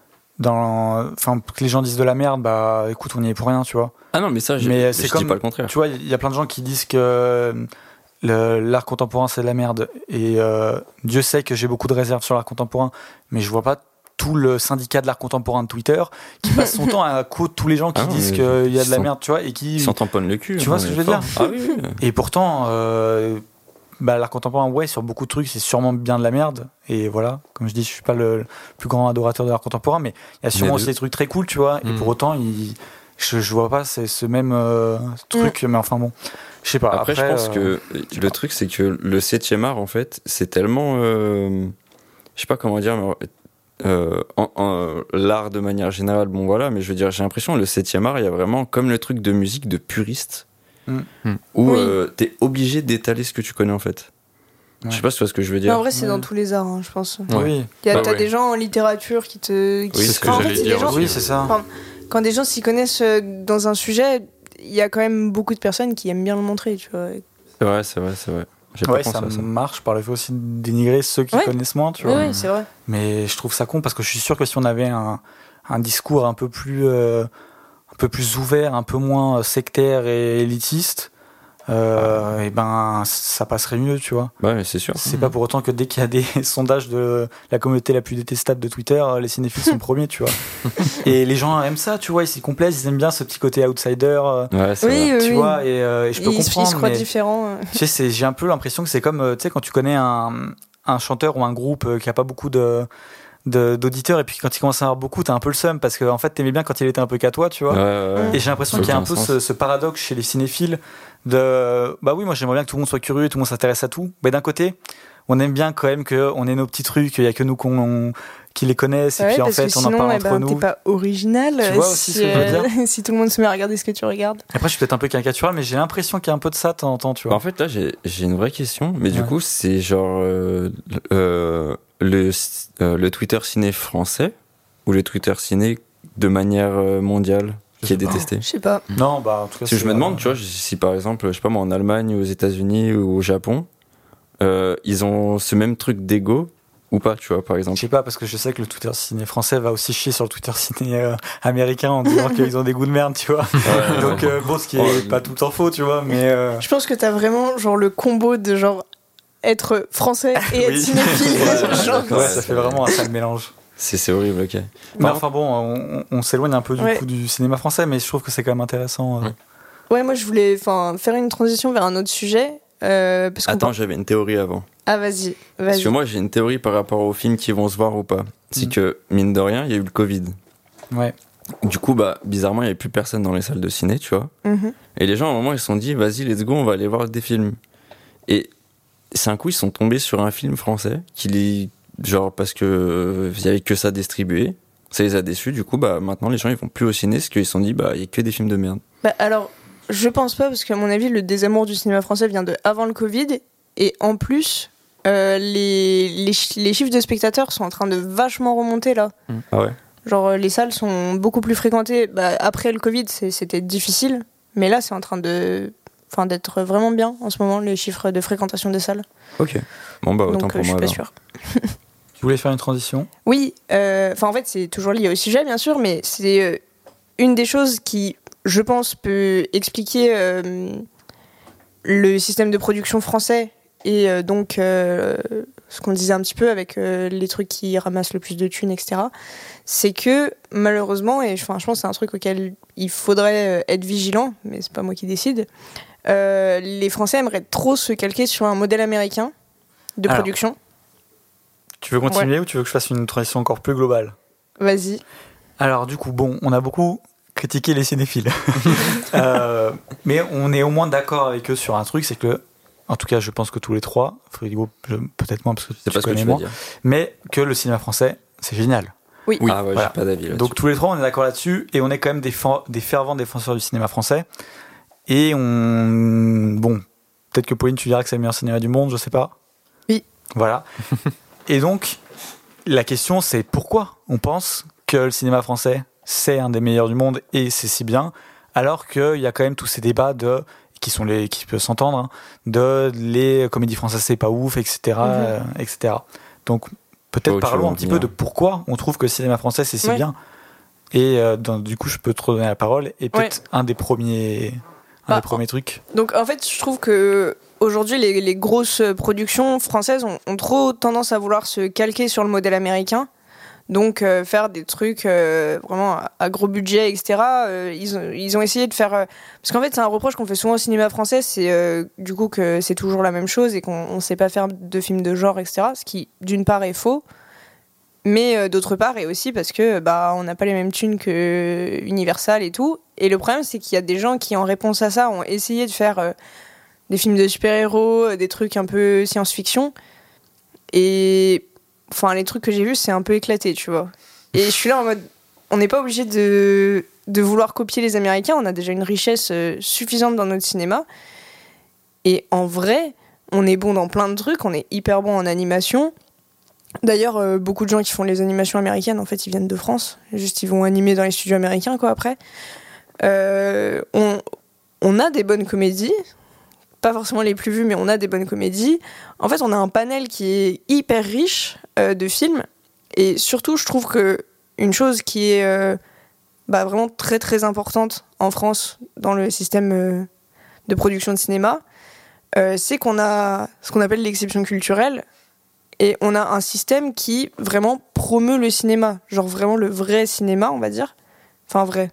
Dans, enfin, que les gens disent de la merde, bah écoute, on y est pour rien, tu vois. Ah non, mais ça, j'ai- Mais je c'est dis comme- pas le contraire. Tu vois, il y a plein de gens qui disent que le- l'art contemporain c'est de la merde. Et euh, Dieu sait que j'ai beaucoup de réserves sur l'art contemporain, mais je vois pas tout le syndicat de l'art contemporain de Twitter qui passe son temps à côte tous les gens qui Ah non, disent mais qu'il y a de la ils merde, tu vois, et Ils qui. s'en tamponnent le cul. Tu hein, vois ce que mais je veux fort. dire Ah oui, oui. Et pourtant, euh, bah, l'art contemporain, ouais, sur beaucoup de trucs, c'est sûrement bien de la merde. Et voilà, comme je dis, je suis pas le, le plus grand adorateur de l'art contemporain, mais il y a sûrement Mais aussi de- des trucs très cool, tu vois. Et Mm. pour autant, il, je, je vois pas c'est ce même euh, truc, mais enfin bon, je sais pas. Après, Après, je pense euh, que le truc, c'est que le septième art, en fait, c'est tellement. euh, je sais pas comment dire, mais. euh, en- en- l'art de manière générale, bon voilà, mais je veux dire, j'ai l'impression le septième art, il y a vraiment comme le truc de musique de puriste, Mm. Mm. où Oui. euh, t'es obligé d'étaler ce que tu connais en fait. Ouais. Je sais pas si tu vois ce que je veux Mais dire. en vrai, c'est Ouais. dans tous les arts, hein, je pense. Ouais. Oui, Il y a, Bah t'as ouais. des gens en littérature qui te. Qui Oui, c'est ce que Enfin, en fait, j'allais c'est des dire gens- aussi. oui, c'est ça. Enfin, quand des gens s'y connaissent euh, dans un sujet, il y a quand même beaucoup de personnes qui aiment bien le montrer, tu vois. C'est vrai, c'est vrai, c'est vrai. J'ai Ouais, pas ça, pensé à ça. marche par le fait aussi de dénigrer ceux qui Ouais. connaissent moins, tu Oui, vois. oui, c'est vrai. Mais je trouve ça con parce que je suis sûr que si on avait un, un discours un peu plus, euh, un peu plus ouvert, un peu moins euh, sectaire et élitiste, euh, et ben ça passerait mieux, tu vois. Ouais, mais c'est sûr. C'est pas pour autant que dès qu'il y a des sondages de la communauté la plus détestable de Twitter, euh, les cinéphiles sont premiers, tu vois. Et les gens aiment ça, tu vois, ils s'y complaisent, ils aiment bien ce petit côté outsider, euh, Ouais, c'est Oui, vrai. oui, tu oui. vois. Et, euh, et je peux Ils, se- ils comprendre. se croient mais- différents. euh. tu sais, c'est- j'ai un peu l'impression que c'est comme, euh, tu sais, quand tu connais un, un chanteur ou un groupe euh, qui a pas beaucoup de, de- d'auditeurs, et puis quand il commence à avoir beaucoup, t'as un peu le seum, parce qu'en en fait, t'aimais bien quand il était un peu qu'à toi, tu vois. Ouais, ouais, ouais. Et j'ai l'impression Ça qu'il y a un aucun peu sens. ce, ce paradoxe chez les cinéphiles de, bah oui, moi j'aimerais bien que tout le monde soit curieux, tout le monde s'intéresse à tout. Mais d'un côté, on aime bien quand même qu'on ait nos petits trucs, il y a que nous qu'on, qui les connaissent, et Ouais, puis en parce fait, que on sinon, en parle eh entre ben, nous. t'es pas original. Tu euh, vois aussi si, ce que je veux euh, si tout le monde se met à regarder ce que tu regardes. Après, je suis peut-être un peu caricatural, mais j'ai l'impression qu'il y a un peu de ça de temps en temps, tu Bah, en vois. fait, là, j'ai j'ai une vraie question, mais du Ouais. coup, c'est genre euh, euh, le, euh, le Twitter ciné français ou le Twitter ciné de manière euh, mondiale Je qui est sais pas. détesté. Je sais pas. Non, bah en tout cas. Parce que je c'est, me demande, euh, tu vois, si par exemple, je sais pas moi, en Allemagne, aux États-Unis ou au Japon, euh, ils ont ce même truc d'ego ou pas, tu vois, par Je exemple. sais pas, parce que je sais que le Twitter ciné français va aussi chier sur le Twitter ciné euh, américain en disant qu'ils ont des goûts de merde, tu vois. Ouais, Donc, ouais. euh, bon, ce qui est Oh, pas tout le temps faux, tu vois, mais. euh, Je pense que t'as vraiment genre le combo de genre être français et être Oui. cinéphile. Ouais, genre. Ouais, Ouais, ça c'est- fait vraiment un sale mélange. C'est c'est horrible, ok. Mais Par enfin bon, on, on s'éloigne un peu du Ouais. coup du cinéma français, mais je trouve que c'est quand même intéressant. euh. Ouais. Ouais, moi je voulais enfin faire une transition vers un autre sujet. Euh, parce qu'on Attends, par- j'avais une théorie avant. Ah, vas-y. Parce Vas-y. que moi, j'ai une théorie par rapport aux films qui vont se voir ou pas. C'est Mm. que, mine de rien, il y a eu le Covid. Ouais. Du coup, bah, bizarrement, il n'y avait plus personne dans les salles de ciné, tu vois. Mhm. Et les gens, à un moment, ils se sont dit, vas-y, let's go, on va aller voir des films. Et c'est un coup, ils sont tombés sur un film français qui les. Genre, parce que euh, il y avait que ça distribué. Ça les a déçus. Du coup, bah, maintenant, les gens, ils vont plus au ciné parce qu'ils se sont dit, bah, il y a que des films de merde. Bah, alors, je pense pas, parce qu'à mon avis, le désamour du cinéma français vient de avant le Covid. Et en plus, euh, les, les, les chiffres de spectateurs sont en train de vachement remonter là. Mmh. Ah ouais. Genre, les salles sont beaucoup plus fréquentées. Bah, après le Covid, c'est, c'était difficile. Mais là, c'est en train de, enfin, d'être vraiment bien en ce moment, les chiffres de fréquentation des salles. Ok. Bon, bah, autant Donc, pour euh, moi. Je suis pas alors. sûre. Tu voulais faire une transition ? Oui. Enfin, euh, en fait, c'est toujours lié au sujet, bien sûr, mais c'est euh, une des choses qui, je pense, peut expliquer euh, le système de production français et euh, donc euh, ce qu'on disait un petit peu avec euh, les trucs qui ramassent le plus de thunes, et cetera. C'est que malheureusement, et enfin, je pense que c'est un truc auquel il faudrait être vigilant, mais c'est pas moi qui décide, euh, les Français aimeraient trop se calquer sur un modèle américain de Alors, production. Tu veux continuer ouais. ou tu veux que je fasse une transition encore plus globale ? Vas-y. Alors du coup, bon, on a beaucoup critiqué les cinéphiles. euh, mais on est au moins d'accord avec eux sur un truc, c'est que, en tout cas, je pense que tous les trois, Frigo, peut-être moins parce que c'est tu pas connais ce que tu moins, veux dire. Mais que le cinéma français, c'est génial. Oui. oui. Ah ouais, voilà. J'ai pas d'avis là-dessus. Donc tous les trois, on est d'accord là-dessus, et on est quand même des, fa- des fervents défenseurs du cinéma français. Et on, bon, peut-être que Pauline, tu diras que c'est le meilleur cinéma du monde, je sais pas. Oui. Voilà. Et donc, la question, c'est pourquoi on pense que le cinéma français, c'est un des meilleurs du monde et c'est si bien, alors qu'il y a quand même tous ces débats de, qui, sont les, qui peuvent s'entendre, hein, de les comédies françaises, c'est pas ouf, et cetera, mm-hmm. euh, et cetera. Donc, peut-être oh, parlons un petit bien. peu de pourquoi on trouve que le cinéma français, c'est si ouais. bien. Et euh, dans, du coup, je peux te redonner la parole. Et peut-être ouais. un des premiers, un bah, des premiers trucs. Donc, en fait, je trouve que aujourd'hui, les, les grosses productions françaises ont, ont trop tendance à vouloir se calquer sur le modèle américain. Donc, euh, faire des trucs euh, vraiment à, à gros budget, et cetera. Euh, ils, ont, ils ont essayé de faire... Euh, parce qu'en fait, c'est un reproche qu'on fait souvent au cinéma français, c'est euh, du coup que c'est toujours la même chose et qu'on ne sait pas faire de films de genre, et cetera. Ce qui, d'une part, est faux. Mais euh, d'autre part, et aussi parce que bah, on n'a pas les mêmes thunes que Universal et tout. Et le problème, c'est qu'il y a des gens qui, en réponse à ça, ont essayé de faire euh, des films de super-héros, des trucs un peu science-fiction. Et... Enfin, les trucs que j'ai vus, c'est un peu éclaté, tu vois. Et je suis là en mode... On n'est pas obligé de, de vouloir copier les Américains. On a déjà une richesse euh, suffisante dans notre cinéma. Et en vrai, on est bon dans plein de trucs. On est hyper bon en animation. D'ailleurs, euh, beaucoup de gens qui font les animations américaines, en fait, ils viennent de France. Juste, ils vont animer dans les studios américains, quoi, après. Euh, on, on a des bonnes comédies. Pas forcément les plus vues, mais on a des bonnes comédies. En fait, on a un panel qui est hyper riche euh, de films. Et surtout, je trouve qu'une chose qui est euh, bah, vraiment très très importante en France dans le système euh, de production de cinéma, euh, c'est qu'on a ce qu'on appelle l'exception culturelle. Et on a un système qui vraiment promeut le cinéma. Genre vraiment le vrai cinéma, on va dire. Enfin, vrai.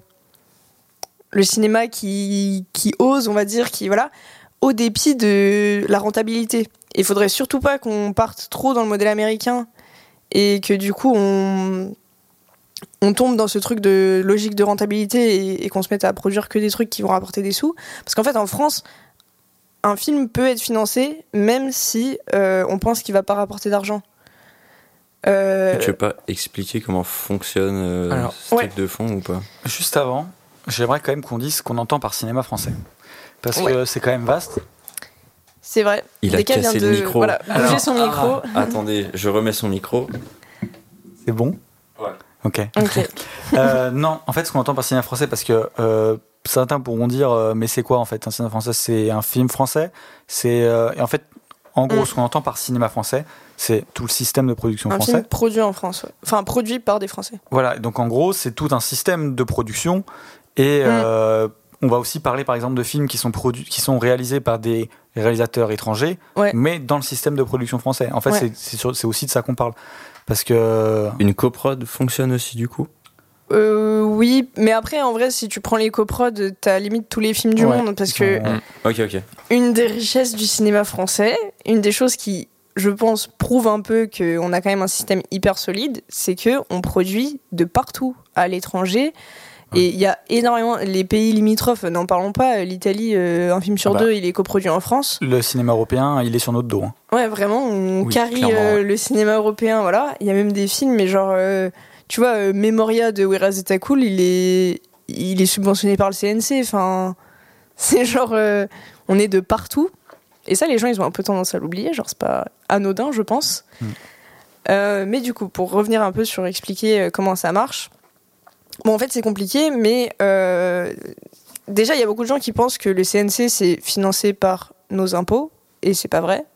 Le cinéma qui, qui ose, on va dire, qui... voilà. Au dépit de la rentabilité. Il faudrait surtout pas qu'on parte trop dans le modèle américain et que du coup on, on tombe dans ce truc de logique de rentabilité et, et qu'on se mette à produire que des trucs qui vont rapporter des sous. Parce qu'en fait, en France, un film peut être financé même si euh, on pense qu'il va pas rapporter d'argent. Euh... Tu veux pas expliquer comment fonctionne euh, Alors, ce ouais. truc de fond ou pas ? Juste avant, j'aimerais quand même qu'on dise ce qu'on entend par cinéma français. Parce ouais. que c'est quand même vaste. C'est vrai. Il a cassé de, le micro. Voilà, bouger Alors, son micro. Ah, attendez, je remets son micro. C'est bon ? Ouais. Ok. okay. euh, non, en fait, ce qu'on entend par cinéma français, parce que euh, certains pourront dire, euh, mais c'est quoi en fait un cinéma français ? C'est un film français. C'est euh, et en fait, en gros, mm. ce qu'on entend par cinéma français, c'est tout le système de production un français. Un film produit en France, ouais. Enfin produit par des Français. Voilà. Donc en gros, c'est tout un système de production et mm. euh, on va aussi parler par exemple de films qui sont, produ- qui sont réalisés par des réalisateurs étrangers, ouais. mais dans le système de production français. En fait, ouais. c'est, c'est, sur, c'est aussi de ça qu'on parle. Parce que... Une coprod fonctionne aussi du coup ? euh, Oui, mais après, en vrai, si tu prends les coprods, t'as limite tous les films du ouais. monde. Parce que mmh. okay, okay. une des richesses du cinéma français, une des choses qui, je pense, prouve un peu qu'on a quand même un système hyper solide, c'est qu'on produit de partout, à l'étranger. Et il y a énormément... Les pays limitrophes, n'en parlons pas. L'Italie, euh, un film sur ah bah, deux, il est coproduit en France. Le cinéma européen, il est sur notre dos. Hein. Ouais, vraiment, on oui, carie euh, ouais. le cinéma européen, voilà. Il y a même des films, mais genre... Euh, tu vois, euh, Memoria de Whereas It's Cool, il est... il est subventionné par le C N C. Enfin, c'est genre, euh, on est de partout. Et ça, les gens, ils ont un peu tendance à l'oublier. Genre, c'est pas anodin, je pense. Mm. Euh, mais du coup, pour revenir un peu sur expliquer euh, comment ça marche. Bon, en fait, c'est compliqué, mais euh, déjà, il y a beaucoup de gens qui pensent que le C N C, c'est financé par nos impôts. Et c'est pas vrai.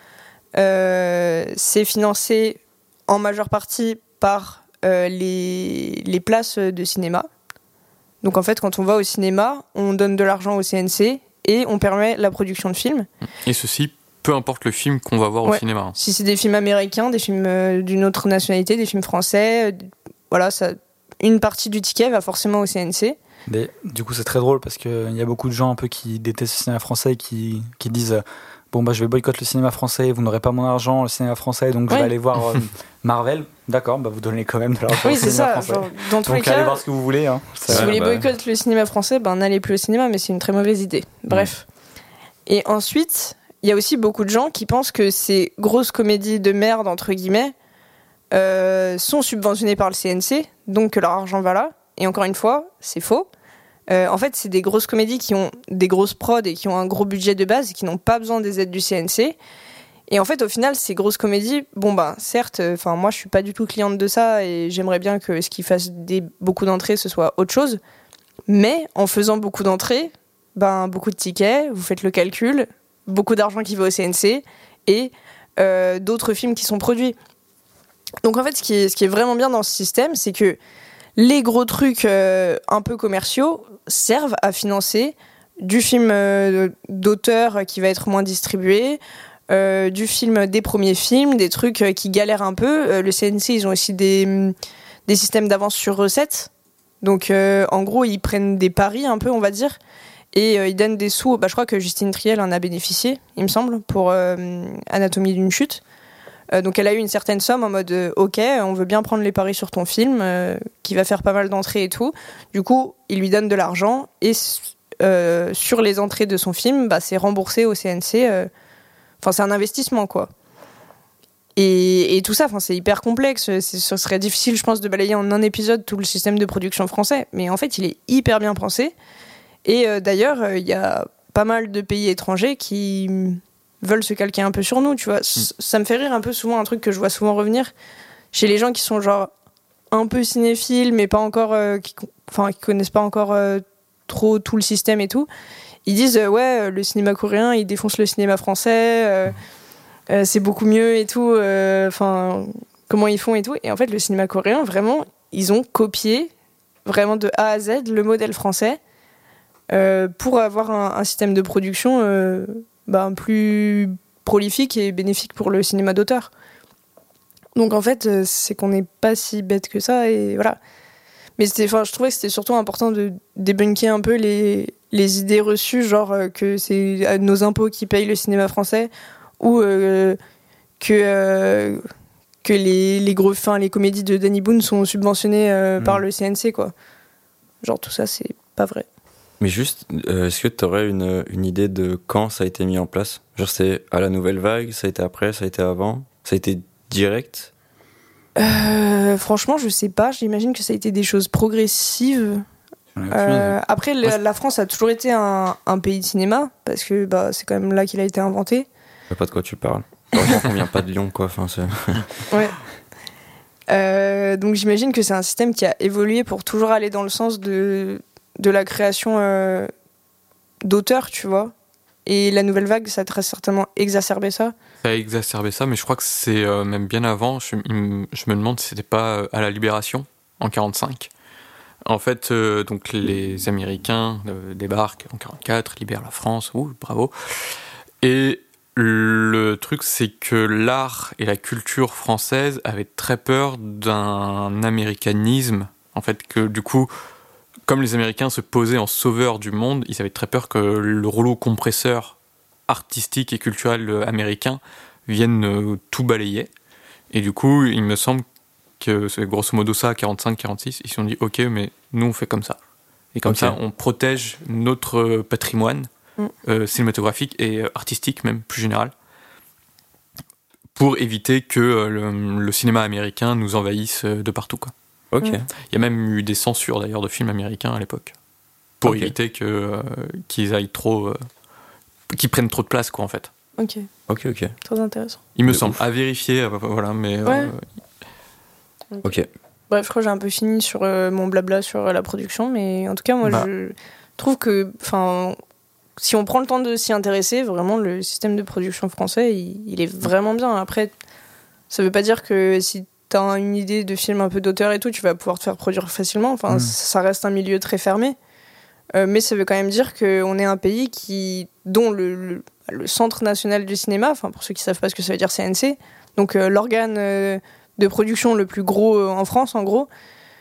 Euh, c'est financé en majeure partie par euh, les, les places de cinéma. Donc en fait, quand on va au cinéma, on donne de l'argent au C N C et on permet la production de films. Et ceci, peu importe le film qu'on va voir ouais. au cinéma. Si c'est des films américains, des films euh, d'une autre nationalité, des films français, euh, voilà, ça, une partie du ticket va forcément au C N C. Mais, du coup, c'est très drôle parce qu'il y a beaucoup de gens un peu qui détestent le cinéma français et qui, qui disent bon, bah, je vais boycotter le cinéma français, vous n'aurez pas mon argent, le cinéma français, donc ouais. je vais aller voir euh, Marvel. D'accord, bah, vous donnez quand même de l'argent oui, au cinéma ça, français. genre, dans tous donc les cas, allez voir ce que vous voulez. Hein. Si vous voulez bah... boycotter le cinéma français, ben, n'allez plus au cinéma, mais c'est une très mauvaise idée. Bref. Ouais. Et ensuite, il y a aussi beaucoup de gens qui pensent que ces grosses comédies de merde, entre guillemets, euh, sont subventionnées par le C N C, donc que leur argent va là. Et encore une fois, c'est faux. Euh, en fait, c'est des grosses comédies qui ont des grosses prods et qui ont un gros budget de base et qui n'ont pas besoin des aides du C N C. Et en fait, au final, ces grosses comédies, bon ben, certes, enfin moi, je suis pas du tout cliente de ça et j'aimerais bien que ce qui fasse des beaucoup d'entrées, ce soit autre chose. Mais en faisant beaucoup d'entrées, ben beaucoup de tickets, vous faites le calcul, beaucoup d'argent qui va au C N C et euh, d'autres films qui sont produits. Donc en fait, ce qui est, ce qui est vraiment bien dans ce système, c'est que les gros trucs euh, un peu commerciaux servent à financer du film euh, d'auteur qui va être moins distribué, euh, du film des premiers films, des trucs euh, qui galèrent un peu. Euh, le C N C, ils ont aussi des, des systèmes d'avance sur recettes. Donc euh, en gros, ils prennent des paris un peu, on va dire, et euh, ils donnent des sous. Bah, je crois que Justine Triel en a bénéficié, il me semble, pour euh, Anatomie d'une chute. Euh, donc elle a eu une certaine somme en mode euh, ok, on veut bien prendre les paris sur ton film euh, qui va faire pas mal d'entrées et tout. Du coup, il lui donne de l'argent et euh, sur les entrées de son film, bah, c'est remboursé au C N C. Enfin, euh, c'est un investissement quoi. Et, et tout ça, enfin, c'est hyper complexe. C'est, ce serait difficile, je pense, de balayer en un épisode tout le système de production français. Mais en fait, il est hyper bien pensé. Et euh, d'ailleurs, il euh, y a pas mal de pays étrangers qui veulent se calquer un peu sur nous, tu vois. Mm. Ça me fait rire un peu souvent, un truc que je vois souvent revenir chez les gens qui sont genre un peu cinéphiles, mais pas encore, euh, qui, enfin, qui connaissent pas encore euh, trop tout le système et tout. Ils disent euh, ouais, le cinéma coréen, il défonce le cinéma français, euh, euh, c'est beaucoup mieux et tout. Enfin, euh, comment ils font et tout. Et en fait, le cinéma coréen, vraiment, ils ont copié vraiment de A à Z le modèle français euh, pour avoir un, un système de production Euh, Ben, plus prolifique et bénéfique pour le cinéma d'auteur. Donc en fait, c'est qu'on n'est pas si bête que ça, et voilà. Mais c'était, enfin, je trouvais que c'était surtout important de débunker un peu les, les idées reçues, genre euh, que c'est nos impôts qui payent le cinéma français, ou euh, que, euh, que les, les, gros, fin, les comédies de Danny Boone sont subventionnées euh, mmh. par le C N C, quoi. Genre tout ça, c'est pas vrai. Mais juste, euh, est-ce que tu aurais une, une idée de quand ça a été mis en place ? Genre c'est à la nouvelle vague, ça a été après, ça a été avant, ça a été direct ? euh, Franchement, je sais pas. J'imagine que ça a été des choses progressives. Euh, après, la, la France a toujours été un, un pays de cinéma, parce que bah, c'est quand même là qu'il a été inventé. Je sais pas de quoi tu parles. Heureusement qu'on vient pas de Lyon, quoi. Enfin, c'est... ouais. Euh, donc j'imagine que c'est un système qui a évolué pour toujours aller dans le sens de... de la création euh, d'auteurs, tu vois. Et la nouvelle vague, ça a très certainement exacerbé ça. Ça a exacerbé ça, mais je crois que c'est euh, même bien avant. Je, je me demande si c'était pas à la Libération, en quarante-cinq. En fait, euh, donc les Américains euh, débarquent en quarante-quatre, libèrent la France, ouh, bravo. Et le truc, c'est que l'art et la culture française avaient très peur d'un américanisme. En fait, que du coup... Comme les Américains se posaient en sauveurs du monde, ils avaient très peur que le rouleau compresseur artistique et culturel américain vienne euh, tout balayer. Et du coup, il me semble que c'est grosso modo ça, à quarante-cinq quarante-six, ils se sont dit « Ok, mais nous, on fait comme ça. » Et comme okay. ça, on protège notre patrimoine mm. euh, cinématographique et euh, artistique, même plus général, pour éviter que euh, le, le cinéma américain nous envahisse euh, de partout, quoi. Ok. Mm. Il y a même eu des censures d'ailleurs de films américains à l'époque pour Ok. éviter que euh, qu'ils aillent trop, euh, qu'ils prennent trop de place quoi en fait. Ok, Ok, ok. très intéressant. Il me De semble ouf. à vérifier, euh, voilà, mais Ouais. euh, Ok. Bref, je crois que j'ai un peu fini sur euh, mon blabla sur euh, la production, mais en tout cas, moi, Bah. je trouve que, enfin, si on prend le temps de s'y intéresser, vraiment, le système de production français, il, il est vraiment bien. Après, ça veut pas dire que si t'as une idée de film un peu d'auteur et tout, tu vas pouvoir te faire produire facilement. Enfin, Mm. ça reste un milieu très fermé. Euh, mais ça veut quand même dire qu'on est un pays qui, dont le, le, le Centre national du cinéma, enfin pour ceux qui savent pas ce que ça veut dire, C N C, donc euh, l'organe euh, de production le plus gros euh, en France, en gros,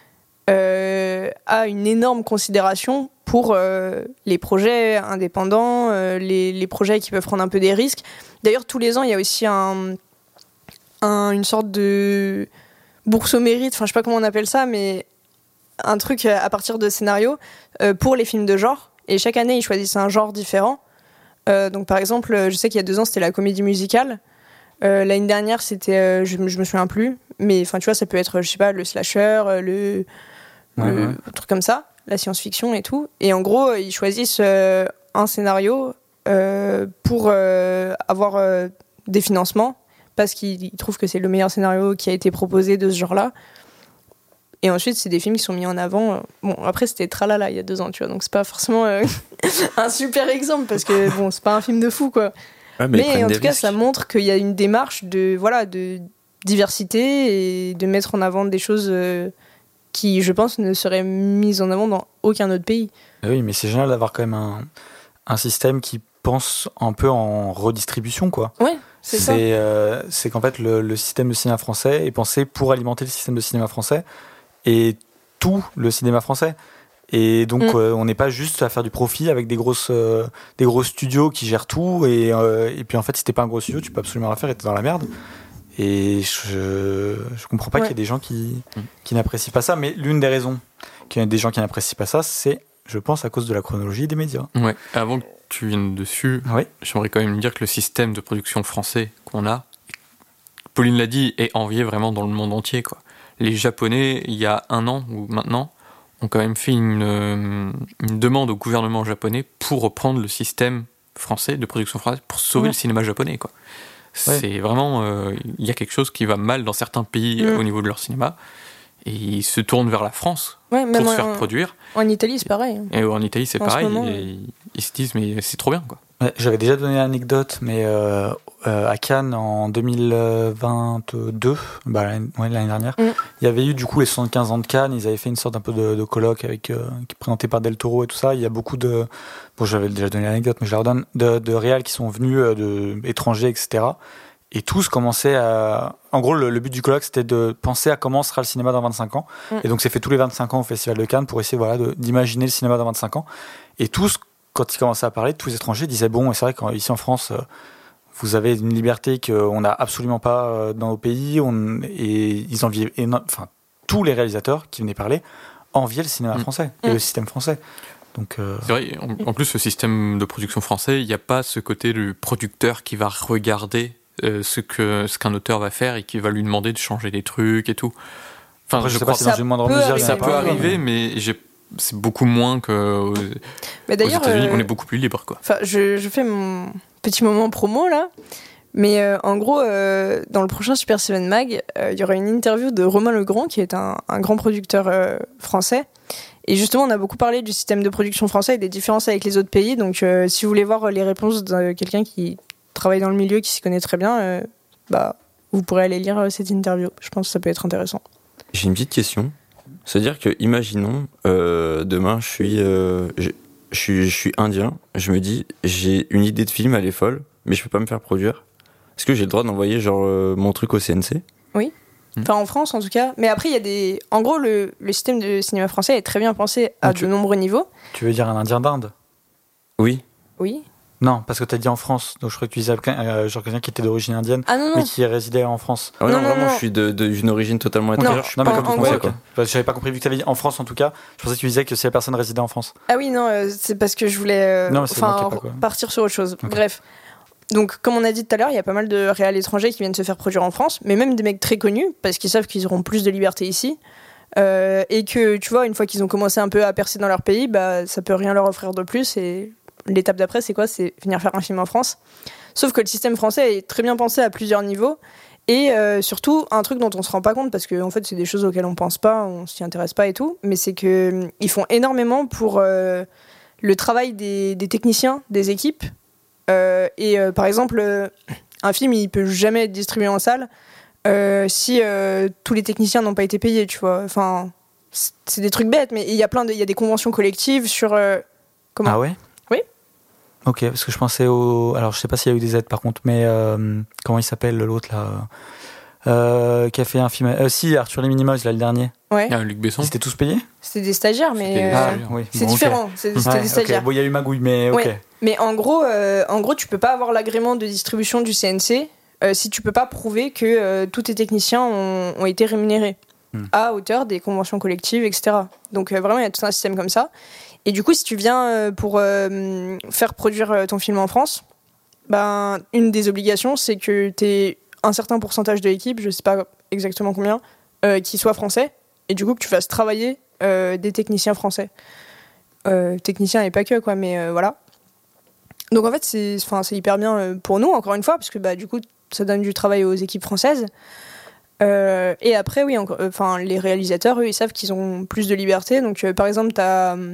euh, a une énorme considération pour euh, les projets indépendants, euh, les, les projets qui peuvent prendre un peu des risques. D'ailleurs, tous les ans, il y a aussi un, un, une sorte de bourse au mérite, enfin je sais pas comment on appelle ça, mais un truc à partir de scénarios euh, pour les films de genre. Et chaque année, ils choisissent un genre différent. Euh, donc par exemple, je sais qu'il y a deux ans, c'était la comédie musicale. Euh, l'année dernière, c'était, euh, je, je me souviens plus, mais enfin tu vois, ça peut être, je sais pas, le slasher, le, Ouais, le ouais. truc comme ça, la science-fiction et tout. Et en gros, ils choisissent euh, un scénario euh, pour euh, avoir euh, des financements parce qu'ils ils trouvent que c'est le meilleur scénario qui a été proposé de ce genre-là. Et ensuite, c'est des films qui sont mis en avant. Bon, après, c'était Tralala il y a deux ans, tu vois, donc c'est pas forcément euh, un super exemple parce que bon, c'est pas un film de fou, quoi. Ouais, mais ils Mais prennent en des tout cas, risques. ça montre qu'il y a une démarche de, voilà, de diversité et de mettre en avant des choses euh, qui, je pense, ne seraient mises en avant dans aucun autre pays. Ah oui, mais c'est génial d'avoir quand même un, un système qui pense un peu en redistribution, quoi. Ouais, c'est ça. C'est euh, c'est qu'en fait, le, le système de cinéma français est pensé pour alimenter le système de cinéma français et tout le cinéma français. Et donc, Mm. euh, on n'est pas juste à faire du profit avec des grosses, euh, des gros studios qui gèrent tout. Et, euh, et puis, en fait, si t'es pas un gros studio, tu peux absolument rien faire et t'es dans la merde. Et je, je comprends pas Ouais. qu'il y ait des gens qui, Mm. qui n'apprécient pas ça. Mais l'une des raisons qu'il y ait des gens qui n'apprécient pas ça, c'est, je pense, à cause de la chronologie des médias. ouais. Avant que tu viennes dessus, Oui. j'aimerais quand même dire que le système de production français qu'on a, Pauline l'a dit, est envié vraiment dans le monde entier, quoi. Les Japonais, il y a un an ou maintenant, ont quand même fait une, euh, une demande au gouvernement japonais pour reprendre le système français de production française pour sauver Ouais. le cinéma japonais, quoi. C'est vraiment, euh, il y a quelque chose qui va mal dans certains pays Mm. au niveau de leur cinéma, et ils se tournent vers la France Ouais, pour même se en, faire produire. en Italie, c'est pareil. Et en Italie, c'est En ce pareil, moment, et ouais. ils se disent mais c'est trop bien, quoi. Ouais, j'avais déjà donné l'anecdote, mais euh, euh, à Cannes en deux mille vingt-deux, bah, l'année, ouais, l'année dernière, Mm. il y avait eu du coup les soixante-quinze ans de Cannes. Ils avaient fait une sorte un peu de, de colloque avec euh, qui est présenté par Del Toro et tout ça. Il y a beaucoup de, bon, j'avais déjà donné l'anecdote, mais je la redonne, de, de réals qui sont venus euh, de étrangers, et cetera. Et tous commençaient à, en gros, le, le but du colloque c'était de penser à comment sera le cinéma dans vingt-cinq ans. Mm. Et donc c'est fait tous les vingt-cinq ans au Festival de Cannes pour essayer, voilà, de, d'imaginer le cinéma dans vingt-cinq ans. Et tous, quand ils commençaient à parler, tous les étrangers disaient bon, et c'est vrai qu'ici en France, euh, vous avez une liberté qu'on n'a absolument pas euh, dans nos pays, on, et ils enviaient, éno- enfin, tous les réalisateurs qui venaient parler enviaient le cinéma Mm. français et Mm. le système français. Donc, euh, C'est vrai, en, en plus, le système de production français, il n'y a pas ce côté du producteur qui va regarder euh, ce, que, ce qu'un auteur va faire et qui va lui demander de changer des trucs et tout. Enfin, après, je, je sais pas crois si que dans ça une moindre peut mesure, il y en a ça arriver, pas, peut ouais. arriver, mais j'ai, c'est beaucoup moins qu'aux Mais aux d'ailleurs, États-Unis. euh, On est beaucoup plus libre, quoi. Enfin, je, je fais mon petit moment promo là. Mais euh, en gros, euh, dans le prochain Super Seven Mag, euh, il y aura une interview de Romain Legrand, qui est un, un grand producteur euh, français. Et justement, on a beaucoup parlé du système de production français et des différences avec les autres pays. Donc, euh, si vous voulez voir les réponses de quelqu'un qui travaille dans le milieu, qui s'y connaît très bien, euh, bah, vous pourrez aller lire euh, cette interview. Je pense que ça peut être intéressant. J'ai une petite question. C'est-à-dire que, imaginons, euh, demain, je suis, euh, je, je suis, je suis indien. Je me dis, j'ai une idée de film, elle est folle, mais je peux pas me faire produire. Est-ce que j'ai le droit d'envoyer genre euh, mon truc au C N C ? Enfin, en France, en tout cas. Mais après, il y a des... En gros, le, le système de cinéma français est très bien pensé à Ah, tu- de nombreux niveaux. tu veux dire un Indien d'Inde? Oui. Oui. Non, parce que t'as dit en France, donc je crois que tu disais euh, genre quelqu'un qui était d'origine indienne, Ah non, non. mais qui résidait en France. Ah ouais, Non, non, non, vraiment, non. je suis de, de- d'une origine totalement Non, étrangère. je suis Non, mais en- comme tu en pensais, gros- quoi. Parce que j'avais pas compris, vu que tu avais dit en France en tout cas, je pensais que tu disais que si la personne résidait en France. Ah oui, non, euh, c'est parce que je voulais euh, Non, mais c'est moi qui ai enfin, pas, quoi. partir sur autre chose. Ok. Bref. Donc, comme on a dit tout à l'heure, il y a pas mal de réals étrangers qui viennent se faire produire en France, mais même des mecs très connus, parce qu'ils savent qu'ils auront plus de liberté ici. Euh, et que, tu vois, une fois qu'ils ont commencé un peu à percer dans leur pays, bah, ça peut rien leur offrir de plus. Et l'étape d'après, c'est quoi ? C'est venir faire un film en France. Sauf que le système français est très bien pensé à plusieurs niveaux. Et euh, surtout, un truc dont on se rend pas compte, parce que en fait, c'est des choses auxquelles on pense pas, on s'y intéresse pas et tout, mais c'est que ils font énormément pour euh, le travail des, des techniciens, des équipes. Euh, et euh, par exemple, euh, un film, il peut jamais être distribué en salle euh, si euh, tous les techniciens n'ont pas été payés, tu vois. Enfin, c'est, c'est des trucs bêtes, mais il y a plein de, il y a des conventions collectives sur euh, comment. Ah ouais ? Oui. Ok, parce que je pensais au. Alors, je sais pas s'il y a eu des aides par contre, mais euh, comment il s'appelle l'autre là euh, qui a fait un film. Euh, si, Arthur les Minimoys, là, le dernier. Ouais. Ah, Luc Besson. Ils étaient tous payés ? C'était des stagiaires, mais C'était des euh, Ah, stagiaires. oui. c'est Bon, ok. différent. C'est- C'était Ouais, des stagiaires. ok. Bon, il y a eu magouille, mais ok. Ouais. Mais en gros, euh, en gros, tu peux pas avoir l'agrément de distribution du C N C euh, si tu peux pas prouver que euh, tous tes techniciens ont, ont été rémunérés Hmm. à hauteur des conventions collectives, et cetera. Donc euh, vraiment, il y a tout un système comme ça. Et du coup, si tu viens euh, pour euh, faire produire euh, ton film en France, ben, une des obligations, c'est que tu aies un certain pourcentage de l'équipe, je sais pas exactement combien, euh, qui soit français, et du coup que tu fasses travailler euh, des techniciens français. Euh, techniciens et pas que, quoi, mais euh, voilà. Donc en fait, c'est, enfin, c'est hyper bien euh, pour nous, encore une fois, parce que bah, du coup, ça donne du travail aux équipes françaises. Euh, et après, oui, encore, euh, enfin, les réalisateurs, eux, ils savent qu'ils ont plus de liberté. Donc, euh, par exemple, t'as, euh,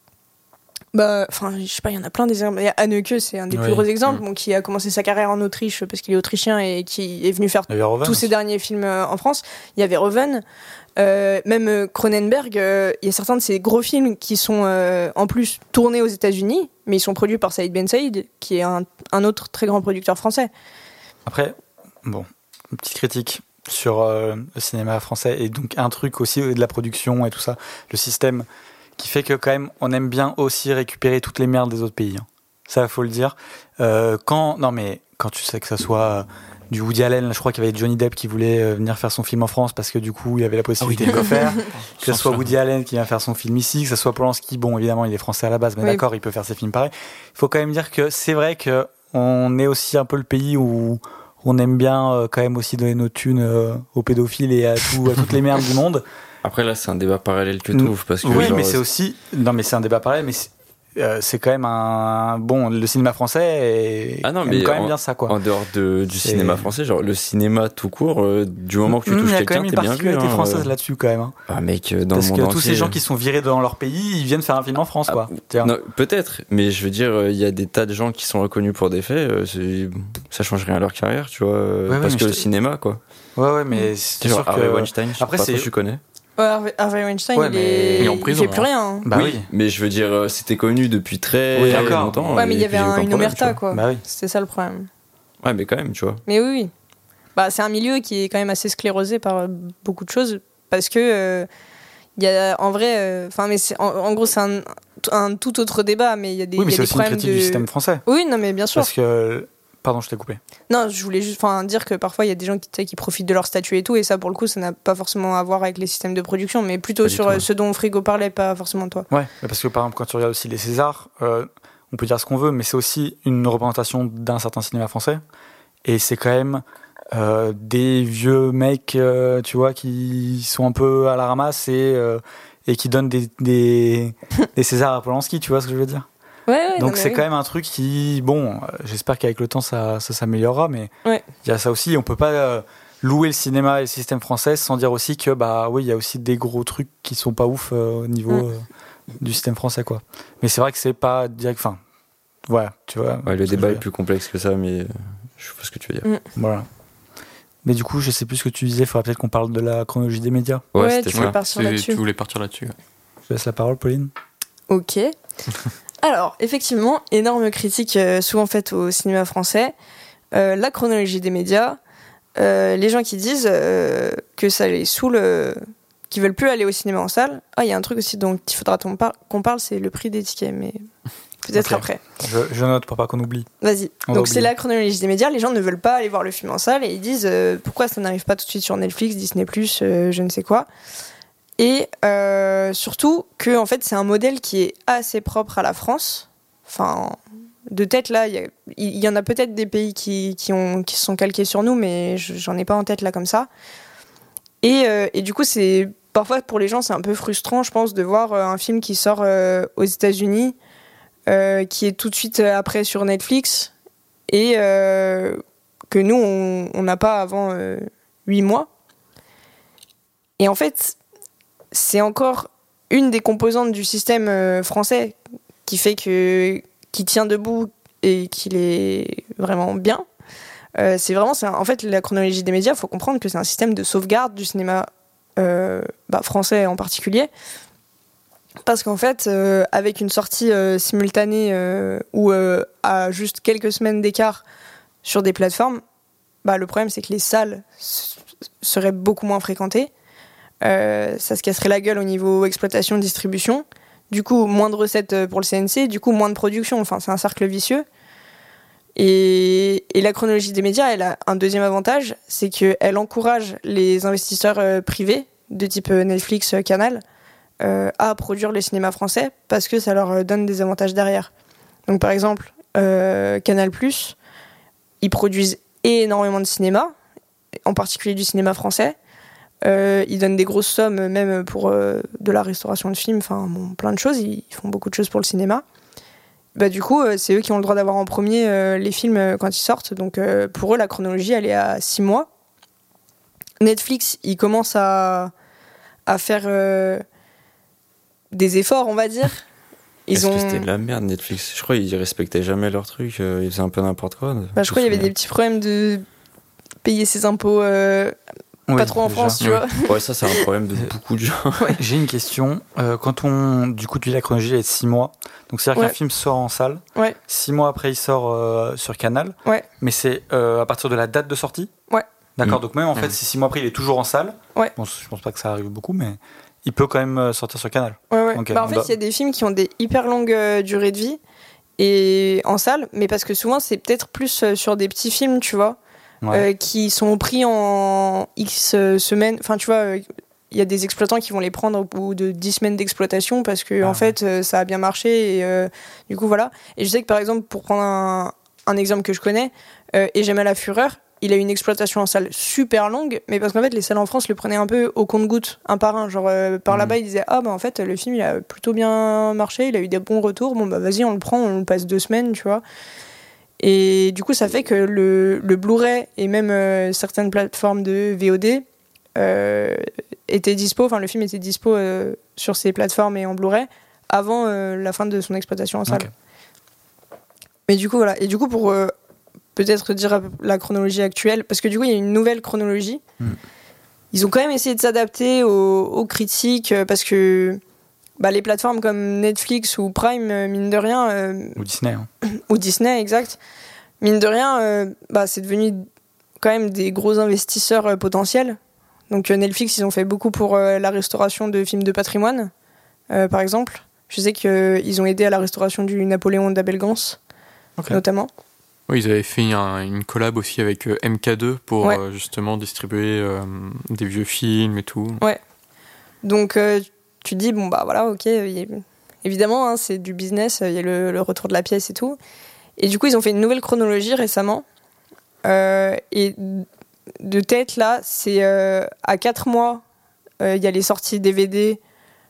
bah, enfin, je sais pas, il y en a plein des exemples. Il y a Haneke, c'est un des Oui. plus gros exemples, Mmh. bon, qui a commencé sa carrière en Autriche parce qu'il est autrichien et qui est venu faire Il y avait Verhoeven tous ses aussi. derniers films euh, en France. Il y avait Verhoeven, euh, même euh, Cronenberg. euh, Il y a certains de ces gros films qui sont euh, en plus tournés aux États-Unis, mais ils sont produits par Saïd Ben Saïd, qui est un, un autre très grand producteur français. Après, bon, une petite critique sur euh, le cinéma français et donc un truc aussi euh, de la production et tout ça, le système qui fait que quand même on aime bien aussi récupérer toutes les merdes des autres pays. Hein. Ça, faut le dire. Euh, quand non mais quand tu sais que ça soit euh, du Woody Allen, là, je crois qu'il y avait Johnny Depp qui voulait euh, venir faire son film en France parce que du coup il y avait la possibilité de le faire. Que ce soit Woody Allen qui vient faire son film ici, que ce soit Polanski, bon évidemment il est français à la base, mais Oui. d'accord, il peut faire ses films pareil. Il faut quand même dire que c'est vrai que on est aussi un peu le pays où on aime bien euh, quand même aussi donner nos thunes euh, aux pédophiles et à, tout, à toutes les merdes du monde. Après, là, c'est un débat parallèle que Mm. tout. Parce que, Oui, genre, mais c'est aussi. Non, mais c'est un débat pareil, mais c'est, euh, c'est quand même un. Bon, le cinéma français est Ah non, aime mais quand même en- bien ça, quoi. En dehors de, du C'est- cinéma français, genre le cinéma tout court, euh, du moment que tu Hum, touches il y a quand quelqu'un, même une t'es bien vu. particularité hein, française euh. là-dessus, quand même. hein. Ah mec, euh, dans Parce le que monde tous entier, ces gens qui sont virés dans leur pays, ils viennent faire un film en France, Ah, quoi. Tiens. Non, peut-être, mais je veux dire, euh, il y a des tas de gens qui sont reconnus pour des faits, euh, c'est- ça change rien à leur carrière, tu vois, euh, Ouais, ouais, parce mais que je le te- cinéma, quoi. Ouais, ouais, mais c'est Genre sûr Harvey que. Weinstein, je sais Après, pas c'est- trop si tu connais. Ouais, Harvey, Harvey Weinstein, Ouais, il, mais est... il est en prison, fait plus hein. rien. Bah oui, oui. mais je veux dire, euh, c'était connu depuis très Oui, d'accord. longtemps. Ouais, mais il y et avait puis un- aucun une problème, omerta, tu quoi. Bah oui. C'était ça le problème. vois. Ouais, mais quand même, tu vois. Mais oui, oui. Bah, c'est un milieu qui est quand même assez sclérosé par euh, beaucoup de choses parce que euh, il y a en vrai, enfin, mais c'est, en, en gros, c'est un, un tout autre débat, mais il y a des, Oui, mais il y a c'est des aussi une problèmes critique de. du système français. Oui, non, mais bien sûr. Parce que. Pardon, je t'ai coupé. Non, je voulais juste, enfin, dire que parfois il y a des gens qui, tu sais, qui profitent de leur statut et tout, et ça, pour le coup, ça n'a pas forcément à voir avec les systèmes de production, mais plutôt Pas du sur tout, euh, ouais. ce dont Frigo parlait, pas forcément toi. Ouais, parce que par exemple, quand tu regardes aussi les Césars, euh, on peut dire ce qu'on veut, mais c'est aussi une représentation d'un certain cinéma français. Et c'est quand même euh, des vieux mecs, euh, tu vois, qui sont un peu à la ramasse et, euh, et qui donnent des, des, des Césars à Polanski, tu vois ce que je veux dire. Ouais, ouais. Donc c'est quand même un truc qui, bon, euh, j'espère qu'avec le temps ça, ça s'améliorera, mais il Ouais. y a ça aussi. On peut pas euh, louer le cinéma et le système français sans dire aussi que bah oui, il y a aussi des gros trucs qui sont pas ouf euh, au niveau Mm. euh, du système français, quoi. Mais c'est vrai que c'est pas direct. Enfin, voilà, tu vois. Ouais, le ce que débat je est veux plus complexe que ça, mais euh, je vois ce que tu veux dire. dire. Voilà. Mais du coup, je sais plus ce que tu disais. Il faudrait peut-être qu'on parle de la chronologie des médias. Ouais, c'était tu ça. veux partir C'est- là-dessus. Tu voulais partir là-dessus. ouais. Je te laisse la parole, Pauline. Ok. Alors, effectivement, énorme critique euh, souvent faite au cinéma français. Euh, la chronologie des médias. Euh, les gens qui disent euh, que ça les saoule, euh, qui veulent plus aller au cinéma en salle. Ah, il y a un truc aussi dont il faudra qu'on par- qu'on parle, c'est le prix des tickets, mais peut-être Ok. après. Je, je note pour pas qu'on oublie. Vas-y. On va Donc c'est oublier. la chronologie des médias. Les gens ne veulent pas aller voir le film en salle et ils disent euh, pourquoi ça n'arrive pas tout de suite sur Netflix, Disney+, euh, je ne sais quoi. Et euh, surtout que en fait c'est un modèle qui est assez propre à la France. Enfin, de tête là, il y, a- il y en a peut-être des pays qui, qui, ont, qui se sont calqués sur nous, mais je- j'en ai pas en tête là comme ça. Et, euh, et du coup c'est parfois pour les gens c'est un peu frustrant, je pense, de voir euh, un film qui sort euh, aux États-Unis, euh, qui est tout de suite après sur Netflix, et euh, que nous on n'a pas avant huit mois. Et en fait, c'est encore une des composantes du système euh, français qui fait que qui tient debout et qu'il est vraiment bien. Euh, c'est vraiment, c'est un, en fait, la chronologie des médias. Il faut comprendre que c'est un système de sauvegarde du cinéma euh, bah, français en particulier, parce qu'en fait, euh, avec une sortie euh, simultanée euh, ou euh, à juste quelques semaines d'écart sur des plateformes, bah, le problème c'est que les salles s- seraient beaucoup moins fréquentées. Euh, ça se casserait la gueule au niveau exploitation, distribution. Du coup, moins de recettes pour le C N C, du coup, moins de production. Enfin, c'est un cercle vicieux. Et, et la chronologie des médias, elle a un deuxième avantage, c'est qu'elle encourage les investisseurs euh, privés, de type Netflix, Canal, euh, à produire le cinéma français, parce que ça leur donne des avantages derrière. Donc, par exemple, euh, Canal+, ils produisent énormément de cinéma, en particulier du cinéma français. Euh, ils donnent des grosses sommes même pour euh, de la restauration de films, enfin bon, plein de choses, ils font beaucoup de choses pour le cinéma. Bah, du coup, euh, c'est eux qui ont le droit d'avoir en premier euh, les films euh, quand ils sortent, donc euh, pour eux la chronologie elle est à six mois. Netflix, ils commencent à, à faire euh, des efforts, on va dire. Ils Est-ce ont... que c'était de la merde Netflix? Je crois qu'ils respectaient jamais leur truc, euh, ils faisaient un peu n'importe quoi. Bah, je crois qu'il y avait des petits problèmes de payer ses impôts euh, Oui, pas trop en déjà. France, tu Oui. vois. Ouais, ça c'est un problème de beaucoup de gens. J'ai une question. Euh, quand on, du coup, tu dis la chronologie elle est de six mois. Donc c'est-à-dire Ouais. qu'un film sort en salle. Ouais. Six mois après, il sort euh, sur Canal. Ouais. Mais c'est euh, à partir de la date de sortie. Ouais. D'accord. Mm. Donc même en fait, Mm. si six mois après, il est toujours en salle. Ouais. Bon, je pense pas que ça arrive beaucoup, mais il peut quand même euh, sortir sur Canal. Ouais, ouais. Ok, Bah, en fait, il bah- y a des films qui ont des hyper longues euh, durées de vie et en salle, mais parce que souvent, c'est peut-être plus euh, sur des petits films, tu vois, Ouais. euh, qui sont pris en X euh, semaines. Enfin, tu vois, euh, il y a des exploitants qui vont les prendre au bout de dix semaines d'exploitation parce que, Ah en ouais. fait, euh, ça a bien marché et euh, du coup, voilà. Et je sais que, par exemple, pour prendre un, un exemple que je connais, euh, Et J'aime à la fureur, il a eu une exploitation en salle super longue, mais parce qu'en fait, les salles en France le prenaient un peu au compte-gouttes, un par un. Genre, euh, par Mhm. là-bas, ils disaient Ah, bah en fait, le film, il a plutôt bien marché, il a eu des bons retours, bon, bah vas-y, on le prend, on le passe deux semaines, tu vois. Et du coup, ça fait que le, le Blu-ray et même euh, certaines plateformes de V O D euh, étaient dispo, enfin, le film était dispo euh, sur ces plateformes et en Blu-ray avant euh, la fin de son exploitation en salle. Ok. Mais du coup, voilà. Et du coup, pour euh, peut-être dire la chronologie actuelle, parce que du coup, il y a une nouvelle chronologie. Mm. Ils ont quand même essayé de s'adapter aux, aux critiques, euh, parce que bah, les plateformes comme Netflix ou Prime, euh, mine de rien, euh, Ou Disney. Hein. ou Disney, exact, mine de rien, euh, bah, c'est devenu quand même des gros investisseurs euh, potentiels. Donc euh, Netflix, ils ont fait beaucoup pour euh, la restauration de films de patrimoine, euh, par exemple. Je sais qu'ils ont aidé à la restauration du Napoléon d'Abel Gans, Ok. notamment. Oui, ils avaient fait un- une collab aussi avec euh, M K deux pour Ouais. euh, justement distribuer euh, des vieux films et tout. Donc euh, tu te dis, bon bah voilà, ok, il y a- évidemment, hein, c'est du business, il y a le, le retour de la pièce et tout. Et du coup, ils ont fait une nouvelle chronologie récemment. Euh, et de tête, là, c'est euh, à quatre mois, euh, il y a les sorties D V D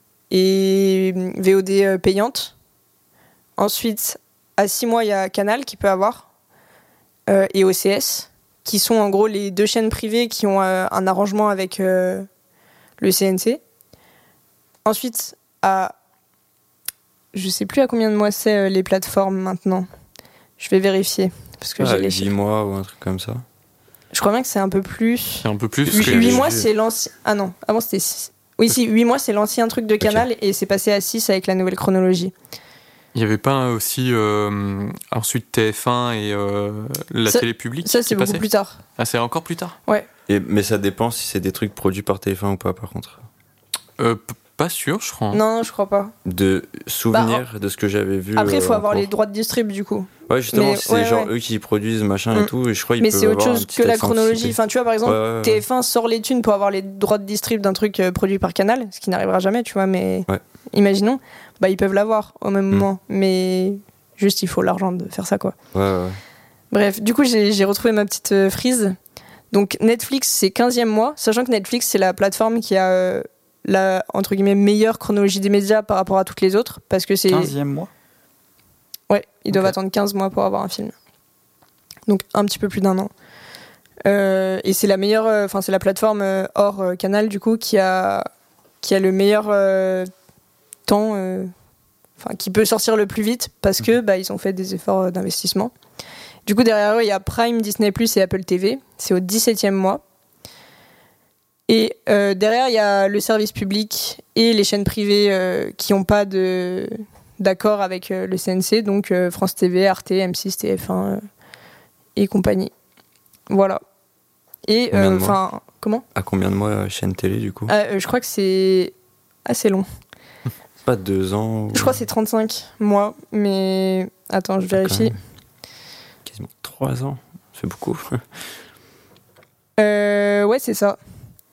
et V O D euh, payantes. Ensuite, à six mois, il y a Canal qui peut avoir, euh, et O C S, qui sont en gros les deux chaînes privées qui ont euh, un arrangement avec euh, le C N C. Ensuite, à... Je sais plus à combien de mois c'est euh, les plateformes maintenant. Je vais vérifier. Parce que Ah, j'ai les huit chiffres. mois ou un truc comme ça. Je crois bien que c'est un peu plus. C'est un peu plus. parce huit que j'ai mois, vu. c'est l'ancien. Ah non, avant c'était six. Oui, si, huit mois, c'est l'ancien truc de Canal et c'est passé à six avec la nouvelle chronologie. Il n'y avait pas aussi euh, ensuite T F un et euh, la Ça- télé publique Ça, qui c'est beaucoup passait plus tard. Ah, c'est encore plus tard Et, mais ça dépend si c'est des trucs produits par T F un ou pas, par contre. euh, p- Pas sûr, je crois. Non, non, je crois pas. De souvenirs de ce que j'avais vu. Après, il faut euh, avoir en les cours. droits de distrib du coup. Ouais, justement, Mais- c'est ouais, genre ouais. eux qui produisent machin Mm. et tout, et je crois qu'ils Mais peuvent c'est autre avoir un chose petit que la accent chronologie. anticipé. Enfin, tu vois, par exemple, Ouais, ouais, ouais. T F un sort les thunes pour avoir les droits de distrib d'un truc euh, produit par Canal, ce qui n'arrivera jamais, tu vois, mais Ouais. imaginons, bah ils peuvent l'avoir au même Mm. moment, mais juste il faut l'argent de faire ça, quoi. Ouais, ouais. Bref, du coup, j'ai j'ai retrouvé ma petite euh, frise. Donc, Netflix, c'est quinzième mois, sachant que Netflix, c'est la plateforme qui a euh, la entre guillemets meilleure chronologie des médias par rapport à toutes les autres, parce que c'est quinzième mois. Ouais, ils doivent Ok. attendre quinze mois pour avoir un film. Donc un petit peu plus d'un an. Euh, et c'est la meilleure, enfin euh, c'est la plateforme euh, hors euh, Canal du coup qui a qui a le meilleur euh, temps, enfin euh, qui peut sortir le plus vite parce que bah ils ont fait des efforts euh, d'investissement. Du coup derrière eux il y a Prime, Disney plus et Apple T V. C'est au dix-septième mois. Et euh, derrière il y a le service public et les chaînes privées euh, qui n'ont pas de d'accord avec euh, le C N C, donc euh, France T V, Arte, M six, T F un euh, et compagnie. Voilà. Et Combien de enfin, mois comment À combien de mois euh, chaîne télé du coup? ah, euh, Je crois que c'est assez long. Pas deux ans ou... Je crois que c'est trente-cinq mois, mais attends, je vérifie. Quasiment trois ans, c'est beaucoup. Euh, ouais, c'est ça.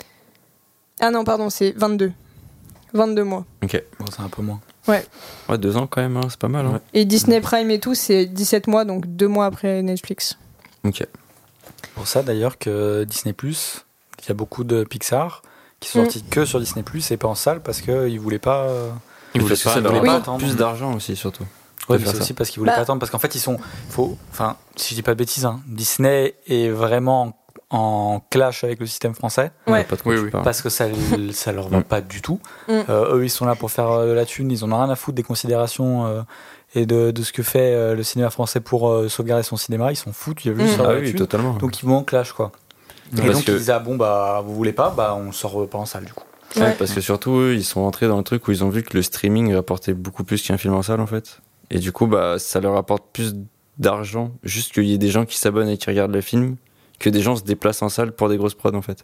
Ah non, pardon, c'est vingt-deux. vingt-deux mois. Ok. Bon, c'est un peu moins. Ouais. Ouais, deux ans quand même, hein, c'est pas mal. Hein. Ouais. Et Disney Prime et tout, c'est dix-sept mois, donc deux mois après Netflix. Ok. Pour ça d'ailleurs que Disney plus, il y a beaucoup de Pixar qui sont Mm. sortis que sur Disney plus et pas en salle parce qu'ils voulaient pas. euh, Ils voulaient Parce que pas, ça leur voulaient pas rapporte attendre. plus d'argent aussi, surtout. Ouais, de mais faire c'est ça. aussi parce qu'ils voulaient Bah. pas attendre parce qu'en fait ils sont, faut, enfin, si je dis pas de bêtises, hein, Disney est vraiment en clash avec le système français Ouais. Pas de quoi Oui, tu oui. parles. parce que ça, ça leur va Mm. pas du tout. Mm. Euh, eux, ils sont là pour faire euh, de la thune, ils en ont rien à foutre des considérations euh, et de, de ce que fait euh, le cinéma français pour euh, sauvegarder son cinéma. Ils s'en foutent, il y a juste Mm. faire de Ah la oui, thune. totalement. Donc ils vont en clash quoi. Et Parce donc que- ils disaient ah bon bah vous voulez pas, bah on sort pas en salle du coup. Ouais, Ouais. parce que surtout, eux, ils sont entrés dans le truc où ils ont vu que le streaming rapportait beaucoup plus qu'un film en salle, en fait. Et du coup, bah, ça leur apporte plus d'argent, juste qu'il y ait des gens qui s'abonnent et qui regardent le film, que des gens se déplacent en salle pour des grosses prods, en fait.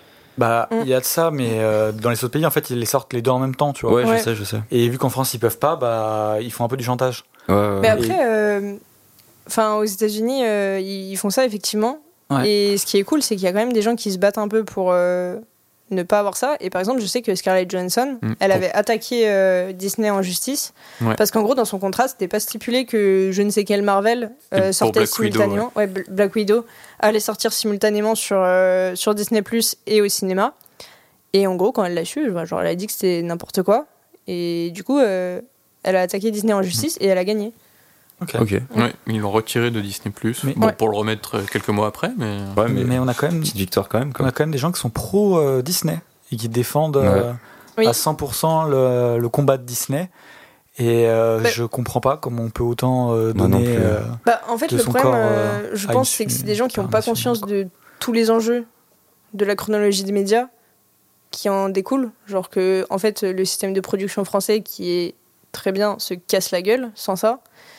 Bah il Mm. y a de ça, mais euh, dans les autres pays en fait ils les sortent les deux en même temps, tu vois. Ouais, Ouais. je sais, je sais. Et vu qu'en France ils peuvent pas, bah ils font un peu du chantage. Ouais, ouais, Mais ouais. après, euh, enfin, aux États-Unis, euh, ils font ça effectivement. Ouais. Et ce qui est cool, c'est qu'il y a quand même des gens qui se battent un peu pour euh, ne pas avoir ça. Et par exemple, je sais que Scarlett Johansson, Mm. elle Pour- avait attaqué euh, Disney en justice Ouais. parce qu'en gros, dans son contrat, c'était pas stipulé que je ne sais quel Marvel euh, Et pour sortait Black Widow, simultanément. Ouais, Bl- Black Widow allait sortir simultanément sur euh, sur Disney plus et au cinéma. Et en gros, quand elle l'a su, genre, elle a dit que c'était n'importe quoi. Et du coup, euh, elle a attaqué Disney en justice et elle a gagné. Ok. Ok. Ouais, ils l'ont retiré de Disney plus. Mais- Bon, Ouais. pour le remettre euh, quelques mois après, mais. Ouais, mais, Mais, on a quand même petite victoire quand même, on quoi. a quand même des gens qui sont pro euh, Disney et qui défendent euh, Oui. à cent pour cent le, le combat de Disney. Et euh, Bah- je comprends pas comment on peut autant euh, Moi non donner. plus. euh, Bah, en fait, de le son problème, corps, euh, euh, je à pense, une c'est que c'est des su- gens qui n'ont pas internationale, conscience de tous les enjeux de la chronologie des médias qui en découlent. Genre que, en fait, le système de production français, qui est très bien, se casse la gueule sans ça.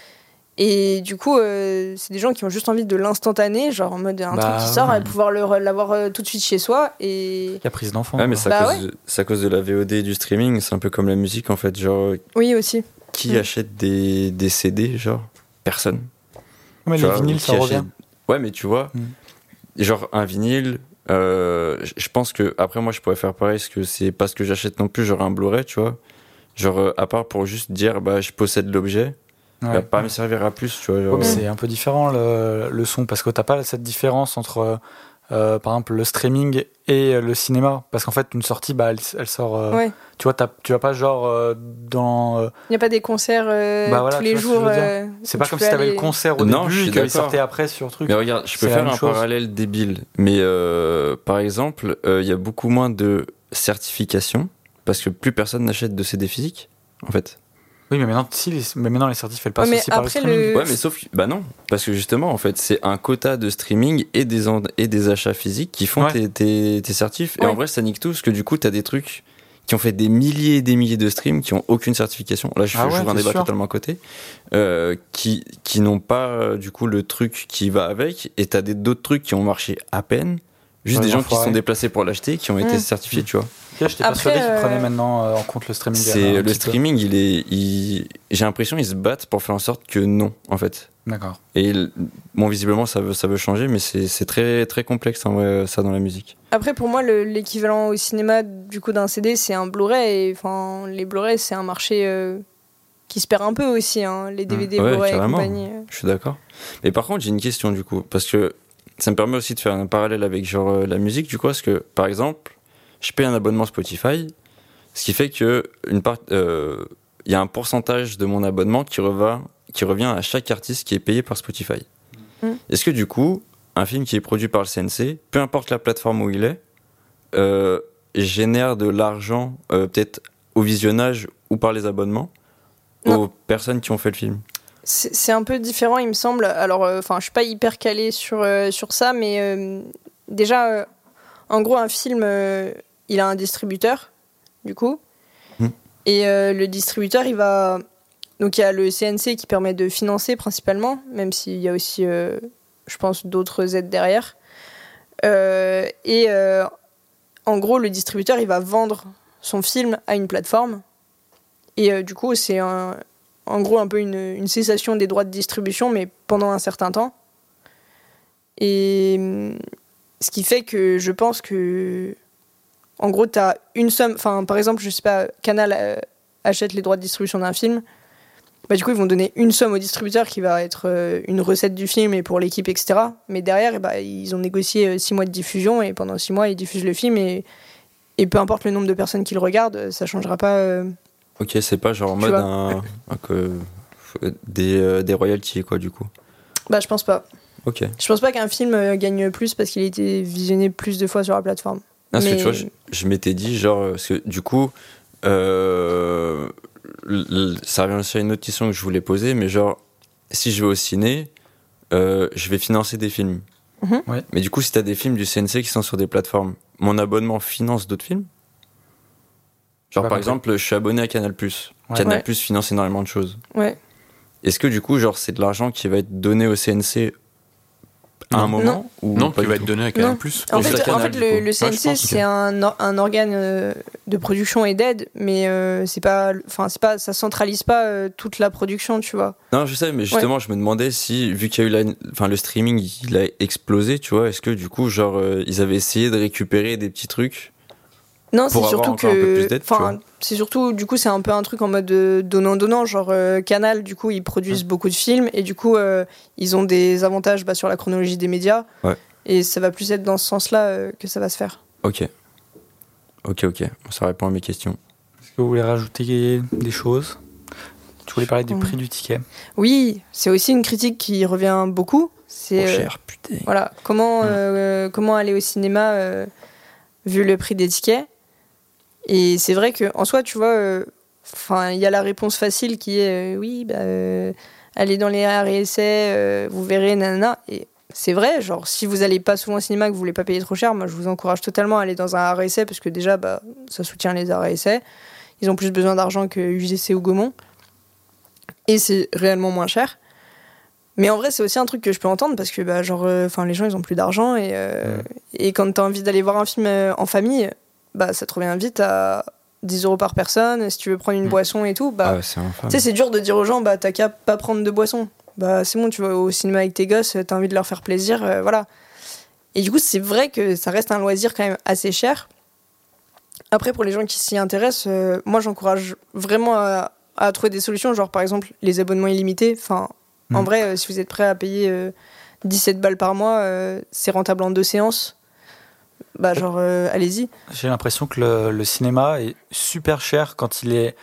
Et du coup, euh, c'est des gens qui ont juste envie de l'instantané, genre en mode un Bah, truc qui sort, ouais. et pouvoir le- l'avoir euh, tout de suite chez soi. Et caprice d'enfant. Ouais, mais quoi. c'est à, Bah cause ouais. de- c'est à cause de la V O D et du streaming, c'est un peu comme la musique, en fait. Genre, oui, aussi. qui Mm. achète des, des C D, genre Personne. mais Tu les vois, vinyles, ou ça qui revient. achète- Ouais, mais tu vois, Mm. genre un vinyle, euh, j- je pense que après moi je pourrais faire pareil, parce que c'est pas ce que j'achète non plus, genre un Blu-ray, tu vois. Genre euh, à part pour juste dire bah je possède l'objet, Ouais. va pas me servir à plus, tu vois. genre, Ouais, mais euh, c'est un peu différent le, le son parce que t'as pas cette différence entre euh, euh, par exemple le streaming et le cinéma parce qu'en fait une sortie bah elle, elle sort euh, Ouais. tu vois t'as- tu vas pas genre euh, dans euh, Il n'y a pas des concerts euh, Bah voilà, tous tu les vois ce que jours. je veux dire. euh, c'est où pas tu comme peux si t'avais aller- le concert au Non, je début suis et qu'il d'accord. sortait après sur truc. Mais regarde, je peux C'est la faire même un chose. parallèle débile, mais euh, par exemple, euh, il y a beaucoup moins de certification parce que plus personne n'achète de C D physiques, en fait. Oui mais maintenant si les, mais maintenant les certifs elles passent Ouais, mais aussi par le après, streaming. le- Ouais, mais sauf que- bah non, parce que justement, en fait, c'est un quota de streaming et des en- et des achats physiques qui font Ouais. tes, tes, tes certifs. Et Ouais. en vrai, ça nique tout, parce que du coup, t'as des trucs qui ont fait des milliers et des milliers de streams qui ont aucune certification. Là, je Ah fais ouais, j'ouvre un t'es débat sûr totalement à côté, euh, qui qui n'ont pas euh, du coup le truc qui va avec. Et t'as des d'autres trucs qui ont marché à peine. Juste Ouais, des gens l'enfoiré. qui se sont déplacés pour l'acheter, qui ont été Mm. certifiés, tu vois. Ok, j'étais Après, persuadé qu'ils euh, prenaient maintenant euh, en compte le streaming. C'est euh, un le petit peu. streaming, il est, il, j'ai l'impression ils se battent pour faire en sorte que non, en fait. D'accord. Et il- bon, visiblement, ça veut, ça veut changer, mais c'est, c'est très, très complexe, en vrai, ça, dans la musique. Après, pour moi, le- l'équivalent au cinéma du coup d'un C D, c'est un Blu-ray. Et, enfin, les Blu-ray, c'est un marché euh, qui se perd un peu aussi. Hein, les D V D, Ouais, Blu-ray et carrément. compagnie. Je suis d'accord. Mais par contre, j'ai une question, du coup, parce que ça me permet aussi de faire un parallèle avec, genre, euh, la musique, du coup, parce que, par exemple, je paye un abonnement Spotify, Ce qui fait que une part, euh, il y a un pourcentage de mon abonnement qui revient, qui revient à chaque artiste qui est payé par Spotify. Mm. Est-ce que du coup, un film qui est produit par le C N C, peu importe la plateforme où il est, euh, génère de l'argent, euh, peut-être au visionnage ou par les abonnements, non. aux personnes qui ont fait le film? C'est, c'est un peu différent, il me semble. Alors, enfin, euh, je suis pas hyper calée sur, euh, sur ça, mais euh, déjà, euh, en gros, un film, euh, il a un distributeur, du coup. Mm. Et euh, le distributeur, il va... Donc, il y a le C N C qui permet de financer principalement, même s'il y a aussi, euh, je pense, d'autres aides derrière. Euh, et euh, en gros, le distributeur, il va vendre son film à une plateforme. Et euh, du coup, c'est un, en gros un peu une, une cessation des droits de distribution, mais pendant un certain temps. Et ce qui fait que je pense que, en gros, tu as une somme. Enfin, par exemple, je sais pas, Canal euh, achète les droits de distribution d'un film. Bah, du coup, ils vont donner une somme au distributeur qui va être euh, une recette du film et pour l'équipe, et cetera. Mais derrière, eh bah, ils ont négocié euh, six mois de diffusion et pendant six mois, ils diffusent le film et, et peu importe le nombre de personnes qui le regardent, ça changera pas. Euh... Ok, c'est pas genre en mode un, un, que, des, euh, des royalties, quoi, du coup. Bah, je pense pas. Ok. Je pense pas qu'un film euh, gagne plus parce qu'il a été visionné plus de fois sur la plateforme. Ah, parce Mais... que tu vois, je, je m'étais dit, genre, parce que du coup, euh, l- l- ça revient aussi à une autre question que je voulais poser, mais genre, si je vais au ciné, euh, je vais financer des films. Mm-hmm. Ouais. Mais du coup, si t'as des films du C N C qui sont sur des plateformes, mon abonnement finance d'autres films? Genre, par compris. exemple, je suis abonné à Canal+. Ouais. Canal+, Ouais. finance énormément de choses. Ouais. Est-ce que du coup, genre, c'est de l'argent qui va être donné au C N C à Non. un moment ou Non, pas qui du va tout être donné à Canal+. En Juste fait, à en Canal, fait du le, coup. le C N C, Ouais, je pense que- c'est un, or- un organe euh, de production et d'aide, mais euh, c'est pas, enfin, c'est pas, ça centralise pas euh, toute la production, tu vois. Non, je sais, mais justement, je me demandais si, vu qu'il y a eu la, enfin, le streaming, il a explosé, tu vois, est-ce que du coup, genre, euh, ils avaient essayé de récupérer des petits trucs? Non, Pour c'est avoir surtout encore un peu plus que, d'aide, tu enfin, vois. c'est surtout, du coup, c'est un peu un truc en mode euh, donnant-donnant, genre euh, Canal, du coup, ils produisent Ouais. beaucoup de films et du coup, euh, ils ont des avantages bah, sur la chronologie des médias. Ouais. Et ça va plus être dans ce sens-là euh, que ça va se faire. Ok. Ok, ok. Ça répond à mes questions. Est-ce que vous voulez rajouter des choses? Tu voulais parler du Ouais. prix du ticket. Oui, c'est aussi une critique qui revient beaucoup. C'est Trop euh, cher, putain. voilà, comment Mm. euh, comment aller au cinéma euh, vu le prix des tickets. Et c'est vrai que en soi, tu vois, enfin, il y a la réponse facile qui est euh, oui, bah, euh, allez dans les arrêts essais, euh, vous verrez, nanana. Et c'est vrai, genre si vous allez pas souvent au cinéma, que vous voulez pas payer trop cher, moi je vous encourage totalement à aller dans un arrêt essai parce que déjà, bah, ça soutient les arrêts essais. Ils ont plus besoin d'argent que U G C ou Gaumont. Et c'est réellement moins cher. Mais en vrai, c'est aussi un truc que je peux entendre parce que bah, genre, euh, les gens, ils ont plus d'argent. Et, euh, Ouais. et quand t'as envie d'aller voir un film euh, en famille, bah, ça te revient vite à dix euros par personne. Si tu veux prendre une Mm. boisson et tout, bah, Ah ouais, c'est infâme. tu sais, c'est dur de dire aux gens, bah, t'as qu'à pas prendre de boisson. Bah, c'est bon, tu vas au cinéma avec tes gosses, t'as envie de leur faire plaisir, euh, voilà. Et du coup, c'est vrai que ça reste un loisir quand même assez cher. Après, pour les gens qui s'y intéressent, euh, moi, j'encourage vraiment à, à trouver des solutions, genre par exemple les abonnements illimités. Enfin, en Mm. vrai, euh, si vous êtes prêt à payer euh, dix-sept balles par mois, euh, c'est rentable en deux séances. Bah, genre, euh, allez-y. J'ai l'impression que le, le cinéma est super cher quand il est.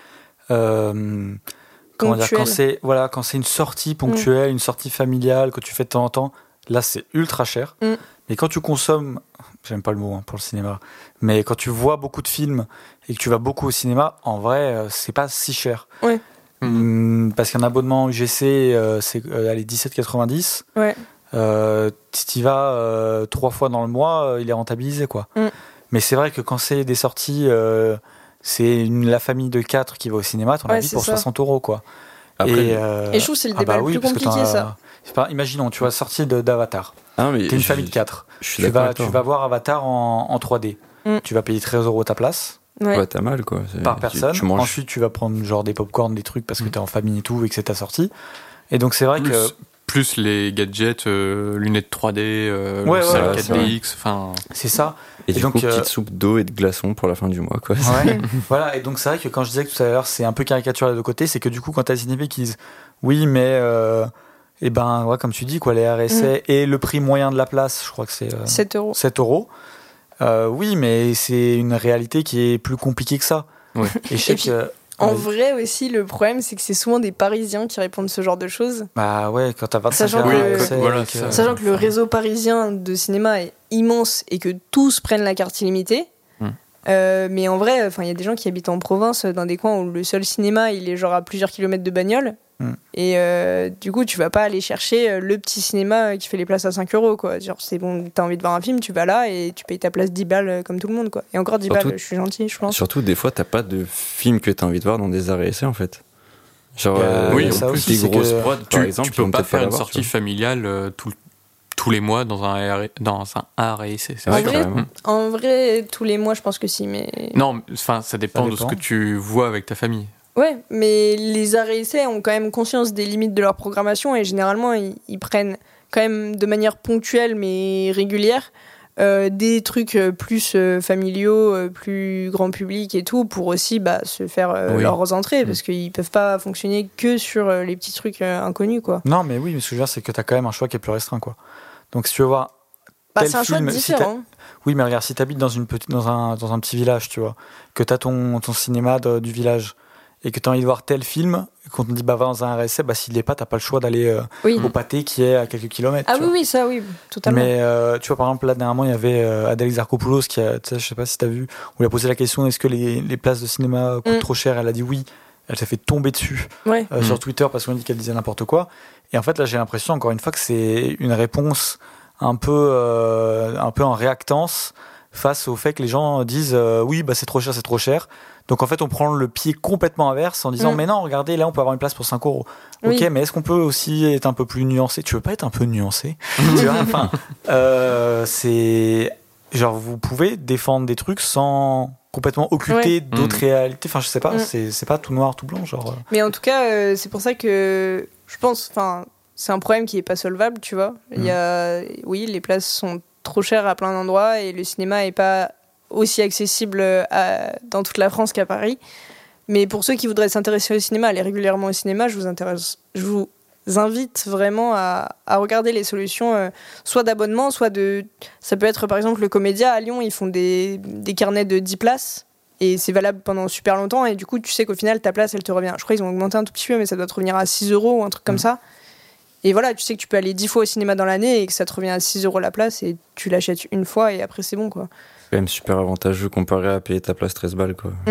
euh, comment dire, Ponctuel. quand c'est voilà, quand c'est une sortie ponctuelle, une sortie familiale que tu fais de temps en temps, là c'est ultra cher. Mm. Mais quand tu consommes, j'aime pas le mot hein, pour le cinéma, mais quand tu vois beaucoup de films et que tu vas beaucoup au cinéma, en vrai euh, c'est pas si cher. Ouais. Hum, parce qu'un abonnement U G C euh, c'est euh, allez, dix-sept quatre-vingt-dix. Ouais. Euh, si tu y vas euh, trois fois dans le mois, euh, il est rentabilisé quoi. Mm. Mais c'est vrai que quand c'est des sorties, euh, c'est une, la famille de quatre qui va au cinéma, t'en as Ouais, envie c'est pour ça. soixante euros quoi. Après, et, euh, Et je trouve que c'est le ah débat bah le oui, plus parce que compliqué, t'en as- ça. c'est pas, imaginons, tu vois sortie de- d'Avatar, ah, mais t'es une je- famille de quatre, Je suis tu d'accord vas, avec toi. tu vas voir Avatar en, en trois D, Mm. tu vas payer treize euros ta place Ouais. Ouais, t'as mal, quoi. C'est- par tu- personne. Tu manges. Ensuite, tu vas prendre genre des popcorn, des trucs parce que Mm. t'es en famille et tout et que c'est ta sortie. Et donc c'est vrai Plus, que plus les gadgets, euh, lunettes trois D, euh, Ouais, le ouais, salle ouais, c'est vrai. quatre D X, enfin... c'est ça. Et, Et du donc, coup, euh, petite soupe d'eau et de glaçons pour la fin du mois, quoi. Ouais, voilà, et donc c'est vrai que quand je disais que tout à l'heure c'est un peu caricaturé de côté, c'est que du coup quand t'as Cinévé qui disent oui mais euh, et ben ouais comme tu dis quoi les R S A et le prix moyen de la place, je crois que c'est euh, sept euros. sept euros. Euh, oui mais c'est une réalité qui est plus compliquée que ça. Ouais. Et je sais Et puis, que. En Ouais. vrai aussi, le problème, c'est que c'est souvent des Parisiens qui répondent ce genre de choses. Bah ouais, quand t'as vingt-cinq Sachant ans, que- euh, Oui, c'est- voilà, que- ça- Sachant que le réseau parisien de cinéma est immense et que tous prennent la carte illimitée. Mm. Euh, mais en vrai, enfin, il y a des gens qui habitent en province, dans des coins où le seul cinéma, il est genre à plusieurs kilomètres de bagnole. Mm. Et euh, du coup, tu vas pas aller chercher le petit cinéma qui fait les places à cinq euros, quoi. Genre, c'est bon, t'as envie de voir un film, tu vas là et tu payes ta place dix balles comme tout le monde, quoi. Et encore dix Surtout- balles, je suis gentil, je pense. Surtout, des fois, t'as pas de film que t'as envie de voir dans des arrêts essais, en fait. Genre, Euh, euh, oui, en ça plus, aussi, des c'est grosses que prods, Tu, par exemple, tu ils peux vont pas peut-être faire une l'avoir, sortie tu familiale euh, tout- tous les mois dans un R- dans un art et essai. C'est En vois. vrai. vrai, carrément. En vrai, tous les mois, je pense que si, mais. Non, enfin, ça dépend, Ça de ce dépend. que tu vois avec ta famille. Ouais, mais les arrêts essais ont quand même conscience des limites de leur programmation et généralement ils, ils prennent quand même de manière ponctuelle mais régulière euh, des trucs euh, plus euh, familiaux, euh, plus grand public et tout pour aussi bah, se faire euh, Oui. leurs entrées Mm. parce qu'ils peuvent pas fonctionner que sur euh, les petits trucs euh, inconnus quoi. Non, mais oui, mais ce que je veux dire, c'est que t'as quand même un choix qui est plus restreint, quoi. Donc si tu veux voir. Bah, tel c'est un choix film, si différent. Oui, mais regarde, si t'habites dans, une petite, dans, un, dans un petit village, tu vois, que t'as ton, ton cinéma de- du village et que t'as envie de voir tel film, et qu'on te dit bah va dans un R S C, bah s'il l'est pas, t'as pas le choix d'aller euh, Oui. au pâté qui est à quelques kilomètres. Ah tu oui, vois. oui, ça oui, totalement. Mais euh, tu vois, par exemple, là dernièrement, il y avait euh, Adèle Exarchopoulos qui a, tu sais, je sais pas si t'as vu, où il a posé la question est-ce que les, les places de cinéma coûtent Mm. trop cher. Elle a dit oui. Elle s'est fait tomber dessus Ouais. euh, Mm. sur Twitter parce qu'on dit qu'elle disait n'importe quoi. Et en fait, là, j'ai l'impression, encore une fois, que c'est une réponse un peu, euh, un peu en réactance face au fait que les gens disent euh, oui, bah c'est trop cher, c'est trop cher. Donc en fait, on prend le pied complètement inverse en disant Mm. mais non, regardez, là, on peut avoir une place pour cinq euros. Ok, Oui. mais est-ce qu'on peut aussi être un peu plus nuancé? Tu veux pas être un peu nuancé? Tu vois, enfin, euh, c'est genre vous pouvez défendre des trucs sans complètement occulter Ouais. d'autres Mm. réalités. Enfin, je sais pas, Mm. c'est c'est pas tout noir, tout blanc, genre. euh. Mais en tout cas, euh, c'est pour ça que je pense, enfin, c'est un problème qui est pas solvable, tu vois. Il y a, oui, les places sont trop chères à plein d'endroits et le cinéma est pas aussi accessible à- dans toute la France qu'à Paris. Mais pour ceux qui voudraient s'intéresser au cinéma, aller régulièrement au cinéma, je vous intéresse, je vous invite vraiment à, à regarder les solutions, euh, soit d'abonnement, soit de, ça peut être par exemple le Comédia à Lyon, ils font des, des carnets de dix places. Et c'est valable pendant super longtemps. Et du coup, tu sais qu'au final, ta place, elle te revient. Je crois qu'ils ont augmenté un tout petit peu, mais ça doit te revenir à six euros ou un truc comme Mhm. ça. Et voilà, tu sais que tu peux aller dix fois au cinéma dans l'année et que ça te revient à six euros la place. Et tu l'achètes une fois et après, c'est bon, quoi. C'est quand même super avantageux comparé à payer ta place treize balles, quoi.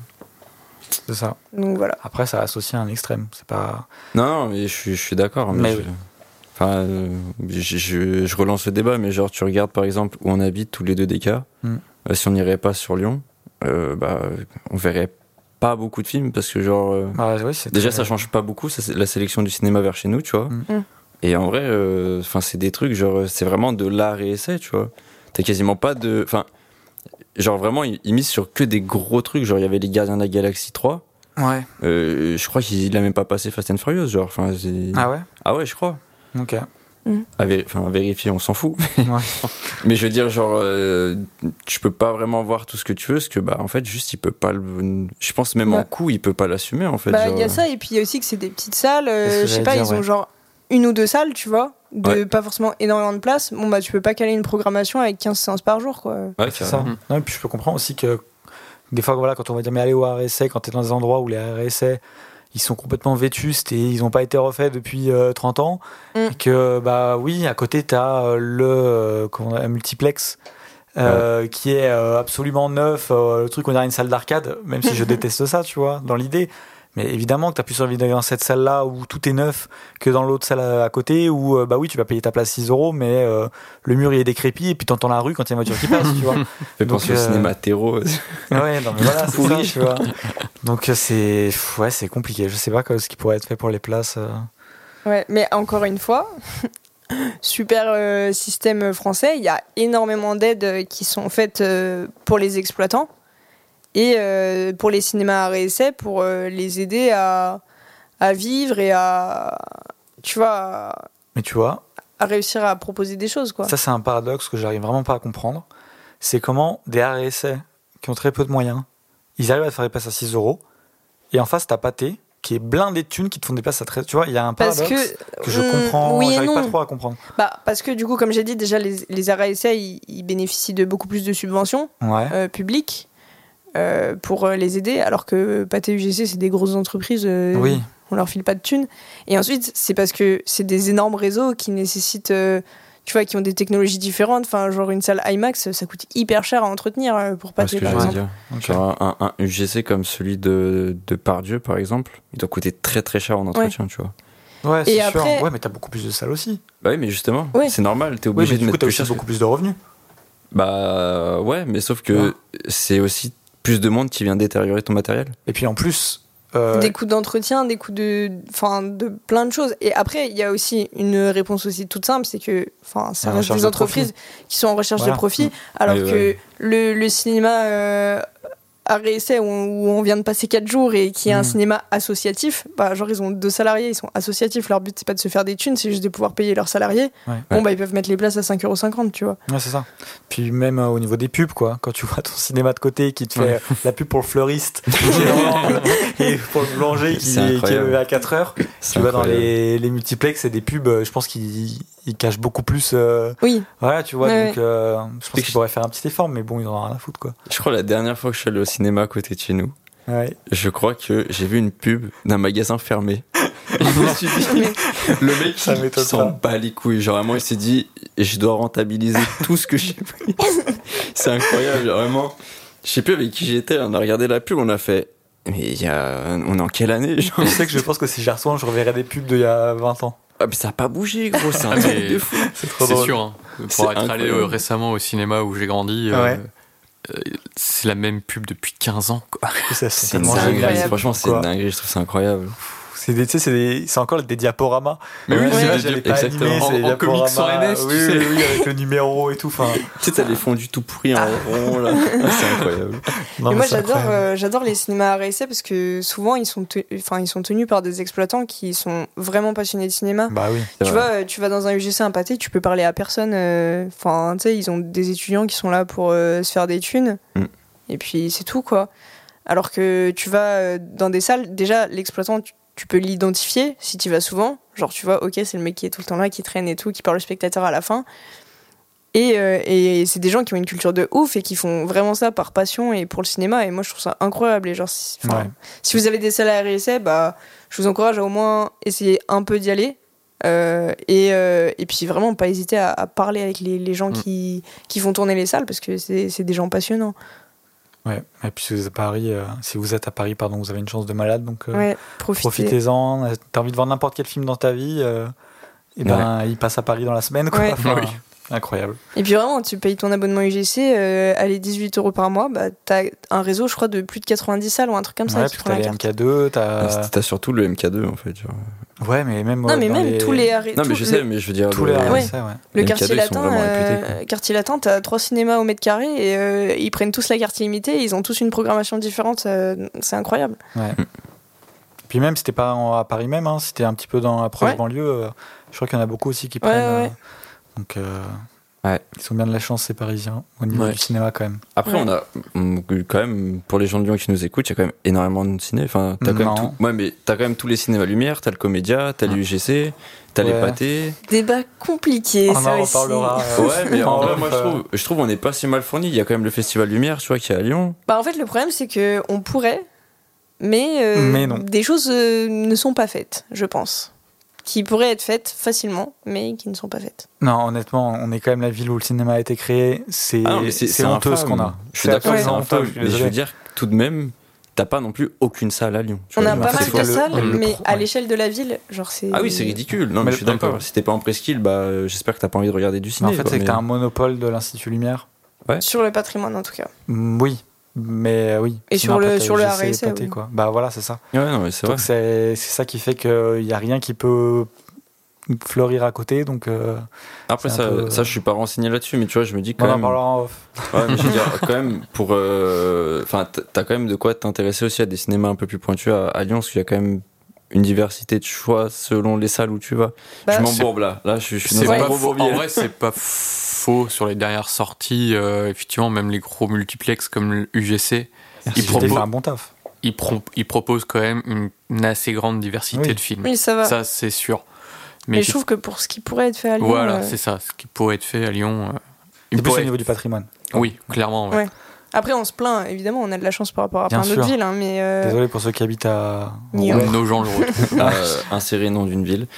C'est ça. Donc voilà. Après, ça reste aussi un extrême. C'est pas. Non, non, mais je suis, je suis d'accord. Mais Mais je- oui. Enfin, euh, je, je- je relance le débat, mais genre, tu regardes par exemple où on habite tous les deux des cas. Mm. Euh, si on n'irait pas sur Lyon, euh, bah, on verrait pas beaucoup de films parce que, genre, euh, Bah, oui, c'est déjà, très- ça change pas beaucoup, ça, c'est la sélection du cinéma vers chez nous, tu vois. Mm. Mm. Et en vrai, euh, enfin, c'est des trucs, genre, c'est vraiment de l'art et essai, tu vois. T'as quasiment pas de. Enfin, genre, vraiment, ils, ils misent sur que des gros trucs. Genre, il y avait Les Gardiens de la Galaxie trois. Ouais. Euh, je crois qu'il a même pas passé Fast and Furious, genre. Enfin, c'est- Ah ouais. ah ouais, je crois. Ok. À, vér- enfin, à vérifier, on s'en fout. Ouais. Mais je veux dire, genre, euh, tu peux pas vraiment voir tout ce que tu veux, parce que, bah, en fait, juste, il peut pas le. Je pense même en Ouais. coût, il peut pas l'assumer, en fait. Bah, il genre. y a ça, et puis il y a aussi que c'est des petites salles. euh, C'est ce que je sais j'allais pas, dire, ils ont ouais. genre une ou deux salles, tu vois. De Ouais. pas forcément énormément de place. Bon, bah, tu peux pas caler une programmation avec quinze séances par jour, quoi. Ouais, C'est ça. carrément. Mhm. Non, et puis je peux comprendre aussi que des fois, voilà, quand on va dire mais allez au R S C, quand tu es dans des endroits où les R S C ils sont complètement vétustes et ils n'ont pas été refaits depuis euh, trente ans, Mm. et que bah oui, à côté tu as le euh, comment on a, un multiplex. euh, qui est euh, absolument neuf, euh, le truc on dirait une salle d'arcade, même si je déteste ça, tu vois, dans l'idée. Mais évidemment que tu as plus envie d'aller dans cette salle-là où tout est neuf que dans l'autre salle à, à côté où euh, bah oui, tu vas payer ta place six euros, mais euh, le mur il est décrépit et puis t'entends la rue quand il y a une voiture qui passe, tu vois. Fait Donc, penser au euh, cinéma terreau. Ouais, non, mais voilà, c'est ça, Pourri. tu vois. Donc euh, c'est, pff, ouais, c'est compliqué. Je sais pas quoi- ce qui pourrait être fait pour les places. euh. Ouais, mais encore une fois, super euh, système français, il y a énormément d'aides euh, qui sont faites euh, pour les exploitants et euh, pour les cinémas à réessai pour euh, les aider à, à vivre et à, tu vois, à, Mais tu vois, à réussir à proposer des choses, quoi. ça c'est un paradoxe que j'arrive vraiment pas à comprendre. C'est comment des R S C qui ont très peu de moyens, ils arrivent à te faire des places à six euros et en face t'as Pathé qui est blindé de thunes qui te font des places à treize. Tu vois, il y a un Parce paradoxe que, que, je hum, comprends, oui et j'arrive non. pas trop à comprendre. Bah, parce que du coup, comme j'ai dit, déjà les, les R S C, ils, ils bénéficient de beaucoup plus de subventions Ouais. euh, publiques. euh, pour les aider, alors que Pathé U G C, c'est des grosses entreprises, euh, Oui. on leur file pas de thunes. Et ensuite, c'est parce que c'est des énormes réseaux qui nécessitent, euh, tu vois, qui ont des technologies différentes. Enfin, genre une salle IMAX, ça coûte hyper cher à entretenir euh, pour Ah, ce Pathé, que par j'allais exemple. dire. Ok. Genre un, un U G C comme celui de, de Pardieu, par exemple, il doit coûter très très cher en entretien, tu vois. Ouais, c'est Et sûr. après- Ouais, mais t'as beaucoup plus de salles aussi. Bah oui, mais justement, Ouais. c'est normal, t'es Oui, obligé mais de du coup, mettre t'as plus aussi cher. beaucoup plus de revenus. Bah ouais, mais sauf que Ouais. c'est aussi plus de monde qui vient détériorer ton matériel. Et puis en plus. euh, Des coûts d'entretien, des coûts de, enfin, de plein de choses. Et après, il y a aussi une réponse aussi toute simple, c'est que, enfin, ça La reste recherche des de entreprises qui sont en recherche Voilà. de profit, alors Oui, que oui. le, le cinéma euh, à réessai où, on- où on vient de passer quatre jours et qui est un Mhm. cinéma associatif, bah, genre ils ont deux salariés, ils sont associatifs, leur but c'est pas de se faire des thunes, c'est juste de pouvoir payer leurs salariés. Ouais. Bon, Ouais. bah ils peuvent mettre les places à cinq euros cinquante, tu vois. Ouais, c'est ça. Puis même euh, au niveau des pubs, quoi. Quand tu vois ton cinéma de côté qui te fait Ouais. euh, la pub pour le fleuriste qui est dans- et pour le boulanger qui, C'est qui est incroyable. levé à quatre heures, C'est tu vas dans incroyable. les, les multiplex, c'est des pubs, euh, je pense qu'ils ils cachent beaucoup plus. euh, Oui, Voilà, tu vois. Ouais, donc, euh, je pense Et qu'ils que- pourraient faire un petit effort, mais bon, ils en ont rien à foutre, quoi. Je crois la dernière fois que je suis allé au cinéma à côté de chez nous, Ouais. je crois que j'ai vu une pub d'un magasin fermé. Et je me suis dit, le mec Ça il, m'étonne il s'en pas. bat les couilles. Genre vraiment, il s'est dit, je dois rentabiliser tout ce que j'ai pris. C'est incroyable, genre, vraiment. Je sais plus avec qui j'étais, on a regardé la pub, on a fait, mais il y a, on est en quelle année, genre? Je sais que je pense que si j'y retourne, je reverrai des pubs d'il y a vingt ans. Ah, mais ça a pas bougé, gros, c'est un Ah, truc mais- de fou. C'est trop C'est drôle. sûr. Hein. C'est Pour être allé incroyable. euh, récemment au cinéma où j'ai grandi, euh, Ouais. euh, c'est la même pub depuis quinze ans. Quoi. Ça, C'est tellement dingue. génial. incroyable. Franchement, c'est Quoi. dingue, je trouve ça incroyable. C'est des, tu sais, c'est des- c'est encore des diaporamas. Mais oui, Ouais, c'est là, des j'avais dia- pas exactement. animé, c'est des En- en comics diaporamas. sans N S, tu oui, sais. oui, oui, avec le numéro et tout. Enfin, Tu sais, t'as des fondus tout pourris en rond, là. Ah, c'est incroyable. non, mais moi c'est j'adore incroyable. euh, j'adore les cinémas à réessai parce que souvent ils sont te- enfin ils sont tenus par des exploitants qui sont vraiment passionnés de cinéma. Bah oui. C'est Tu vrai. vois, euh, tu vas dans un U G C, un Pathé, tu peux parler à personne. euh, Enfin, tu sais, ils ont des étudiants qui sont là pour euh, se faire des thunes. Mm. Et puis c'est tout, quoi. Alors que tu vas euh, dans des salles, déjà, l'exploitant, tu, tu peux l'identifier si tu vas souvent. Genre, tu vois, ok, c'est le mec qui est tout le temps là, qui traîne et tout, qui parle au spectateur à la fin. Et, euh, et c'est des gens qui ont une culture de ouf et qui font vraiment ça par passion et pour le cinéma. Et moi, je trouve ça incroyable. Et genre, si, enfin, Ouais. si vous avez des salles à R S A, bah, je vous encourage à au moins essayer un peu d'y aller. Euh, et, euh, et puis vraiment, pas hésiter à, à parler avec les, les gens Mm. qui, qui font tourner les salles parce que c'est c'est des gens passionnants. Ouais. Et puis si vous êtes à Paris, euh, si vous êtes à Paris, pardon, vous avez une chance de malade, donc euh, Ouais, profitez. profitez-en. T'as envie de voir n'importe quel film dans ta vie, euh, et ben il passe à Paris dans la semaine, quoi. Ouais. Enfin, Oui. Incroyable. Et puis vraiment, tu payes ton abonnement U G C, euh, allez, dix-huit euros par mois, bah, t'as un réseau, je crois, de plus de quatre-vingt-dix salles ou un truc comme ça Ouais, qui puis prend t'as la les carte. M K deux, Ah, t'as. c'était- T'as surtout le M K deux, en fait. Genre. Ouais, mais même. Non, euh, mais dans même les- tous les arrêts. Non, mais tout je le- sais, mais je veux dire. Tous le- les R Ouais. S A, ouais. Le Les quartier M K deux, ils sont latin, vraiment euh, réputés, quoi. quartier latin, t'as trois cinémas au mètre carré et euh, ils prennent tous la carte illimitée. Ils ont tous une programmation différente. euh, c'est incroyable. Ouais. Puis même, si t'es pas en- à Paris même, hein, si t'es un petit peu dans la proche Ouais. banlieue, euh, je crois qu'il y en a beaucoup aussi qui Ouais, prennent. ouais. euh, donc, euh, Ouais. ils ont bien de la chance, ces Parisiens, au niveau Ouais. du cinéma quand même. Après, Ouais. on a on- quand même, pour les gens de Lyon qui nous écoutent, il y a quand même énormément de ciné. Enfin, t'as quand même Non. tout. Ouais, mais t'as quand même tous les cinémas Lumière, t'as le Comédia, t'as l'U G C, t'as les Ouais. Pâtés. Débat compliqué, On ça en aussi. reparlera. euh, Ouais, mais en en vrai, off, moi, je euh, trouve, je trouve on n'est pas si mal fourni. Il y a quand même le Festival Lumière, tu vois, qui est à Lyon. Bah, en fait, le problème, c'est que on pourrait, mais, euh, Mais non. des choses euh, ne sont pas faites, je pense. Qui pourraient être faites facilement, mais qui ne sont pas faites. Non, honnêtement, on est quand même la ville où le cinéma a été créé. C'est Ah non, mais c'est honteux ce infâme. qu'on a. Je suis d'accord, Ouais. c'est absolument infâme. honteux, je suis Mais je désolé. veux dire, tout de même, t'as pas non plus aucune salle à Lyon. tu On vois, a je pas veux mal dire, de c'est le- salles, le mais pro- à ouais. l'échelle de la ville, genre c'est. Ah oui, c'est ridicule. Non, Mais mais, le- je suis d'accord. le- Si t'es pas en presqu'île, bah, euh, j'espère que t'as pas envie de regarder du Mais ciné. en fait, quoi, c'est que mais- t'as un monopole de l'Institut Lumière. Sur le patrimoine, en tout cas. Mm, Oui, mais euh, oui. Et Sinon, sur le- après, t'as sur le G C, R S A, pâté, oui. quoi. Bah voilà, c'est ça. Ouais, non, mais c'est vrai. Donc c'est c'est ça qui fait qu'il n'y a rien qui peut fleurir à côté. Donc euh, Après, c'est ça, un peu- ça, je suis pas renseigné là-dessus, mais tu vois, je me dis quand on en même. parlera en off. Ouais, mais je veux dire, quand même, pour. euh, Enfin, t'as quand même de quoi t'intéresser aussi à des cinémas un peu plus pointus à, à Lyon, parce qu'il y a quand même une diversité de choix selon les salles où tu vas. Bah, je m'embourbe là. Là, je, je suis C'est dans un pas gros faux. bourbier. En vrai, c'est pas faux sur les dernières sorties. euh, effectivement, même les gros multiplex comme le U G C, Merci, il, j'ai fait propo- un bon taf. il, pro- il propose quand même une, une assez grande diversité Oui. de films. Oui, ça va. Ça, c'est sûr. mais Mais, je trouve que pour ce qui pourrait être fait à Lyon. voilà, euh, c'est ça. Ce qui pourrait être fait à Lyon. euh, il C'est plus pourrait- au niveau du patrimoine. Oui, clairement. Ouais. Ouais. Après, on se plaint, évidemment, on a de la chance par rapport à Bien plein d'autres sûr. villes, hein, mais. euh, Désolé pour ceux qui habitent à. Ni- Ouais. Nos gens le retrouvent. Euh, insérer nom d'une ville.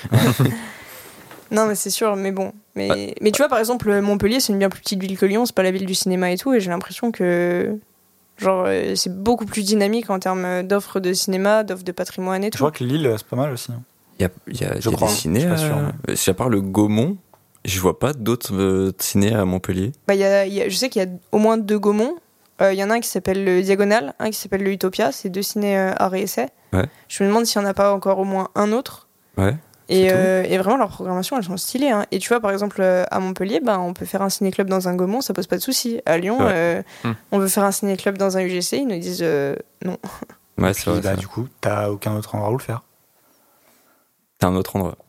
Non, mais c'est sûr, mais bon. Mais, mais tu vois, par exemple, Montpellier, c'est une bien plus petite ville que Lyon, c'est pas la ville du cinéma et tout, et j'ai l'impression que. Genre, euh, c'est beaucoup plus dynamique en termes d'offres de cinéma, d'offres de patrimoine et Je tout. crois que Lille, c'est pas mal aussi. hein. Il y a, il y a, il y Je a crois, des hein. ciné. Je suis pas sûr, euh, si à part le Gaumont, je vois pas d'autres euh, ciné à Montpellier. Bah, il y a, il y a- je sais qu'il y a au moins deux Gaumont. Euh, Il y en a un qui s'appelle le Diagonal, un qui s'appelle le Utopia, c'est deux ciné euh, art et essai. Ouais. Je me demande s'il n'y en a pas encore au moins un autre. Ouais. Et, C'est euh, et vraiment, leur programmation, elles sont stylées. Hein. Et tu vois, par exemple, euh, à Montpellier, bah, on peut faire un ciné-club dans un Gaumont, ça pose pas de souci. À Lyon, Ouais. euh, Hmm. on veut faire un ciné-club dans un U G C, ils nous disent euh, non. Ouais, Puis, c'est vrai. bah, ça. du coup, t'as aucun autre endroit où le faire. C'est un autre endroit.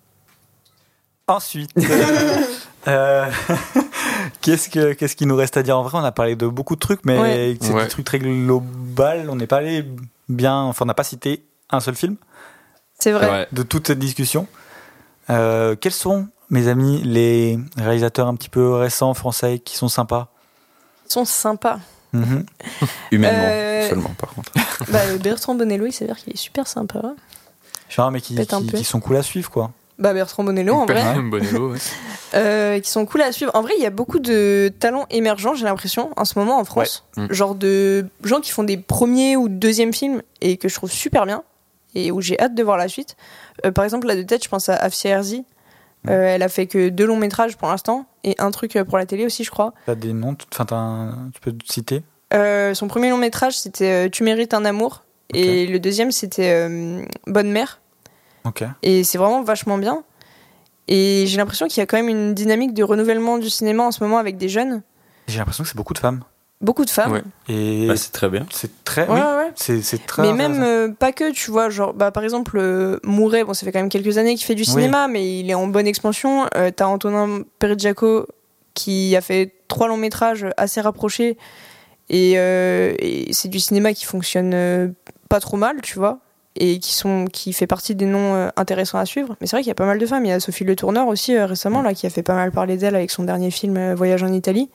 Ensuite, euh, qu'est-ce que qu'est-ce qu'il nous reste à dire? En vrai, on a parlé de beaucoup de trucs, mais Ouais. c'est Ouais. des trucs très global. On n'est pas allé bien. Enfin, on n'a pas cité un seul film C'est vrai. Ouais. de toute cette discussion. Euh, quels sont, mes amis, les réalisateurs un petit peu récents français qui sont sympas? Ils sont sympas. Mhm. Humainement Euh, seulement, par contre. bah, Bertrand Bonello, il s'avère qu'il est super sympa. Genre, mais qui, Pète un qui, peu. qui sont cool à suivre, quoi. Bah, Bertrand Bonello, en vrai. Bonello, ouais. Euh, qui sont cool à suivre. En vrai, il y a beaucoup de talents émergents, j'ai l'impression, en ce moment en France. Ouais. Mm. Genre de gens qui font des premiers ou deuxièmes films et que je trouve super bien et où j'ai hâte de voir la suite. Euh, par exemple, là de tête, je pense à Afsia Herzi. Euh, elle a fait que deux longs métrages pour l'instant et un truc pour la télé aussi, je crois. T'as des noms, t- enfin, t'as un- tu peux te citer? Euh, son premier long métrage, c'était euh, Tu mérites un amour. Et le deuxième, c'était euh, Bonne mère. Ok. Et c'est vraiment vachement bien. Et j'ai l'impression qu'il y a quand même une dynamique de renouvellement du cinéma en ce moment avec des jeunes. J'ai l'impression que c'est beaucoup de femmes. Beaucoup de femmes. Ouais. Et Bah, c'est très bien. c'est très. Ouais, oui, ouais. c'est c'est très. Mais même intéressant. euh, pas que, tu vois, genre, bah, par exemple, euh, Mouret, bon, ça fait quand même quelques années qu'il fait du cinéma, mais il est en bonne expansion. Euh, T'as Antonin Perijako qui a fait trois longs métrages assez rapprochés, et, euh, et c'est du cinéma qui fonctionne euh, pas trop mal, tu vois, et qui, sont, qui fait partie des noms euh, intéressants à suivre. Mais c'est vrai qu'il y a pas mal de femmes. Il y a Sophie Le Tourneur aussi euh, récemment, là, qui a fait pas mal parler d'elle avec son dernier film euh, Voyage en Italie.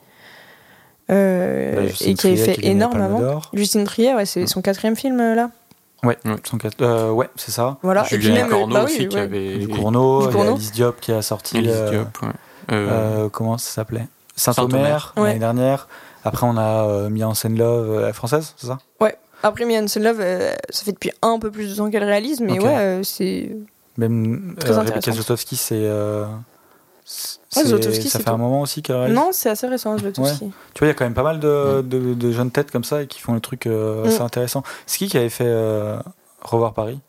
Euh, Bah, et Justine qui avait Triet fait qui gagne la énorme Palme avant. d'Or. Justine Triet, ouais, c'est son quatrième film euh, là. Ouais, Ouais. son quatre- euh, ouais, c'est ça. Voilà. Et puis Julien même, Corneau bah aussi oui, qui ouais. avait. Du Cournot, Du il y a Cournot. Alice Diop qui a sorti. Alice euh, Diop, ouais. Euh, euh, comment ça s'appelait? Saint-Omer, Saint-Omer. l'année Ouais. dernière. Après, on a euh, mis en scène Love, euh, française, c'est ça? Après, Mia Hansen Love, euh, ça fait depuis un peu plus de temps qu'elle réalise, mais Ok. ouais, euh, c'est. Même Très euh, Rebecca intéressante. Zlotowski, c'est. Euh, c'est- Ouais, Zlotowski, ça c'est fait un tout. moment aussi qu'elle réalise. Non, c'est assez récent, je le trouve Ouais. aussi. Tu vois, il y a quand même pas mal de, de, de jeunes têtes comme ça et qui font des trucs euh, Mm. assez intéressants. C'est qui qui avait fait euh, Revoir Paris?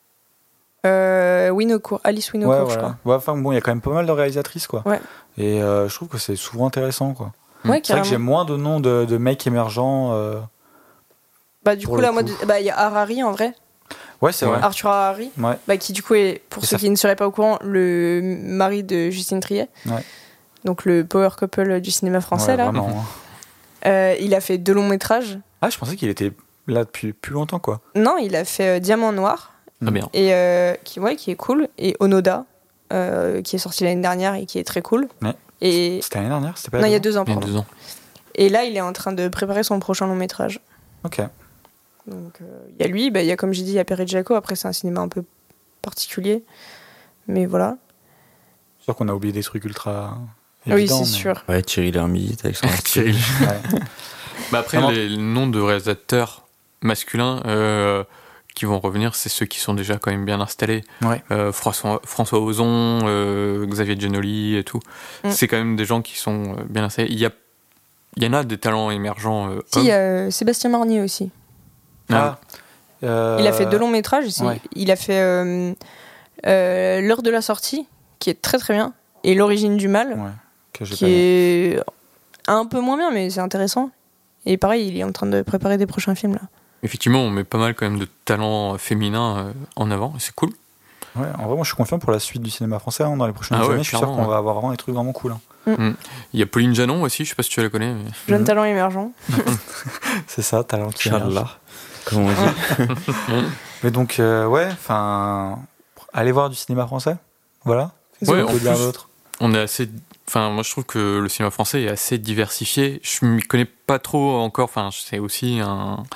Euh, Winocourt, Alice Winocourt, Ouais, je voilà. crois. Ouais, enfin, bon, il y a quand même pas mal de réalisatrices, quoi. Ouais. Et euh, je trouve que c'est souvent intéressant, quoi. Ouais, C'est vrai que j'ai carrément. moins de noms de, de mecs émergents. euh. Bah, du pour coup, le là, moi, coup. de- bah, il y a Harari en vrai. Ouais, c'est vrai. Arthur Harari, Ouais. bah, qui du coup est, pour Et ceux ça- qui ne seraient pas au courant, le mari de Justine Triet. Ouais. Donc le power couple du cinéma français, Ouais, là. vraiment, hein. Euh, il a fait deux longs métrages. Ah, je pensais qu'il était là depuis plus longtemps, quoi. Non, il a fait euh, Diamant Noir, Très bien. et, euh, qui, ouais, qui est cool, et Onoda, euh, qui est sorti l'année dernière et qui est très cool. Ouais. Et... C'était l'année dernière, c'était pas Non, il y a deux deux ans, Il y a pardon. deux ans. Et là, il est en train de préparer son prochain long métrage. ans. Ok. Donc, euh, il y a lui, bah, il y a, comme j'ai dit, il y a Perijako. Après, c'est un cinéma un peu particulier. Mais voilà. C'est sûr qu'on a oublié des trucs ultra. oui, évidents, c'est mais- sûr. Ouais, Thierry Lhermitte avec son Thierry. Ouais. Bah après, Vraiment. les noms de réalisateurs masculins euh, qui vont revenir, c'est ceux qui sont déjà quand même bien installés. Ouais. Euh, François, François Ozon, euh, Xavier Giannoli et tout. Mm. C'est quand même des gens qui sont euh, bien installés. Il y, a, il y en a des talents émergents. Euh, Si, il y a euh, Sébastien Marnier aussi. Ah, euh, Il a fait deux longs métrages. ici. ouais. Il a fait euh, euh, L'heure de la sortie, qui est très très bien, et L'origine du mal, Ouais, que j'ai qui pas vu. est un peu moins bien, mais c'est intéressant. Et pareil, il est en train de préparer des prochains films là. Effectivement, on met pas mal quand même de talents féminins euh, en avant. Et c'est cool. Ouais, en vrai, moi je suis confiant pour la suite du cinéma français. hein. Dans les prochaines Ah ouais, années, je suis sûr clairement, qu'on ouais. va avoir vraiment des trucs vraiment cool. hein. Il y a Pauline Janon aussi, je sais pas si tu la connais. Mais... Jeune Mhm. talent émergent. C'est ça, talent qui émerge. Inch'Allah, comme on dit. Mais donc, euh, ouais, enfin, allez voir du cinéma français. Voilà. Qu'est-ce Ouais, qu'on en peut dire plus- d'autre? On est assez. enfin, moi je trouve que le cinéma français est assez diversifié. Je m'y connais pas trop encore. Enfin, c'est aussi un,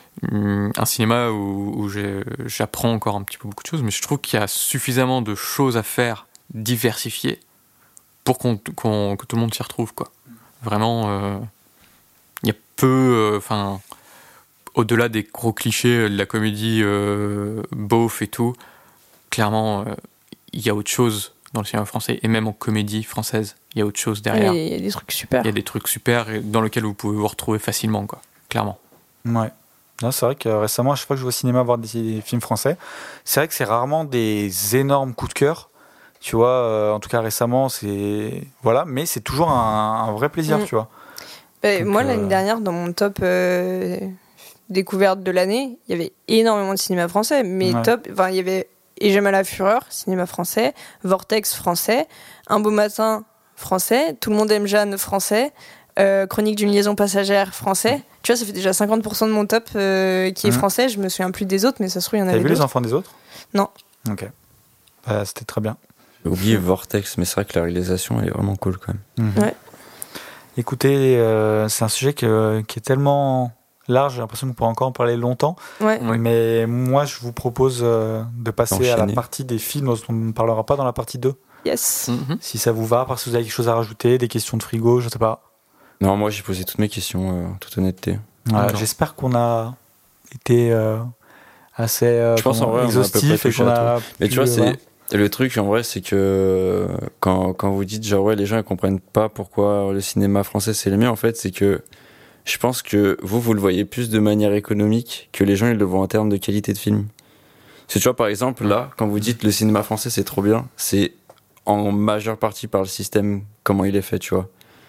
un cinéma où, où j'ai, j'apprends encore un petit peu beaucoup de choses, mais je trouve qu'il y a suffisamment de choses à faire diversifiées pour qu'on, qu'on, que tout le monde s'y retrouve, quoi. Vraiment, euh, il y a peu, enfin, euh, au-delà des gros clichés de la comédie euh, beauf et tout, clairement, il euh, y a autre chose dans le cinéma français, et même en comédie française, il y a autre chose derrière. Il y a des trucs super. Il y a des trucs super dans lesquels vous pouvez vous retrouver facilement, quoi, clairement. Ouais. Non, c'est vrai que récemment, à chaque fois que je vais au cinéma voir des, des films français, c'est vrai que c'est rarement des énormes coups de cœur. Tu vois, euh, en tout cas récemment, c'est. Voilà, mais c'est toujours un, un vrai plaisir, mmh. tu vois. Bah, Donc, moi, euh... l'année dernière, dans mon top euh, découverte de l'année, il y avait énormément de cinéma français, mais ouais. top. Enfin, il y avait Et J'aime à la fureur, cinéma français, Vortex français, Un beau matin français, Tout le monde aime Jeanne français, euh, Chronique d'une liaison passagère français. Tu vois, ça fait déjà cinquante pour cent de mon top euh, qui est mmh. français. Je me souviens plus des autres, mais ça se trouve, il y en avait d'autres. T'as vu Les Enfants des autres ? Non. Ok. Bah, c'était très bien. J'ai oublié Vortex, mais c'est vrai que la réalisation est vraiment cool quand même. Mmh. Ouais. Écoutez, euh, c'est un sujet que, qui est tellement large, j'ai l'impression qu'on pourrait encore en parler longtemps. Ouais. Mais moi, je vous propose euh, de passer Enchaîner. à la partie des films dont on ne parlera pas dans la partie deux. Yes. Mm-hmm. Si ça vous va, parce que vous avez quelque chose à rajouter, des questions de frigo, je sais pas. Non, moi j'ai posé toutes mes questions, euh, en toute honnêteté. Ouais, j'espère qu'on a été euh, assez euh, je pense en vrai, exhaustif et qu'on a. Mais tu vois, c'est. Voir. Le truc, en vrai, c'est que quand, quand vous dites, genre, ouais, les gens ils comprennent pas pourquoi le cinéma français c'est le mieux, en fait, c'est que je pense que vous, vous le voyez plus de manière économique que les gens ils le voient en termes de qualité de film. C'est, tu vois, par exemple, là, quand vous dites le cinéma français c'est trop bien, c'est en majeure partie par le système, comment il est fait, tu vois.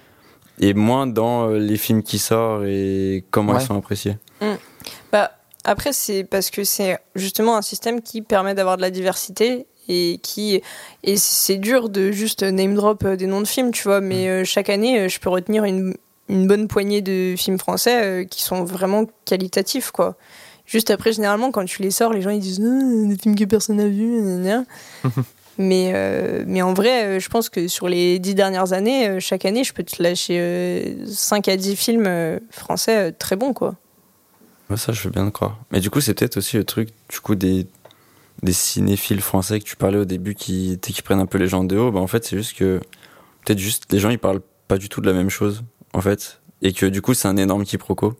Et moins dans les films qui sortent et comment ouais. ils sont appréciés. Mmh. Bah, après, c'est parce que c'est justement un système qui permet d'avoir de la diversité. Et, qui, et c'est dur de juste name drop des noms de films, tu vois, mais euh, chaque année, je peux retenir une, une bonne poignée de films français euh, qui sont vraiment qualitatifs, quoi. Juste après, généralement, quand tu les sors, les gens ils disent ah, des films que personne n'a vus, mais, euh, mais en vrai, je pense que sur les dix dernières années, chaque année, je peux te lâcher euh, cinq à dix films euh, français euh, très bons, quoi. Ouais, ça, je veux bien le croire. Mais du coup, c'est peut-être aussi le truc, du coup, des. des cinéphiles français que tu parlais au début qui, qui prennent un peu les gens de haut, bah en fait c'est juste que peut-être juste les gens ils parlent pas du tout de la même chose en fait et que du coup c'est un énorme quiproquo.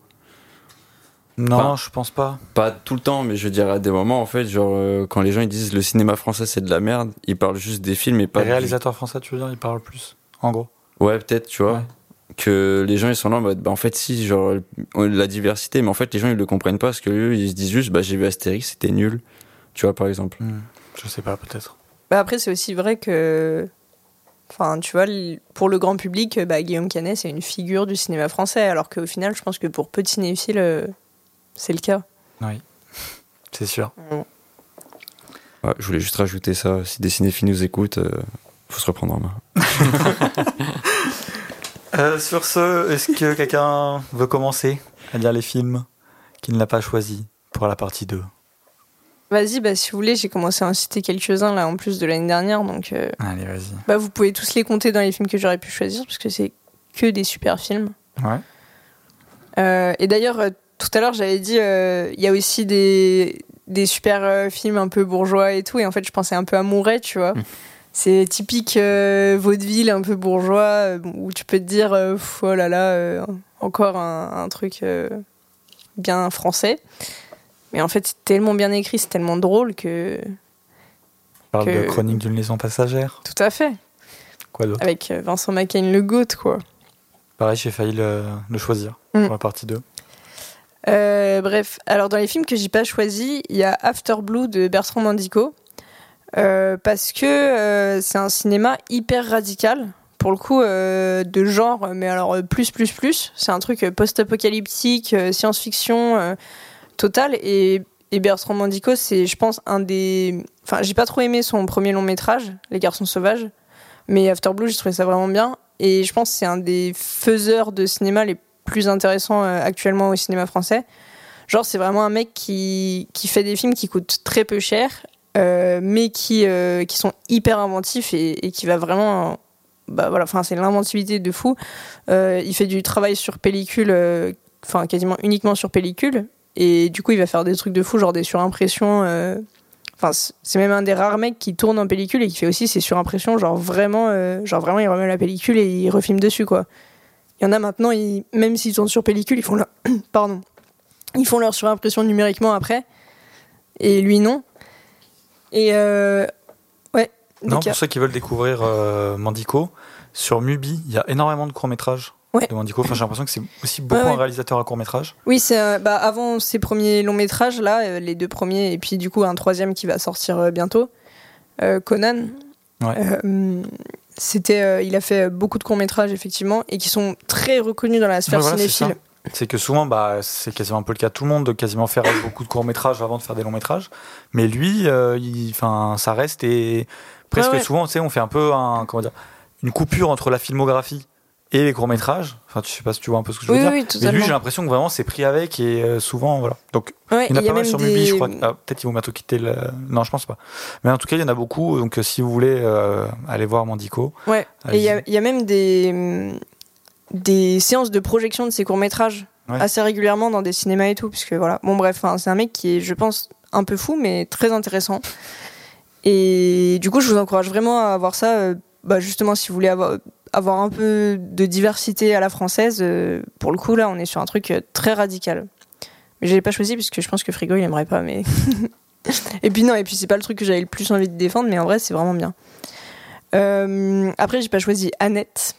Non, enfin, je pense pas. Pas tout le temps, mais je veux dire à des moments en fait, genre euh, quand les gens ils disent le cinéma français c'est de la merde, ils parlent juste des films et pas. Les réalisateurs du... français, tu veux dire, ils parlent plus, en gros. Ouais, peut-être, tu vois. Ouais. Que les gens ils sont là en mode bah en fait si genre la diversité, mais en fait les gens ils le comprennent pas parce que eux ils se disent juste bah j'ai vu Astérix c'était nul. Tu vois, par exemple. Mmh, je sais pas, peut-être. Bah après, c'est aussi vrai que... Enfin, tu vois, pour le grand public, bah, Guillaume Canet, c'est une figure du cinéma français, alors qu'au final, je pense que pour peu de cinéphiles, euh, c'est le cas. Oui, c'est sûr. Mmh. Ouais, je voulais juste rajouter ça. Si des cinéphiles nous écoutent, euh, faut se reprendre en main. euh, sur ce, est-ce que quelqu'un veut commencer à dire les films qu'il n'a pas choisis pour la partie deux ? Vas-y, bah, si vous voulez, j'ai commencé à en citer quelques-uns là en plus de l'année dernière, donc euh, allez, vas-y. Bah, vous pouvez tous les compter dans les films que j'aurais pu choisir parce que c'est que des super films. Ouais. Euh, et d'ailleurs, euh, tout à l'heure, j'avais dit, il euh, y a aussi des des super euh, films un peu bourgeois et tout, et en fait, je pensais un peu à Mouret, tu vois. Mmh. C'est typique euh, vaudeville un peu bourgeois euh, où tu peux te dire, euh, oh là là, euh, encore un, un truc euh, bien français. Mais en fait, c'est tellement bien écrit, c'est tellement drôle que... On parle que... de Chronique d'une liaison passagère. Tout à fait. Quoi d'autre ? Avec Vincent Macaigne, le GOAT, quoi. Pareil, j'ai failli le, le choisir mm. pour la partie deux. Euh, bref, alors dans les films que j'ai pas choisis, il y a After Blue de Bertrand Mandico. Euh, parce que euh, c'est un cinéma hyper radical. Pour le coup, euh, de genre, mais alors plus, plus, plus. C'est un truc post-apocalyptique, euh, science-fiction... Euh, total, et, et Bertrand Mandico, c'est, je pense, un des... Enfin, j'ai pas trop aimé son premier long métrage, Les Garçons Sauvages, mais After Blue, j'ai trouvé ça vraiment bien, et je pense que c'est un des faiseurs de cinéma les plus intéressants euh, actuellement au cinéma français. Genre, c'est vraiment un mec qui, qui fait des films qui coûtent très peu cher, euh, mais qui, euh, qui sont hyper inventifs et, et qui va vraiment bah voilà, enfin c'est l'inventivité de fou. Euh, il fait du travail sur pellicule, enfin euh, quasiment uniquement sur pellicule, et du coup il va faire des trucs de fou, genre des surimpressions. Enfin euh, c'est même un des rares mecs qui tourne en pellicule et qui fait aussi ses surimpressions, genre vraiment, euh, genre vraiment il remet la pellicule et il refilme dessus quoi. Il y en a maintenant, ils, même s'ils tournent sur pellicule, ils font leur, pardon, ils font leur surimpression numériquement après, et lui non. Et euh, ouais. Non, pour ceux qui veulent découvrir euh, Mandico, sur Mubi, il y a énormément de courts-métrages ouais. de Mandico. Enfin, j'ai l'impression que c'est aussi beaucoup ouais, ouais. un réalisateur à court-métrage. Oui, c'est euh, bah, avant ses premiers longs-métrages, là, euh, les deux premiers, et puis du coup un troisième qui va sortir euh, bientôt, euh, Conan. Ouais. Euh, c'était, euh, il a fait beaucoup de courts-métrages, effectivement, et qui sont très reconnus dans la sphère ouais, voilà, cinéphile. C'est, c'est que souvent, bah, c'est quasiment un peu le cas de tout le monde, de quasiment faire beaucoup de courts-métrages avant de faire des longs-métrages. Mais lui, euh, il, ça reste et presque ouais, ouais. souvent, tu sais, on fait un peu un, comment dire, une coupure entre la filmographie et les courts-métrages. Enfin, je sais pas si tu vois un peu ce que je veux oui, dire. Oui, mais lui, j'ai l'impression que vraiment c'est pris avec et euh, souvent, voilà. Donc, ouais, il y en a pas mal sur des... Mubi, je crois. Ah, peut-être qu'ils vont bientôt quitter le. Non, je pense pas. Mais en tout cas, il y en a beaucoup. Donc, euh, si vous voulez euh, aller voir Mandico. Ouais. Et il y, y a même des des séances de projection de ces courts-métrages ouais. assez régulièrement dans des cinémas et tout, puisque voilà. Bon, bref, hein, c'est un mec qui est, je pense, un peu fou, mais très intéressant. Et du coup, je vous encourage vraiment à voir ça. Euh, bah, justement, si vous voulez avoir avoir un peu de diversité à la française, euh, pour le coup, là, on est sur un truc euh, très radical. Mais je l'ai pas choisi parce que je pense que Frigo, il aimerait pas, mais... et puis non, et puis c'est pas le truc que j'avais le plus envie de défendre, mais en vrai, c'est vraiment bien. Euh, après, j'ai pas choisi Annette,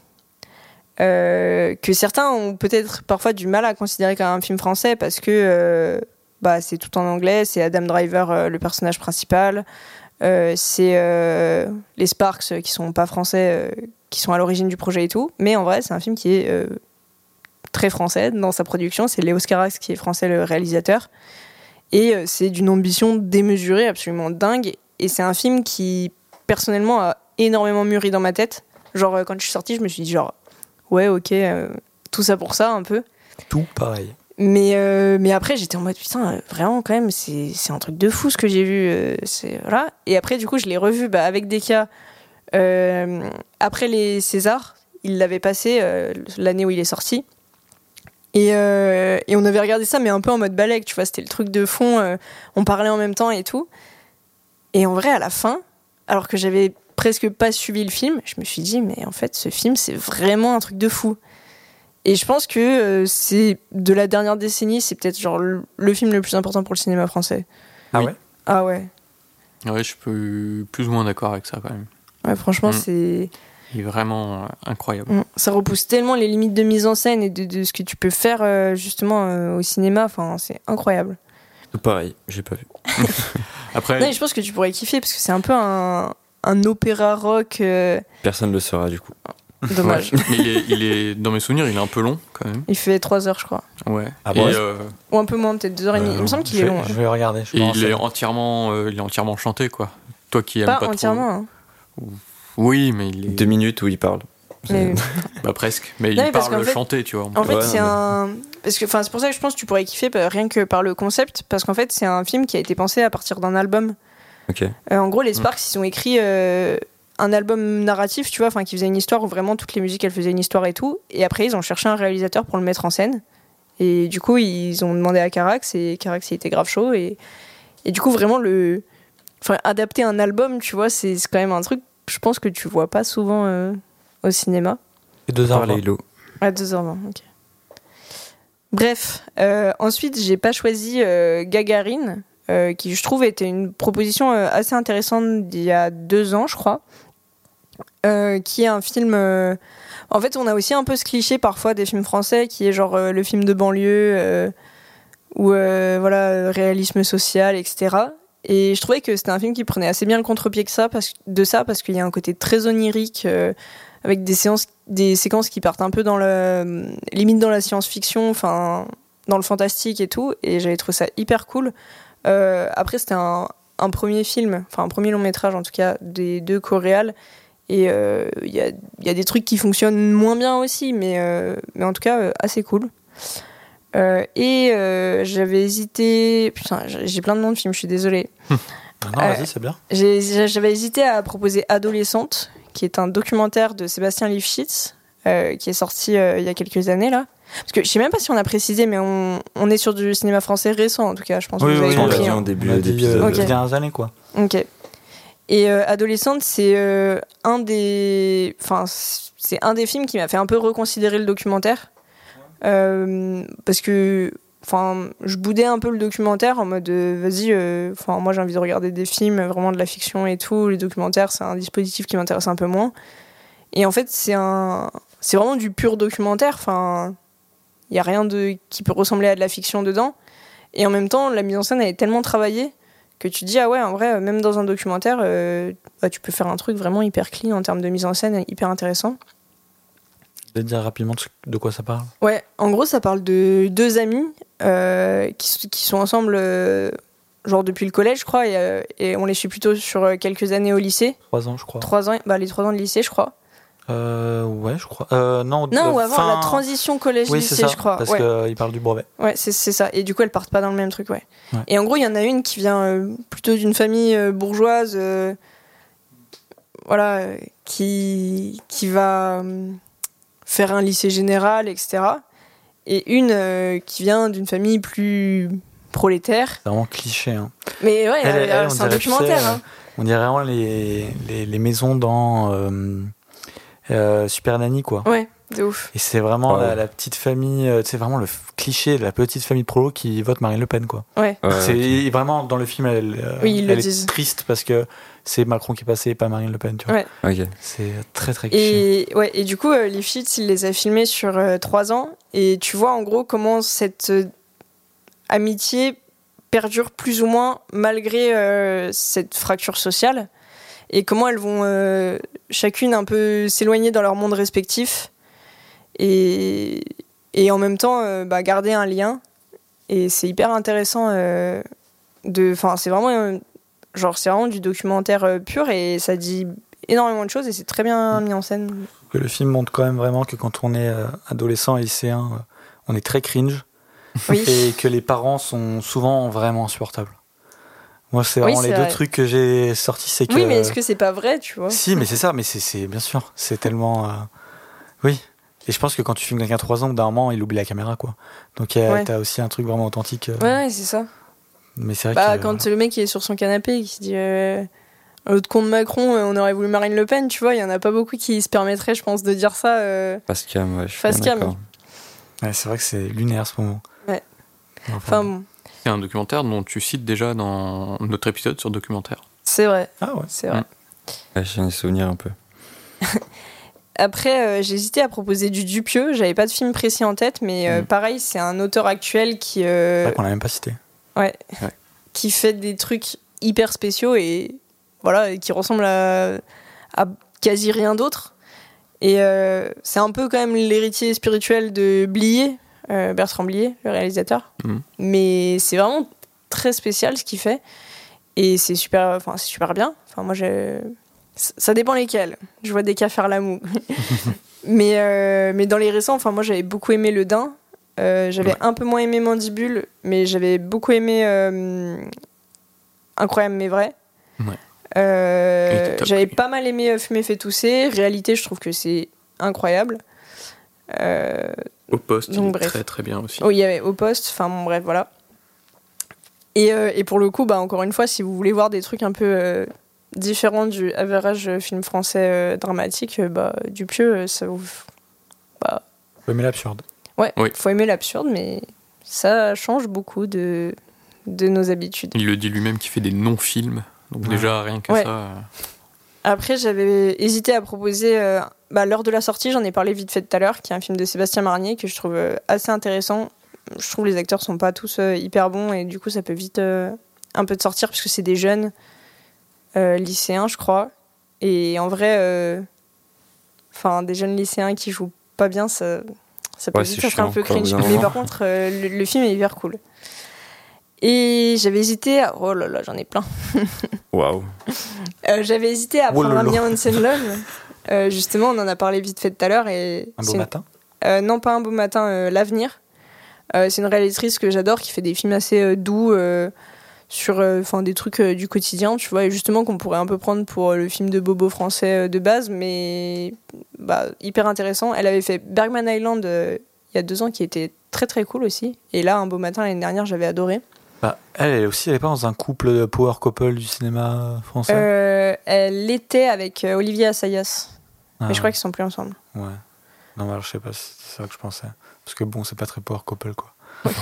euh, que certains ont peut-être parfois du mal à considérer comme un film français parce que euh, bah, c'est tout en anglais, c'est Adam Driver, euh, le personnage principal, euh, c'est euh, les Sparks, qui sont pas français, euh, qui sont à l'origine du projet et tout, mais en vrai c'est un film qui est euh, très français dans sa production. C'est Léos Carax qui est français, le réalisateur, et euh, c'est d'une ambition démesurée, absolument dingue, et c'est un film qui personnellement a énormément mûri dans ma tête. Genre euh, quand je suis sortie, je me suis dit genre ouais ok, euh, tout ça pour ça un peu, tout pareil. Mais, euh, mais après, j'étais en mode, putain, vraiment, quand même, c'est, c'est un truc de fou ce que j'ai vu. Euh, c'est, voilà. Et après, du coup, je l'ai revu bah, avec Deka euh, après les Césars. Il l'avait passé euh, l'année où il est sorti. Et, euh, et on avait regardé ça, mais un peu en mode balèque, tu vois. C'était le truc de fond. Euh, on parlait en même temps et tout. Et en vrai, à la fin, alors que j'avais presque pas suivi le film, je me suis dit, mais en fait, ce film, c'est vraiment un truc de fou. Et je pense que euh, c'est de la dernière décennie, c'est peut-être genre le, le film le plus important pour le cinéma français. Ah oui. ouais Ah ouais. Ouais, je suis plus ou moins d'accord avec ça quand même. Ouais, franchement, mmh. c'est... Il est vraiment incroyable. Mmh. Ça repousse tellement les limites de mise en scène et de, de ce que tu peux faire euh, justement euh, au cinéma. Enfin, c'est incroyable. Pareil, j'ai pas vu. Après... Non, je pense que tu pourrais kiffer parce que c'est un peu un, un opéra rock. Euh... Personne ne le saura du coup. Dommage. Ouais. Mais il est, il est, dans mes souvenirs, il est un peu long quand même. Il fait trois heures, je crois. Ouais. Ah bon, et, euh, ou un peu moins, peut-être deux heures et demie. Euh, il me semble qu'il est long. Je hein. vais regarder. Je et il est entièrement, euh, il est entièrement chanté quoi. Toi qui aimes pas pas entièrement. trop. Hein. Oui, mais il est. Deux minutes où il parle. Mais... bah presque. Mais non, il mais parce parle qu'en fait, chanté, tu vois. En fait, ouais, c'est mais... un. Parce que, enfin, c'est pour ça que je pense que tu pourrais kiffer rien que par le concept, parce qu'en fait, c'est un film qui a été pensé à partir d'un album. Ok. Euh, en gros, les Sparks, mmh. ils ont écrit. Euh... un album narratif, tu vois, enfin qui faisait une histoire où vraiment toutes les musiques elles faisaient une histoire et tout. Et après ils ont cherché un réalisateur pour le mettre en scène. Et du coup ils ont demandé à Carax et Carax il était grave chaud et et du coup vraiment le, enfin adapter un album, tu vois, c'est, c'est quand même un truc, je pense que tu vois pas souvent euh, au cinéma. Et deux heures vingt. À deux heures vingt, ok. Bref, euh, ensuite j'ai pas choisi euh, Gagarine. Euh, qui je trouve était une proposition euh, assez intéressante d'il y a deux ans je crois, euh, qui est un film euh... en fait on a aussi un peu ce cliché parfois des films français qui est genre euh, le film de banlieue euh, ou euh, voilà réalisme social etc, et je trouvais que c'était un film qui prenait assez bien le contre-pied que ça, parce, de ça parce qu'il y a un côté très onirique euh, avec des séances des séquences qui partent un peu dans le limite dans la science-fiction, enfin dans le fantastique et tout, et j'avais trouvé ça hyper cool. Euh, après c'était un, un premier film, enfin un premier long métrage en tout cas des deux coréals, et il euh, y, a, y a des trucs qui fonctionnent moins bien aussi, mais, euh, mais en tout cas euh, assez cool. Euh, et euh, j'avais hésité, putain j'ai plein de noms de films, je suis désolée. non, vas-y, c'est bien. J'ai, j'avais hésité à proposer Adolescente, qui est un documentaire de Sébastien Lifshitz, euh, qui est sorti euh, il y a quelques années là. Parce que je sais même pas si on a précisé, mais on, on est sur du cinéma français récent en tout cas, je pense Oui, que vous oui, avez on l'a compris. dit hein. en début On a dit, d'épisode. euh, Ok. ces dernières années, quoi. Ok. Et euh, Adolescente, c'est euh, un des, enfin, c'est un des films qui m'a fait un peu reconsidérer le documentaire, euh, parce que, enfin, je boudais un peu le documentaire en mode, euh, vas-y, enfin, euh, moi j'ai envie de regarder des films, vraiment de la fiction et tout. Les documentaires, c'est un dispositif qui m'intéresse un peu moins. Et en fait, c'est un, c'est vraiment du pur documentaire. Enfin, il y a rien de qui peut ressembler à de la fiction dedans. Et en même temps, la mise en scène elle est tellement travaillée que tu te dis, ah ouais, en vrai, même dans un documentaire, euh, bah, tu peux faire un truc vraiment hyper clean en termes de mise en scène, hyper intéressant. Je vais te dire rapidement de quoi ça parle. Ouais, en gros, ça parle de deux amis euh, qui, qui sont ensemble, euh, genre depuis le collège, je crois, et, euh, et on les suit plutôt sur quelques années au lycée. Trois ans, je crois. Trois ans, bah, les trois ans de lycée, je crois. Euh, ouais, je crois. Euh, non, Non, euh, ou avant fin... la transition collège-lycée, oui, c'est ça, je crois. Parce ouais. qu'il parle du brevet. Ouais, c'est, c'est ça. Et du coup, elles partent pas dans le même truc, ouais. ouais. Et en gros, il y en a une qui vient euh, plutôt d'une famille euh, bourgeoise, euh, voilà, euh, qui, qui va euh, faire un lycée général, et cetera. Et une euh, qui vient d'une famille plus prolétaire. C'est vraiment cliché. Hein. Mais ouais, elle, elle, elle, c'est on un dirait, documentaire. Tu sais, hein. On dirait vraiment les, les, les maisons dans euh, euh, Super Nanny, quoi. Ouais, de ouf. Et c'est vraiment Oh. la, la petite famille, euh, c'est vraiment le f- cliché de la petite famille prolo qui vote Marine Le Pen, quoi. Ouais. Ouais, c'est ok. Vraiment dans le film, elle, euh, Oui, ils le elle est disent. triste parce que c'est Macron qui est passé et pas Marine Le Pen, tu vois. Ouais. Ok. C'est très très cliché. Et, ouais, et du coup, euh, Lifshitz, il les a filmés sur euh, trois ans. Et tu vois, en gros, comment cette euh, amitié perdure plus ou moins malgré euh, cette fracture sociale. Et comment elles vont euh, chacune un peu s'éloigner dans leur monde respectif. Et, et en même temps, euh, bah, garder un lien. Et c'est hyper intéressant. Euh, de, enfin, c'est vraiment, euh, genre, c'est vraiment du documentaire euh, pur. Et ça dit énormément de choses. Et c'est très bien mis en scène. Que le film montre quand même vraiment que quand on est euh, adolescent et lycéen, euh, on est très cringe. Oui. Et que les parents sont souvent vraiment insupportables. Moi, c'est vraiment Oui, c'est les deux vrai. trucs que j'ai sortis, c'est que... Oui, mais est-ce que c'est pas vrai, tu vois? Si, mais c'est ça, mais c'est, c'est bien sûr, c'est tellement... euh, Oui, et je pense que quand tu filmes quelqu'un trois ans, au bout d'un moment, il oublie la caméra, quoi. Donc euh, Ouais. t'as aussi un truc vraiment authentique. euh, Ouais, ouais, c'est ça. Mais c'est vrai Bah, que... quand le mec il est sur son canapé et qui se dit euh, l'autre con de Macron, euh, on aurait voulu Marine Le Pen, tu vois, il y en a pas beaucoup qui se permettraient, je pense, de dire ça. Euh... Face cam, ouais, je suis Face bien cam. d'accord. Ouais, c'est vrai que c'est lunaire ce moment. Ouais. Enfin, Enfin bon, C'est un documentaire dont tu cites déjà dans notre épisode sur documentaire. c'est vrai, Ah ouais. c'est vrai. Mm. Ouais, j'ai un souvenir un peu. Après, euh, j'ai hésité à proposer du Dupieux, j'avais pas de film précis en tête, mais euh, Mm. pareil, c'est un auteur actuel qui, C'est euh, vrai qu'on l'a même pas cité. ouais, Ouais. qui fait des trucs hyper spéciaux et voilà, et qui ressemblent à, à quasi rien d'autre. Et euh, c'est un peu quand même l'héritier spirituel de Blier, euh, Bertrand Blier, le réalisateur. Mhm. Mais c'est vraiment très spécial ce qu'il fait. Et c'est super, enfin, c'est super bien. Enfin, moi, j'ai... Ça dépend lesquels. Je vois des cas faire la moue. mais, euh, mais dans les récents, enfin, moi, j'avais beaucoup aimé Le Dain. Euh, j'avais Ouais. un peu moins aimé Mandibule, mais j'avais beaucoup aimé euh, Incroyable mais vrai. Ouais. Euh, Il était top, j'avais lui. pas mal aimé euh, Fumer fait tousser. Réalité, je trouve que c'est incroyable. Euh, Au poste, Donc, il est bref. très très bien aussi. oh, il y avait Au Poste. Enfin, bon, bref, voilà. Et, euh, et pour le coup, bah, encore une fois, si vous voulez voir des trucs un peu euh, différents du average film français euh, dramatique, euh, bah, Dupieux, euh, ça vous. Bah, Faut aimer l'absurde. ouais, Oui. faut aimer l'absurde, mais ça change beaucoup de, de nos habitudes. Il le dit lui-même qu'il fait des non-films. Donc Ouais. déjà, rien que Ouais. ça... euh, Après, j'avais hésité à proposer euh, bah, L'heure de la sortie, j'en ai parlé vite fait tout à l'heure, qui est un film de Sébastien Marnier que je trouve euh, assez intéressant. Je trouve les acteurs sont pas tous euh, hyper bons et du coup, ça peut vite euh, un peu de sortir puisque c'est des jeunes euh, lycéens, je crois. Et en vrai, euh, enfin, des jeunes lycéens qui jouent pas bien, ça, ça peut Ouais, vite c'est être un chiant, peu quoi, au bout cringe. d'un Mais moment. par contre, euh, le, le film est hyper cool. Et j'avais hésité à... Oh là là, j'en ai plein. Waouh. Euh, j'avais hésité à Oh prendre là un là. Mia Hansen Love. Euh, justement, on en a parlé vite fait tout à l'heure. Et Un c'est beau une- matin. Euh, non, pas Un beau matin, euh, L'Avenir. Euh, c'est une réalisatrice que j'adore qui fait des films assez euh, doux euh, sur enfin des trucs euh, du quotidien, tu vois, et justement qu'on pourrait un peu prendre pour euh, le film de bobo français euh, de base, mais bah, hyper intéressant. Elle avait fait Bergman Island euh, il y a deux ans, qui était très très cool aussi, et là Un beau matin l'année dernière, j'avais adoré. Bah, elle, elle aussi, elle est pas dans un couple de power couple du cinéma français. Euh, elle était avec euh, Olivier Assayas, Ah, mais je crois qu'ils sont plus ensemble. ouais. Non, mais alors je sais pas si c'est ça que je pensais, parce que bon, c'est pas très power couple quoi.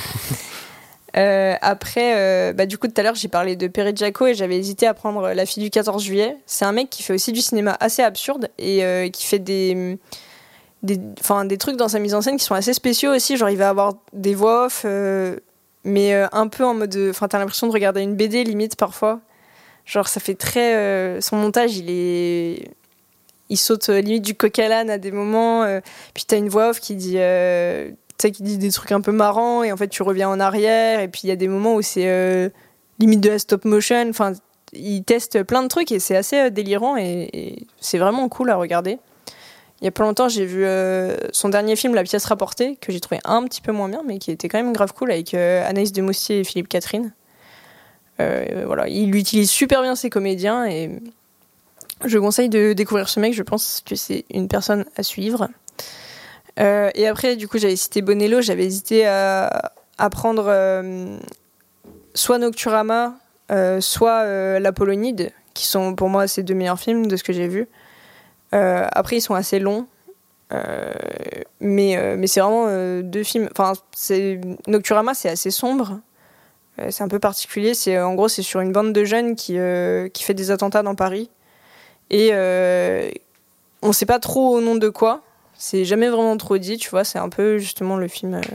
Euh, après, euh, bah, du coup, tout à l'heure, j'ai parlé de Perry Giaco et j'avais hésité à prendre La fille du quatorze juillet. C'est un mec qui fait aussi du cinéma assez absurde et euh, qui fait des, des, enfin, des trucs dans sa mise en scène qui sont assez spéciaux aussi. Genre, il va avoir des voix off, euh, mais euh, un peu en mode. Enfin, t'as l'impression de regarder une B D limite parfois. Genre, ça fait très. Euh, son montage, il est. Il saute euh, limite du coq à l'âne à des moments. Euh, puis t'as une voix off qui dit. Euh, qui dit des trucs un peu marrants et en fait tu reviens en arrière et puis il y a des moments où c'est euh, limite de la stop motion, enfin il teste plein de trucs et c'est assez euh, délirant et, et c'est vraiment cool à regarder. Il y a pas longtemps j'ai vu euh, son dernier film La pièce rapportée que j'ai trouvé un petit peu moins bien mais qui était quand même grave cool avec euh, Anaïs de Moustier et Philippe Catherine. Euh, voilà, il utilise super bien ses comédiens et je conseille de découvrir ce mec, je pense que c'est une personne à suivre. Euh, et après, du coup, j'avais cité Bonello, j'avais hésité à, à prendre euh, soit Nocturama, euh, soit euh, L'Apollonide, qui sont pour moi ces deux meilleurs films de ce que j'ai vu. Euh, après, ils sont assez longs, euh, mais, euh, mais c'est vraiment euh, deux films. Enfin, c'est, Nocturama, c'est assez sombre, euh, c'est un peu particulier. C'est, en gros, c'est sur une bande de jeunes qui, euh, qui fait des attentats dans Paris. Et euh, on ne sait pas trop au nom de quoi. C'est jamais vraiment trop dit, tu vois, c'est un peu justement le film euh,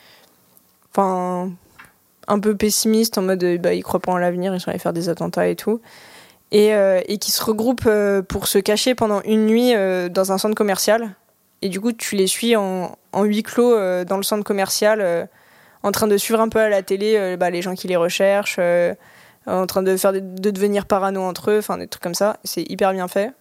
enfin un peu pessimiste en mode bah, ils croient pas en l'avenir, ils sont allés faire des attentats et tout et, euh, et qui se regroupent euh, pour se cacher pendant une nuit euh, dans un centre commercial et du coup tu les suis en, en huis clos euh, dans le centre commercial euh, en train de suivre un peu à la télé euh, bah, les gens qui les recherchent euh, en train de faire des, de devenir parano entre eux, enfin des trucs comme ça, c'est hyper bien fait.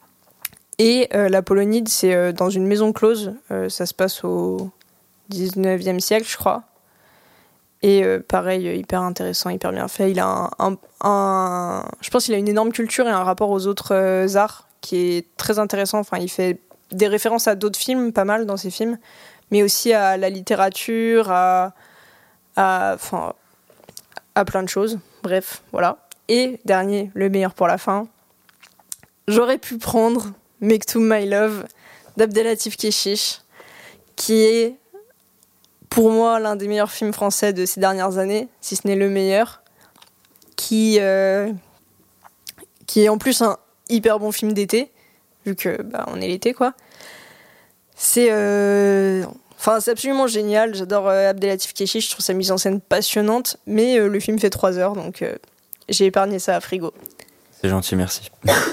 Et euh, l'Apollonide, c'est euh, dans une maison close. Euh, ça se passe au dix-neuvième siècle, je crois. Et euh, pareil, hyper intéressant, hyper bien fait. Il a un, un, un... Je pense qu'il a une énorme culture et un rapport aux autres euh, arts qui est très intéressant. Enfin, il fait des références à d'autres films, pas mal dans ses films, mais aussi à la littérature, à, à, enfin, à plein de choses. Bref, voilà. Et dernier, le meilleur pour la fin. J'aurais pu prendre Mektoub My Love d'Abdelatif Kechiche, qui est pour moi l'un des meilleurs films français de ces dernières années, si ce n'est le meilleur, qui, euh, qui est en plus un hyper bon film d'été, vu que bah, on est l'été quoi. C'est, euh, enfin, c'est absolument génial, j'adore euh, Abdelatif Kechiche, je trouve sa mise en scène passionnante, mais euh, le film fait trois heures, donc euh, j'ai épargné ça à frigo. C'est gentil, merci.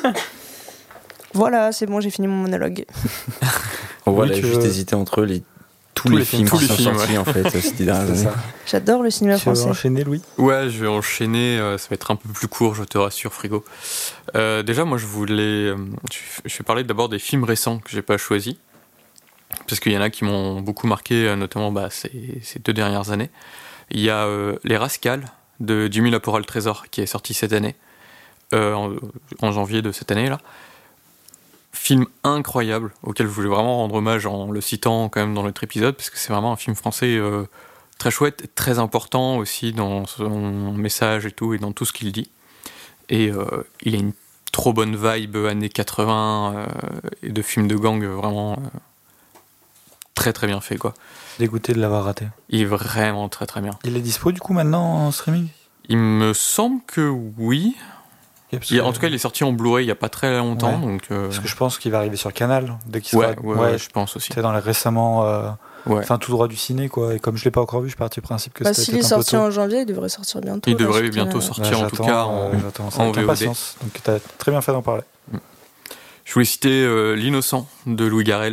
Voilà, c'est bon, j'ai fini mon monologue. On va Oui, juste veux... hésiter entre les tous, tous les, les films tous qui les sont films, sortis ouais. en fait ces dernières années. J'adore le cinéma Tu veux français. enchaîner, Louis ? Ouais, je vais enchaîner, euh, ça va être un peu plus court, je te rassure, frigo. Euh, déjà, moi, je voulais... Euh, je vais parler d'abord des films récents que j'ai pas choisis, parce qu'il y en a qui m'ont beaucoup marqué, euh, notamment bah, ces, ces deux dernières années. Il y a euh, Les Rascals, de Du mille pour le trésor, qui est sorti cette année, euh, en, en janvier de cette année, là. Film incroyable, auquel je voulais vraiment rendre hommage en le citant quand même dans notre épisode, parce que c'est vraiment un film français euh, très chouette, très important aussi dans son message et tout, et dans tout ce qu'il dit. Et euh, il a une trop bonne vibe années quatre-vingts, euh, et de film de gang vraiment euh, très très bien fait, quoi. Dégoûté de l'avoir raté. Il est vraiment très très bien. Il est dispo du coup maintenant en streaming ? Il me semble que oui. Okay, Il, en tout cas, il est sorti en Blu-ray il n'y a pas très longtemps. Ouais. Donc, euh... Parce que je pense qu'il va arriver sur Canal dès qu'il ouais, sera. Ouais, ouais, je pense aussi. C'était dans les récemment. Euh... Ouais. Enfin, tout droit du ciné, quoi. Et comme je l'ai pas encore vu, je suis parti du principe que bah, c'était s'il est un peu sorti tôt. en janvier, il devrait sortir bientôt. Il là, devrait sur bientôt Canal. sortir, Bah, en tout cas, en, euh, j'attends ça en avec V O D. impatience. Donc, tu as très bien fait d'en parler. Je voulais citer euh, L'Innocent de Louis Garrel.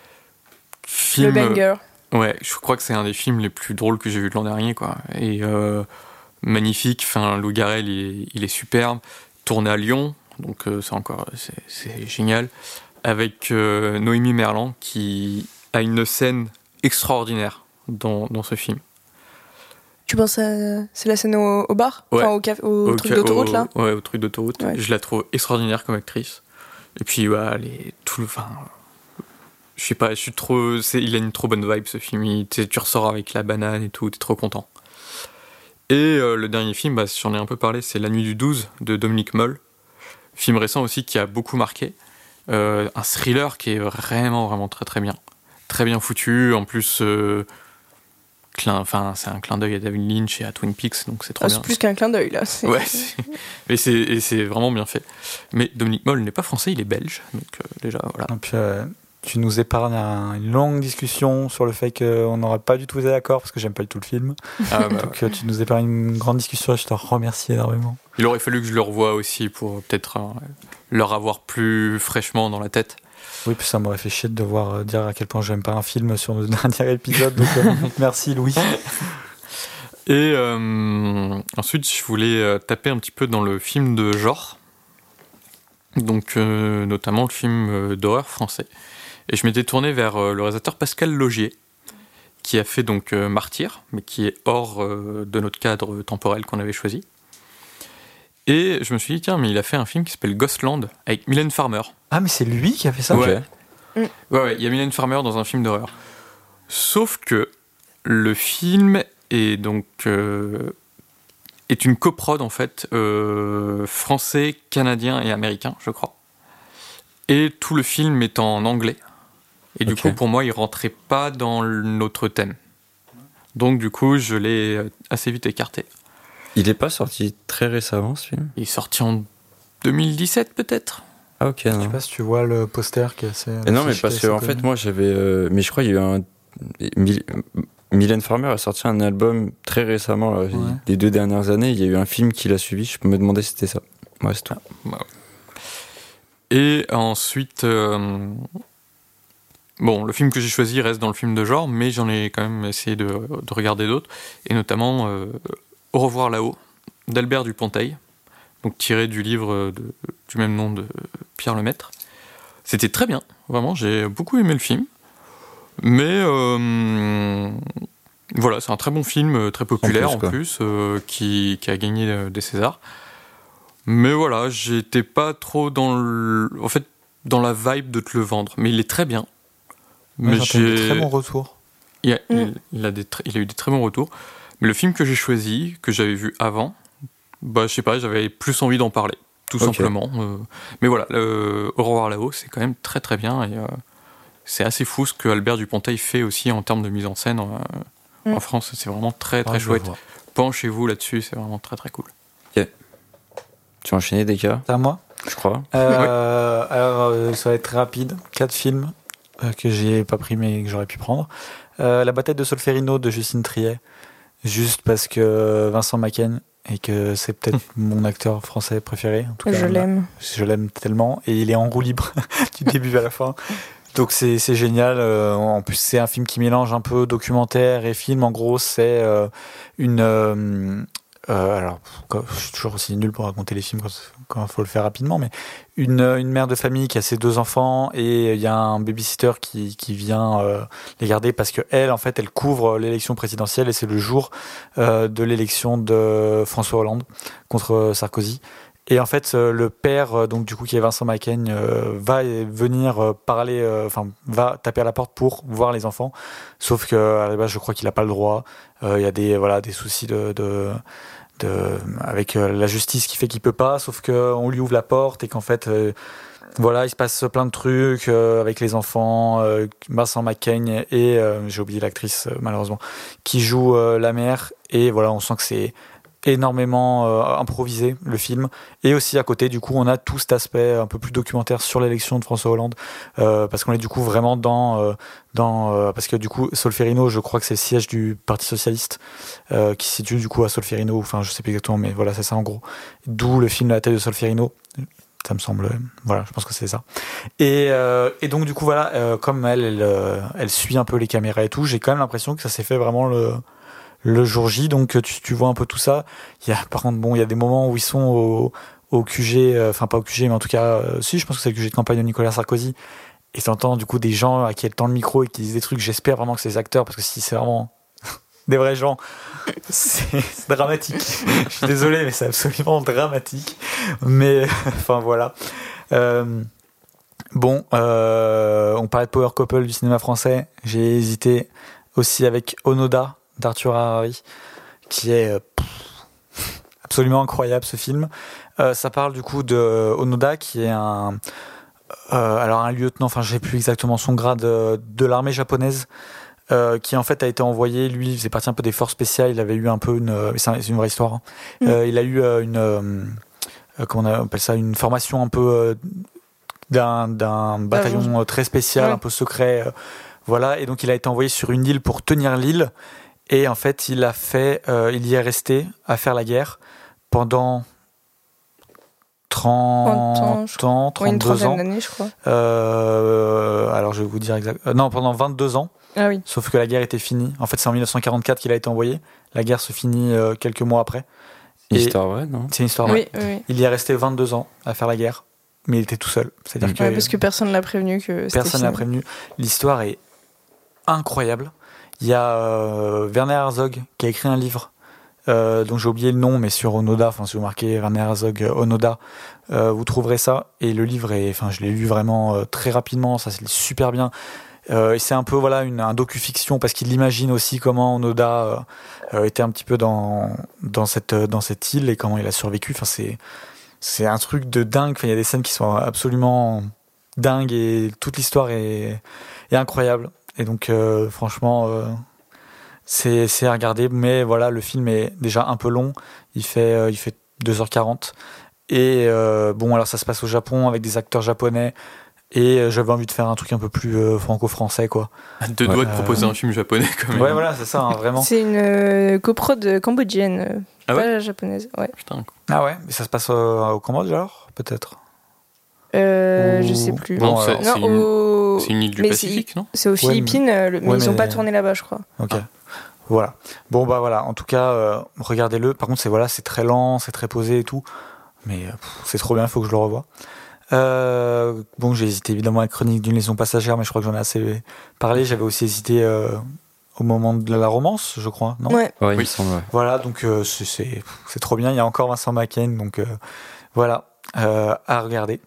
Film, Le banger. Euh, ouais, je crois que c'est un des films les plus drôles que j'ai vu de l'an dernier, quoi. Et euh, magnifique. Enfin, Louis Garrel, il est, il est superbe. Tourné à Lyon. Donc euh, c'est encore c'est, c'est génial, avec euh, Noémie Merlan qui a une scène extraordinaire dans, dans ce film. Tu penses à... C'est la scène au, au bar Ouais. Enfin, au, caf... au, Au truc ca- d'autoroute, au- là Ouais, au truc d'autoroute. Ouais. Je la trouve extraordinaire comme actrice. Et puis, ouais, elle est tout. Enfin. Je sais pas, je suis trop. C'est, il a une trop bonne vibe ce film. Il- tu sais, tu ressors avec la banane et tout, t'es trop content. Et euh, le dernier film, bah, j'en ai un peu parlé, c'est La Nuit du douze de Dominique Moll. Film récent aussi qui a beaucoup marqué. Euh, un thriller qui est vraiment, vraiment très très bien. Très bien foutu. En plus, euh, clin, enfin, c'est un clin d'œil à David Lynch et à Twin Peaks, donc c'est trop Ah, bien. c'est plus qu'un clin d'œil, là. C'est... Ouais, c'est... Mais c'est, et c'est vraiment bien fait. Mais Dominique Moll n'est pas français, il est belge. Donc euh, déjà, voilà. Et puis, euh, tu nous épargnes un- une longue discussion sur le fait qu'on n'aurait pas du tout été d'accord parce que j'aime pas du tout le film. Ah, bah, Donc, euh, tu nous épargnes une grande discussion et je te remercie énormément. il aurait fallu que je le revoie aussi pour peut-être euh, leur avoir plus fraîchement dans la tête. Oui, puis ça m'aurait fait chier de devoir euh, dire à quel point j'aime pas un film sur le dernier épisode. Donc, euh, merci Louis. Et euh, ensuite, je voulais euh, taper un petit peu dans le film de genre. Donc, euh, notamment le film euh, d'horreur français. Et je m'étais tourné vers euh, le réalisateur Pascal Laugier, qui a fait donc euh, Martyr, mais qui est hors euh, de notre cadre temporel qu'on avait choisi. Et je me suis dit, tiens, mais il a fait un film qui s'appelle Ghostland, avec Mylène Farmer. Ah, mais c'est lui qui a fait ça. Ouais. Ok. Ouais, ouais, il y a Mylène Farmer dans un film d'horreur. Sauf que le film est donc euh, est une coprode en fait euh, français, canadien et américain, je crois. Et tout le film est en anglais. Et du Ok. coup, pour moi, il rentrait pas dans notre thème. Donc du coup, je l'ai assez vite écarté. Il est pas sorti très récemment ce film? Il est sorti en deux mille dix-sept peut-être. Ah ok. Je Non, sais pas si tu vois le poster qui est assez. Et non mais qui est parce assez que en connu. fait moi j'avais, euh, mais je crois qu'il y a eu un, Myl- Mylène Farmer a sorti un album très récemment, là, Ouais. les deux dernières années. Il y a eu un film qui l'a suivi. Je peux me demander si c'était ça. Ouais, c'est tout. Et ensuite, euh, bon, le film que j'ai choisi reste dans le film de genre, mais j'en ai quand même essayé de, de regarder d'autres, et notamment euh, Au revoir là-haut, d'Albert Dupontel, donc tiré du livre de, du même nom de Pierre Lemaître. C'était très bien, vraiment, j'ai beaucoup aimé le film, mais euh, voilà, c'est un très bon film, très populaire en En plus, plus, euh, qui, qui a gagné euh, des Césars. Mais voilà, j'étais pas trop dans le, en fait, dans la vibe de te le vendre. Mais il est très bien. Ouais, Mais j'entends des j'ai, très bons retours. il a, Mm. il, il a des, tr- il a eu des très bons retours. Mais le film que j'ai choisi, que j'avais vu avant, bah je sais pas, j'avais plus envie d'en parler, tout Ok. simplement. Euh, mais voilà, le Au revoir là-haut, c'est quand même très très bien et euh, c'est assez fou ce que Albert Dupontel fait aussi en termes de mise en scène euh, Mm. en France. C'est vraiment très très Ah, je chouette. vois. Penchez-vous là-dessus, c'est vraiment très très cool. Tu as enchaîné des cas, C'est à moi. je crois. Euh, Alors, euh, ça va être très rapide. Quatre films euh, que j'ai pas pris mais que j'aurais pu prendre. Euh, La bataille de Solferino de Justine Triet, juste parce que Vincent Macaigne et que c'est peut-être mon acteur français préféré. En tout cas, Je l'aime. Je l'aime tellement et il est en roue libre du début à la fin. Donc c'est c'est génial. Euh, en plus c'est un film qui mélange un peu documentaire et film. En gros c'est euh, une euh, euh, alors quoi, je suis toujours aussi nul pour raconter les films quand quand il faut le faire rapidement, mais une une mère de famille qui a ses deux enfants et il y a un babysitter qui qui vient euh, les garder parce que elle en fait elle couvre l'élection présidentielle et c'est le jour euh, de l'élection de François Hollande contre Sarkozy. Et en fait, euh, le père, euh, donc du coup, qui est Vincent Macaigne, euh, va venir euh, parler, euh, enfin, va taper à la porte pour voir les enfants. Sauf que à la base, je crois qu'il n'a pas le droit. Euh, Il y a des voilà des soucis de, de, de avec euh, la justice qui fait qu'il peut pas. Sauf que on lui ouvre la porte et qu'en fait, euh, voilà, il se passe plein de trucs euh, avec les enfants. Euh, Vincent Macaigne et euh, j'ai oublié l'actrice euh, malheureusement qui joue euh, la mère. Et voilà, on sent que c'est énormément euh, improvisé le film et aussi à côté du coup on a tout cet aspect un peu plus documentaire sur l'élection de François Hollande euh, parce qu'on est du coup vraiment dans euh, dans euh, parce que du coup Solferino je crois que c'est le siège du Parti Socialiste euh, qui se situe du coup à Solferino, enfin je sais plus exactement mais voilà c'est ça en gros, d'où le film La tête de Solferino, ça me semble, voilà, je pense que c'est ça. Et, euh, et donc du coup voilà, euh, comme elle elle, euh, elle suit un peu les caméras et tout, j'ai quand même l'impression que ça s'est fait vraiment le le jour J, donc tu, tu vois un peu tout ça. Il y a, par contre, bon, il y a des moments où ils sont au, au Q G, euh, enfin pas au Q G, mais en tout cas, euh, si, je pense que c'est le Q G de campagne de Nicolas Sarkozy. Et t'entends du coup des gens à qui est le temps de micro et qui disent des trucs. J'espère vraiment que c'est des acteurs, parce que si c'est vraiment des vrais gens. C'est, c'est dramatique. Je suis désolé, mais c'est absolument dramatique. Mais enfin voilà. Euh, bon, euh, on parlait de power couple du cinéma français. J'ai hésité aussi avec Onoda d'Arthur Harari, qui est euh, pff, absolument incroyable ce film. Euh, ça parle du coup de Onoda, qui est un euh, alors un lieutenant, enfin je sais plus exactement son grade euh, de l'armée japonaise. Euh, qui en fait a été envoyé, lui il faisait partie un peu des forces spéciales, il avait eu un peu une, euh, c'est, un, c'est une vraie histoire, hein. mm. euh, il a eu euh, une, euh, comment on appelle ça, une formation un peu euh, d'un, d'un bataillon euh, très spécial, ouais. un peu secret, euh, voilà, et donc il a été envoyé sur une île pour tenir l'île, et en fait il a fait, euh, il y est resté à faire la guerre pendant trente ans, trente-deux ouais, une trentaine ans. d'années, je crois. Euh, alors je vais vous dire exactement, non, pendant vingt-deux ans. Ah oui. Sauf que la guerre était finie. En fait, c'est en dix-neuf cent quarante-quatre qu'il a été envoyé. La guerre se finit euh, quelques mois après. Une histoire vraie, non ? C'est une histoire vraie. Oui, oui. Il y est resté vingt-deux ans à faire la guerre, mais il était tout seul. C'est-à-dire ouais, que parce que personne ne l'a prévenu que c'était personne ne l'a prévenu. L'histoire est incroyable. Il y a euh, Werner Herzog qui a écrit un livre, euh, dont j'ai oublié le nom, mais sur Onoda. Enfin, si vous marquez Werner Herzog Onoda, euh, vous trouverez ça. Et le livre est, enfin, je l'ai lu vraiment euh, très rapidement. Ça, c'est super bien. Euh, et c'est un peu voilà une, un docu-fiction parce qu'il imagine aussi comment Onoda euh, était un petit peu dans dans cette dans cette île et comment il a survécu. Enfin c'est c'est un truc de dingue. Enfin, il y a des scènes qui sont absolument dingues et toute l'histoire est est incroyable. Et donc euh, franchement euh, c'est c'est à regarder. Mais voilà, le film est déjà un peu long. Il fait euh, il fait deux heures quarante et euh, bon alors ça se passe au Japon avec des acteurs japonais. Et j'avais envie de faire un truc un peu plus euh, franco-français, quoi. Deux ouais, doigts de euh... proposer un film japonais, quand même. Ouais, voilà, c'est ça, hein, vraiment. C'est une euh, coprode cambodgienne, euh, ah pas ouais japonaise. Ouais. Putain. Ah ouais, mais ça se passe euh, au Cambodge, alors ? Peut-être. Euh, Ou... Je sais plus. Non, c'est, non, c'est, une... au... c'est une île du mais Pacifique, c'est... non ? C'est aux Philippines, ouais, mais, mais ouais, ils n'ont mais... pas tourné là-bas, je crois. Ok. Ah. Voilà. Bon, bah voilà, en tout cas, euh, regardez-le. Par contre, c'est, voilà, c'est très lent, c'est très posé et tout. Mais pff, c'est trop bien, il faut que je le revoie. Euh, bon, j'ai hésité évidemment à la chronique d'une liaison passagère, mais je crois que j'en ai assez parlé. J'avais aussi hésité euh, au moment de la romance, je crois, non ? Ouais. Ouais, il oui. me semble, ouais. Voilà, donc euh, c'est, c'est, c'est trop bien. Il y a encore Vincent Macaigne, donc euh, voilà, euh, à regarder.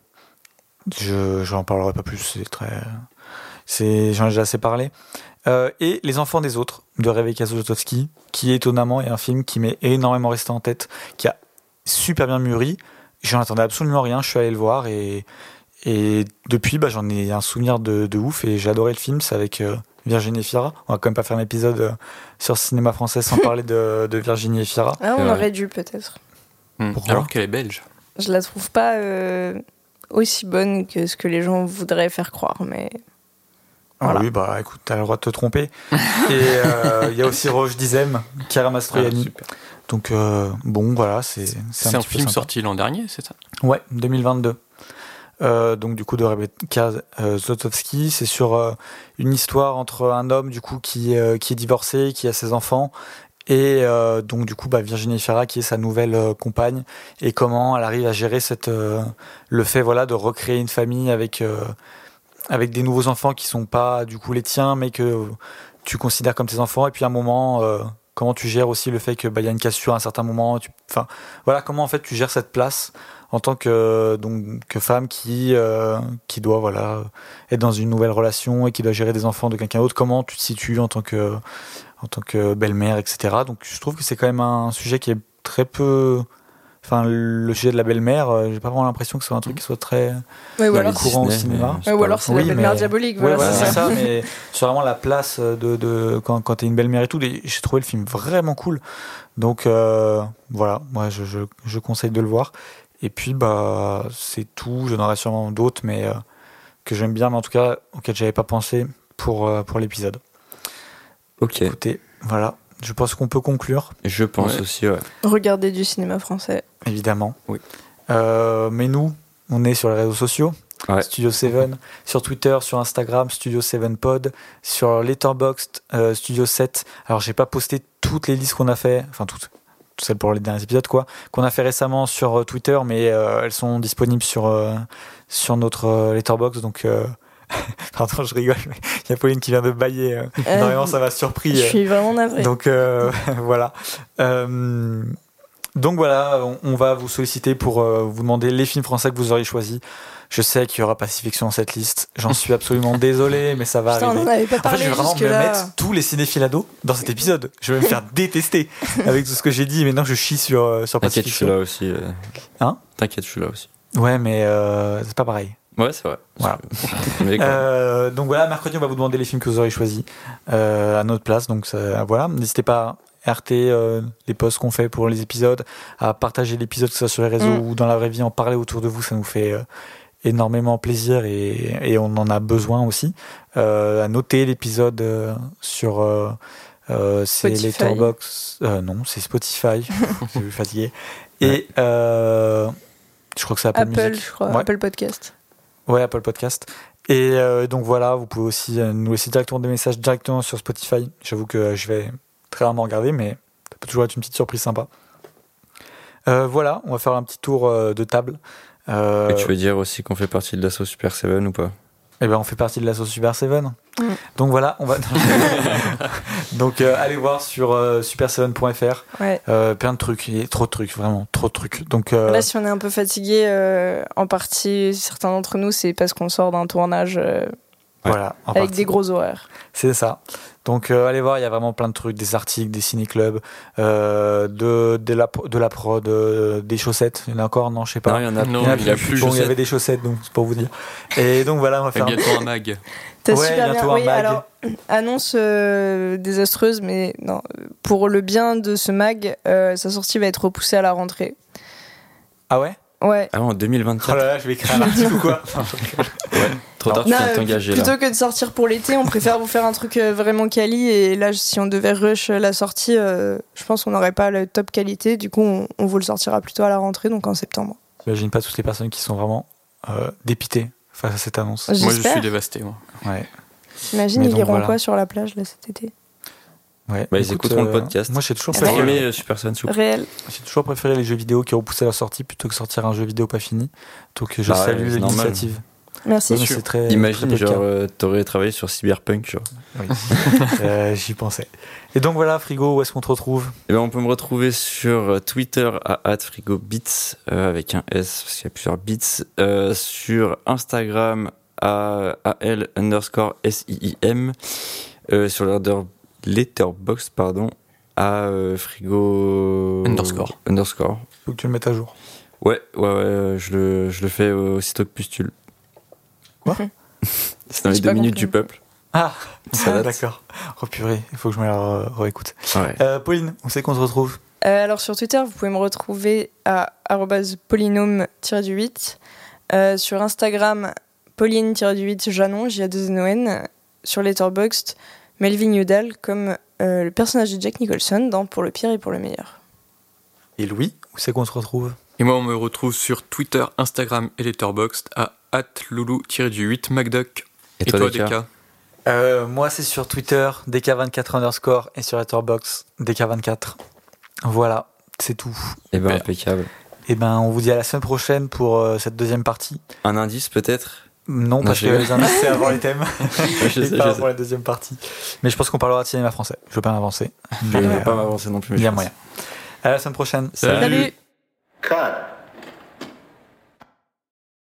Je j'en parlerai pas plus, c'est très, c'est, j'en ai déjà assez parlé. Euh, et Les Enfants des Autres de Rebecca Zlotowski, qui étonnamment est un film qui m'est énormément resté en tête, qui a super bien mûri. J'en attendais absolument rien, je suis allé le voir et, et depuis bah, j'en ai un souvenir de, de ouf et j'ai adoré le film. C'est avec euh, Virginie Efira. On va quand même pas faire un épisode euh, sur le cinéma français sans parler de, de Virginie Efira. Ah, on ouais. aurait dû peut-être. Mmh. Pourquoi ? Alors qu'elle est belge. Je la trouve pas euh, aussi bonne que ce que les gens voudraient faire croire, mais... Voilà. Ah oui, bah écoute, t'as le droit de te tromper. Et il euh, y a aussi Roche Dizem, Chiara Mastroianni. Ah, Donc euh, bon, voilà, c'est c'est, c'est un, un, petit film peu sympa. sorti l'an dernier, c'est ça ? Ouais, deux mille vingt-deux. Euh, donc du coup de Rebecca euh, Zlotowski, c'est sur euh, une histoire entre un homme du coup qui euh, qui est divorcé, qui a ses enfants et euh, donc du coup bah, Virginie Efira qui est sa nouvelle euh, compagne et comment elle arrive à gérer cette euh, le fait voilà de recréer une famille avec euh, avec des nouveaux enfants qui sont pas du coup les tiens mais que tu considères comme tes enfants et puis à un moment euh, comment tu gères aussi le fait que bah il y a une cassure à un certain moment, tu enfin voilà comment en fait tu gères cette place en tant que donc que femme qui euh, qui doit voilà être dans une nouvelle relation et qui doit gérer des enfants de quelqu'un d'autre, comment tu te situes en tant que en tant que belle-mère, et cetera. Donc je trouve que c'est quand même un sujet qui est très peu enfin le sujet de la belle-mère, euh, j'ai pas vraiment l'impression que ce soit un truc qui soit très Ouais, ou Dans alors, les courant Disney, au cinéma. mais ouais, ou alors c'est Oui, la belle-mère mais- diabolique. Ouais, Voilà, voilà, c'est c'est ça. ça, mais sur vraiment la place de, de quand, quand t'es une belle-mère et tout, et j'ai trouvé le film vraiment cool. Donc euh, voilà, moi je, je, je conseille de le voir. Et puis bah c'est tout, j'en aurai sûrement d'autres, mais euh, que j'aime bien, mais en tout cas auxquels j'avais pas pensé pour, euh, pour l'épisode. Ok, Écoutez, voilà, je pense qu'on peut conclure, je pense Ouais. aussi, ouais. Regardez du cinéma français. évidemment. Oui. Euh, mais nous, on est sur les réseaux sociaux. Ouais. Studio sept, sur Twitter, sur Instagram, Studio sept Pod, sur Letterboxd, euh, Studio sept. Alors, j'ai pas posté toutes les listes qu'on a fait, enfin toutes, toutes celles pour les derniers épisodes, quoi, qu'on a fait récemment sur euh, Twitter, mais euh, elles sont disponibles sur, euh, sur notre euh, Letterboxd, donc euh, Pardon, je rigole, mais il y a Pauline qui vient de bailler. Euh, Euh, Normalement, ça m'a surpris. Je euh, suis vraiment navrée. Donc euh, voilà. Euh, donc voilà, on, on va vous solliciter pour euh, vous demander les films français que vous auriez choisis. Je sais qu'il y aura Pacifiction dans cette liste. J'en suis absolument désolé, mais ça va Putain, on arriver. n'en avait pas En fait, parlé je vais vraiment me jusque-là. mettre tous les cinéphiles ados dans cet épisode. Je vais me faire détester avec tout ce que j'ai dit. Maintenant, je chie sur, euh, sur T'inquiète, je suis Pacifiction. là aussi. euh. Hein T'inquiète, je suis là aussi. Ouais, mais euh, c'est pas pareil. Ouais, c'est vrai. Voilà. Mais quoi. Euh, donc voilà, mercredi, on va vous demander les films que vous aurez choisis euh, à notre place. Donc ça, voilà, n'hésitez pas à R T euh, les posts qu'on fait pour les épisodes, à partager l'épisode, que ce soit sur les réseaux Mm. ou dans la vraie vie, en parler autour de vous. Ça nous fait euh, énormément plaisir et, et on en a besoin aussi. Euh, à noter l'épisode euh, sur euh, euh, c'est Spotify. Letterboxd. Euh, non, c'est Spotify. Je suis fatigué. Et euh, je crois que c'est Apple, Apple, Music. je crois, Ouais. Apple Podcast. Ouais, Apple Podcast. Et euh, donc voilà, vous pouvez aussi euh, nous laisser directement des messages directement sur Spotify. J'avoue que euh, je vais très rarement regarder, mais ça peut toujours être une petite surprise sympa. Euh, voilà, on va faire un petit tour euh, de table. Euh, Et tu veux dire aussi qu'on fait partie de l'assaut Super sept ou pas? Eh ben, on fait partie de l'asso Super sept. Mm. Donc voilà, on va. donc euh, allez voir sur euh, super seven point f r. Ouais. Euh, plein de trucs, il y a trop de trucs, vraiment trop de trucs. Donc euh, Là, si on est un peu fatigué, euh, en partie, certains d'entre nous, c'est parce qu'on sort d'un tournage euh, voilà, en avec partie. des gros horaires. C'est ça. Donc euh, allez voir, il y a vraiment plein de trucs, des articles, des ciné-clubs, euh, de, de, la, de la prod, euh, des chaussettes. Il y en a encore, non, je sais pas. Non, il y en a Non, Il y en a il y a plus. plus, Bon, je il y sais. avait des chaussettes, donc c'est pour vous dire. Et donc voilà, on va Et faire. bientôt un mag. T'as Ouais, super bientôt bien. un Oui, mag. alors, annonce euh, désastreuse, mais non. Pour le bien de ce mag, euh, sa sortie va être repoussée à la rentrée. Ah ouais. Ouais. Ah, en deux mille Oh vingt-quatre. là là, je vais écrire un article ou quoi. Ouais, trop Non. tard, tu Non, viens de euh, t'engager plutôt là. que de sortir pour l'été, on préfère vous faire un truc euh, vraiment quali. Et là, si on devait rush la sortie, euh, je pense qu'on n'aurait pas le top qualité. Du coup, on, on vous le sortira plutôt à la rentrée, donc en septembre. J'imagine pas toutes les personnes qui sont vraiment euh, dépitées face à cette annonce. J'espère. Moi, je suis dévasté. Moi. Ouais. T'imagines, Mais ils donc, iront voilà. quoi sur la plage là cet été? Ouais. Bah, ils Écoute, écouteront le euh, podcast. Moi, j'ai toujours Vous préféré. aimez euh, Super sept ou Réel. J'ai toujours préféré les jeux vidéo qui repoussaient leur sortie plutôt que sortir un jeu vidéo pas fini. Donc je Bah ouais, salue c'est normal. l'initiative. Merci. Ouais, mais sûr. c'est très, Imagine, très peu le genre, cas. euh, t'aurais travaillé sur Cyberpunk, genre. Oui. Euh, j'y pensais. Et donc voilà, Frigo, où est-ce qu'on te retrouve? Et ben, on peut me retrouver sur Twitter à at frigobits euh, avec un S parce qu'il y a plusieurs bits. Euh, sur Instagram à al underscore sim. Euh, sur l'ordre Letterboxd, pardon, à euh, frigo Underscore. underscore. Faut que tu le mettes à jour. Ouais, ouais, ouais, je le, je le fais aussitôt que pustule. Quoi? C'est dans les J'ai deux pas minutes compris. du peuple. Ah, Ça date. d'accord. Oh purée, il faut que je me la re- réécoute. Ouais. Euh, Pauline, on sait qu'on se retrouve. Euh, alors sur Twitter, vous pouvez me retrouver à arobase polynôme du huit. Euh, sur Instagram, pauline du huit Janon, J A deux N O N. Sur Letterboxd, Melvin Udall, comme euh, le personnage de Jack Nicholson dans Pour le pire et pour le meilleur. Et Louis, où c'est qu'on se retrouve? Et moi, on me retrouve sur Twitter, Instagram et Letterboxd à at loulou huit macduck. Et, toi, Deka D K? Euh, moi, c'est sur Twitter, D K vingt-quatre underscore, et sur Letterboxd, D K vingt-quatre. Voilà, c'est tout. Eh ben, Super. impeccable. Et ben, on vous dit à la semaine prochaine pour euh, cette deuxième partie. Un indice, peut-être? Non, Non, parce je que rigole. les indices, c'est avant les thèmes. Je et sais, pas je avant sais. la deuxième partie. Mais je pense qu'on parlera de cinéma français. Je veux pas m'avancer. Je Mais, vais euh, pas m'avancer non plus. mais il y a je pense. moyen. À la semaine prochaine. Salut. Salut. Cut.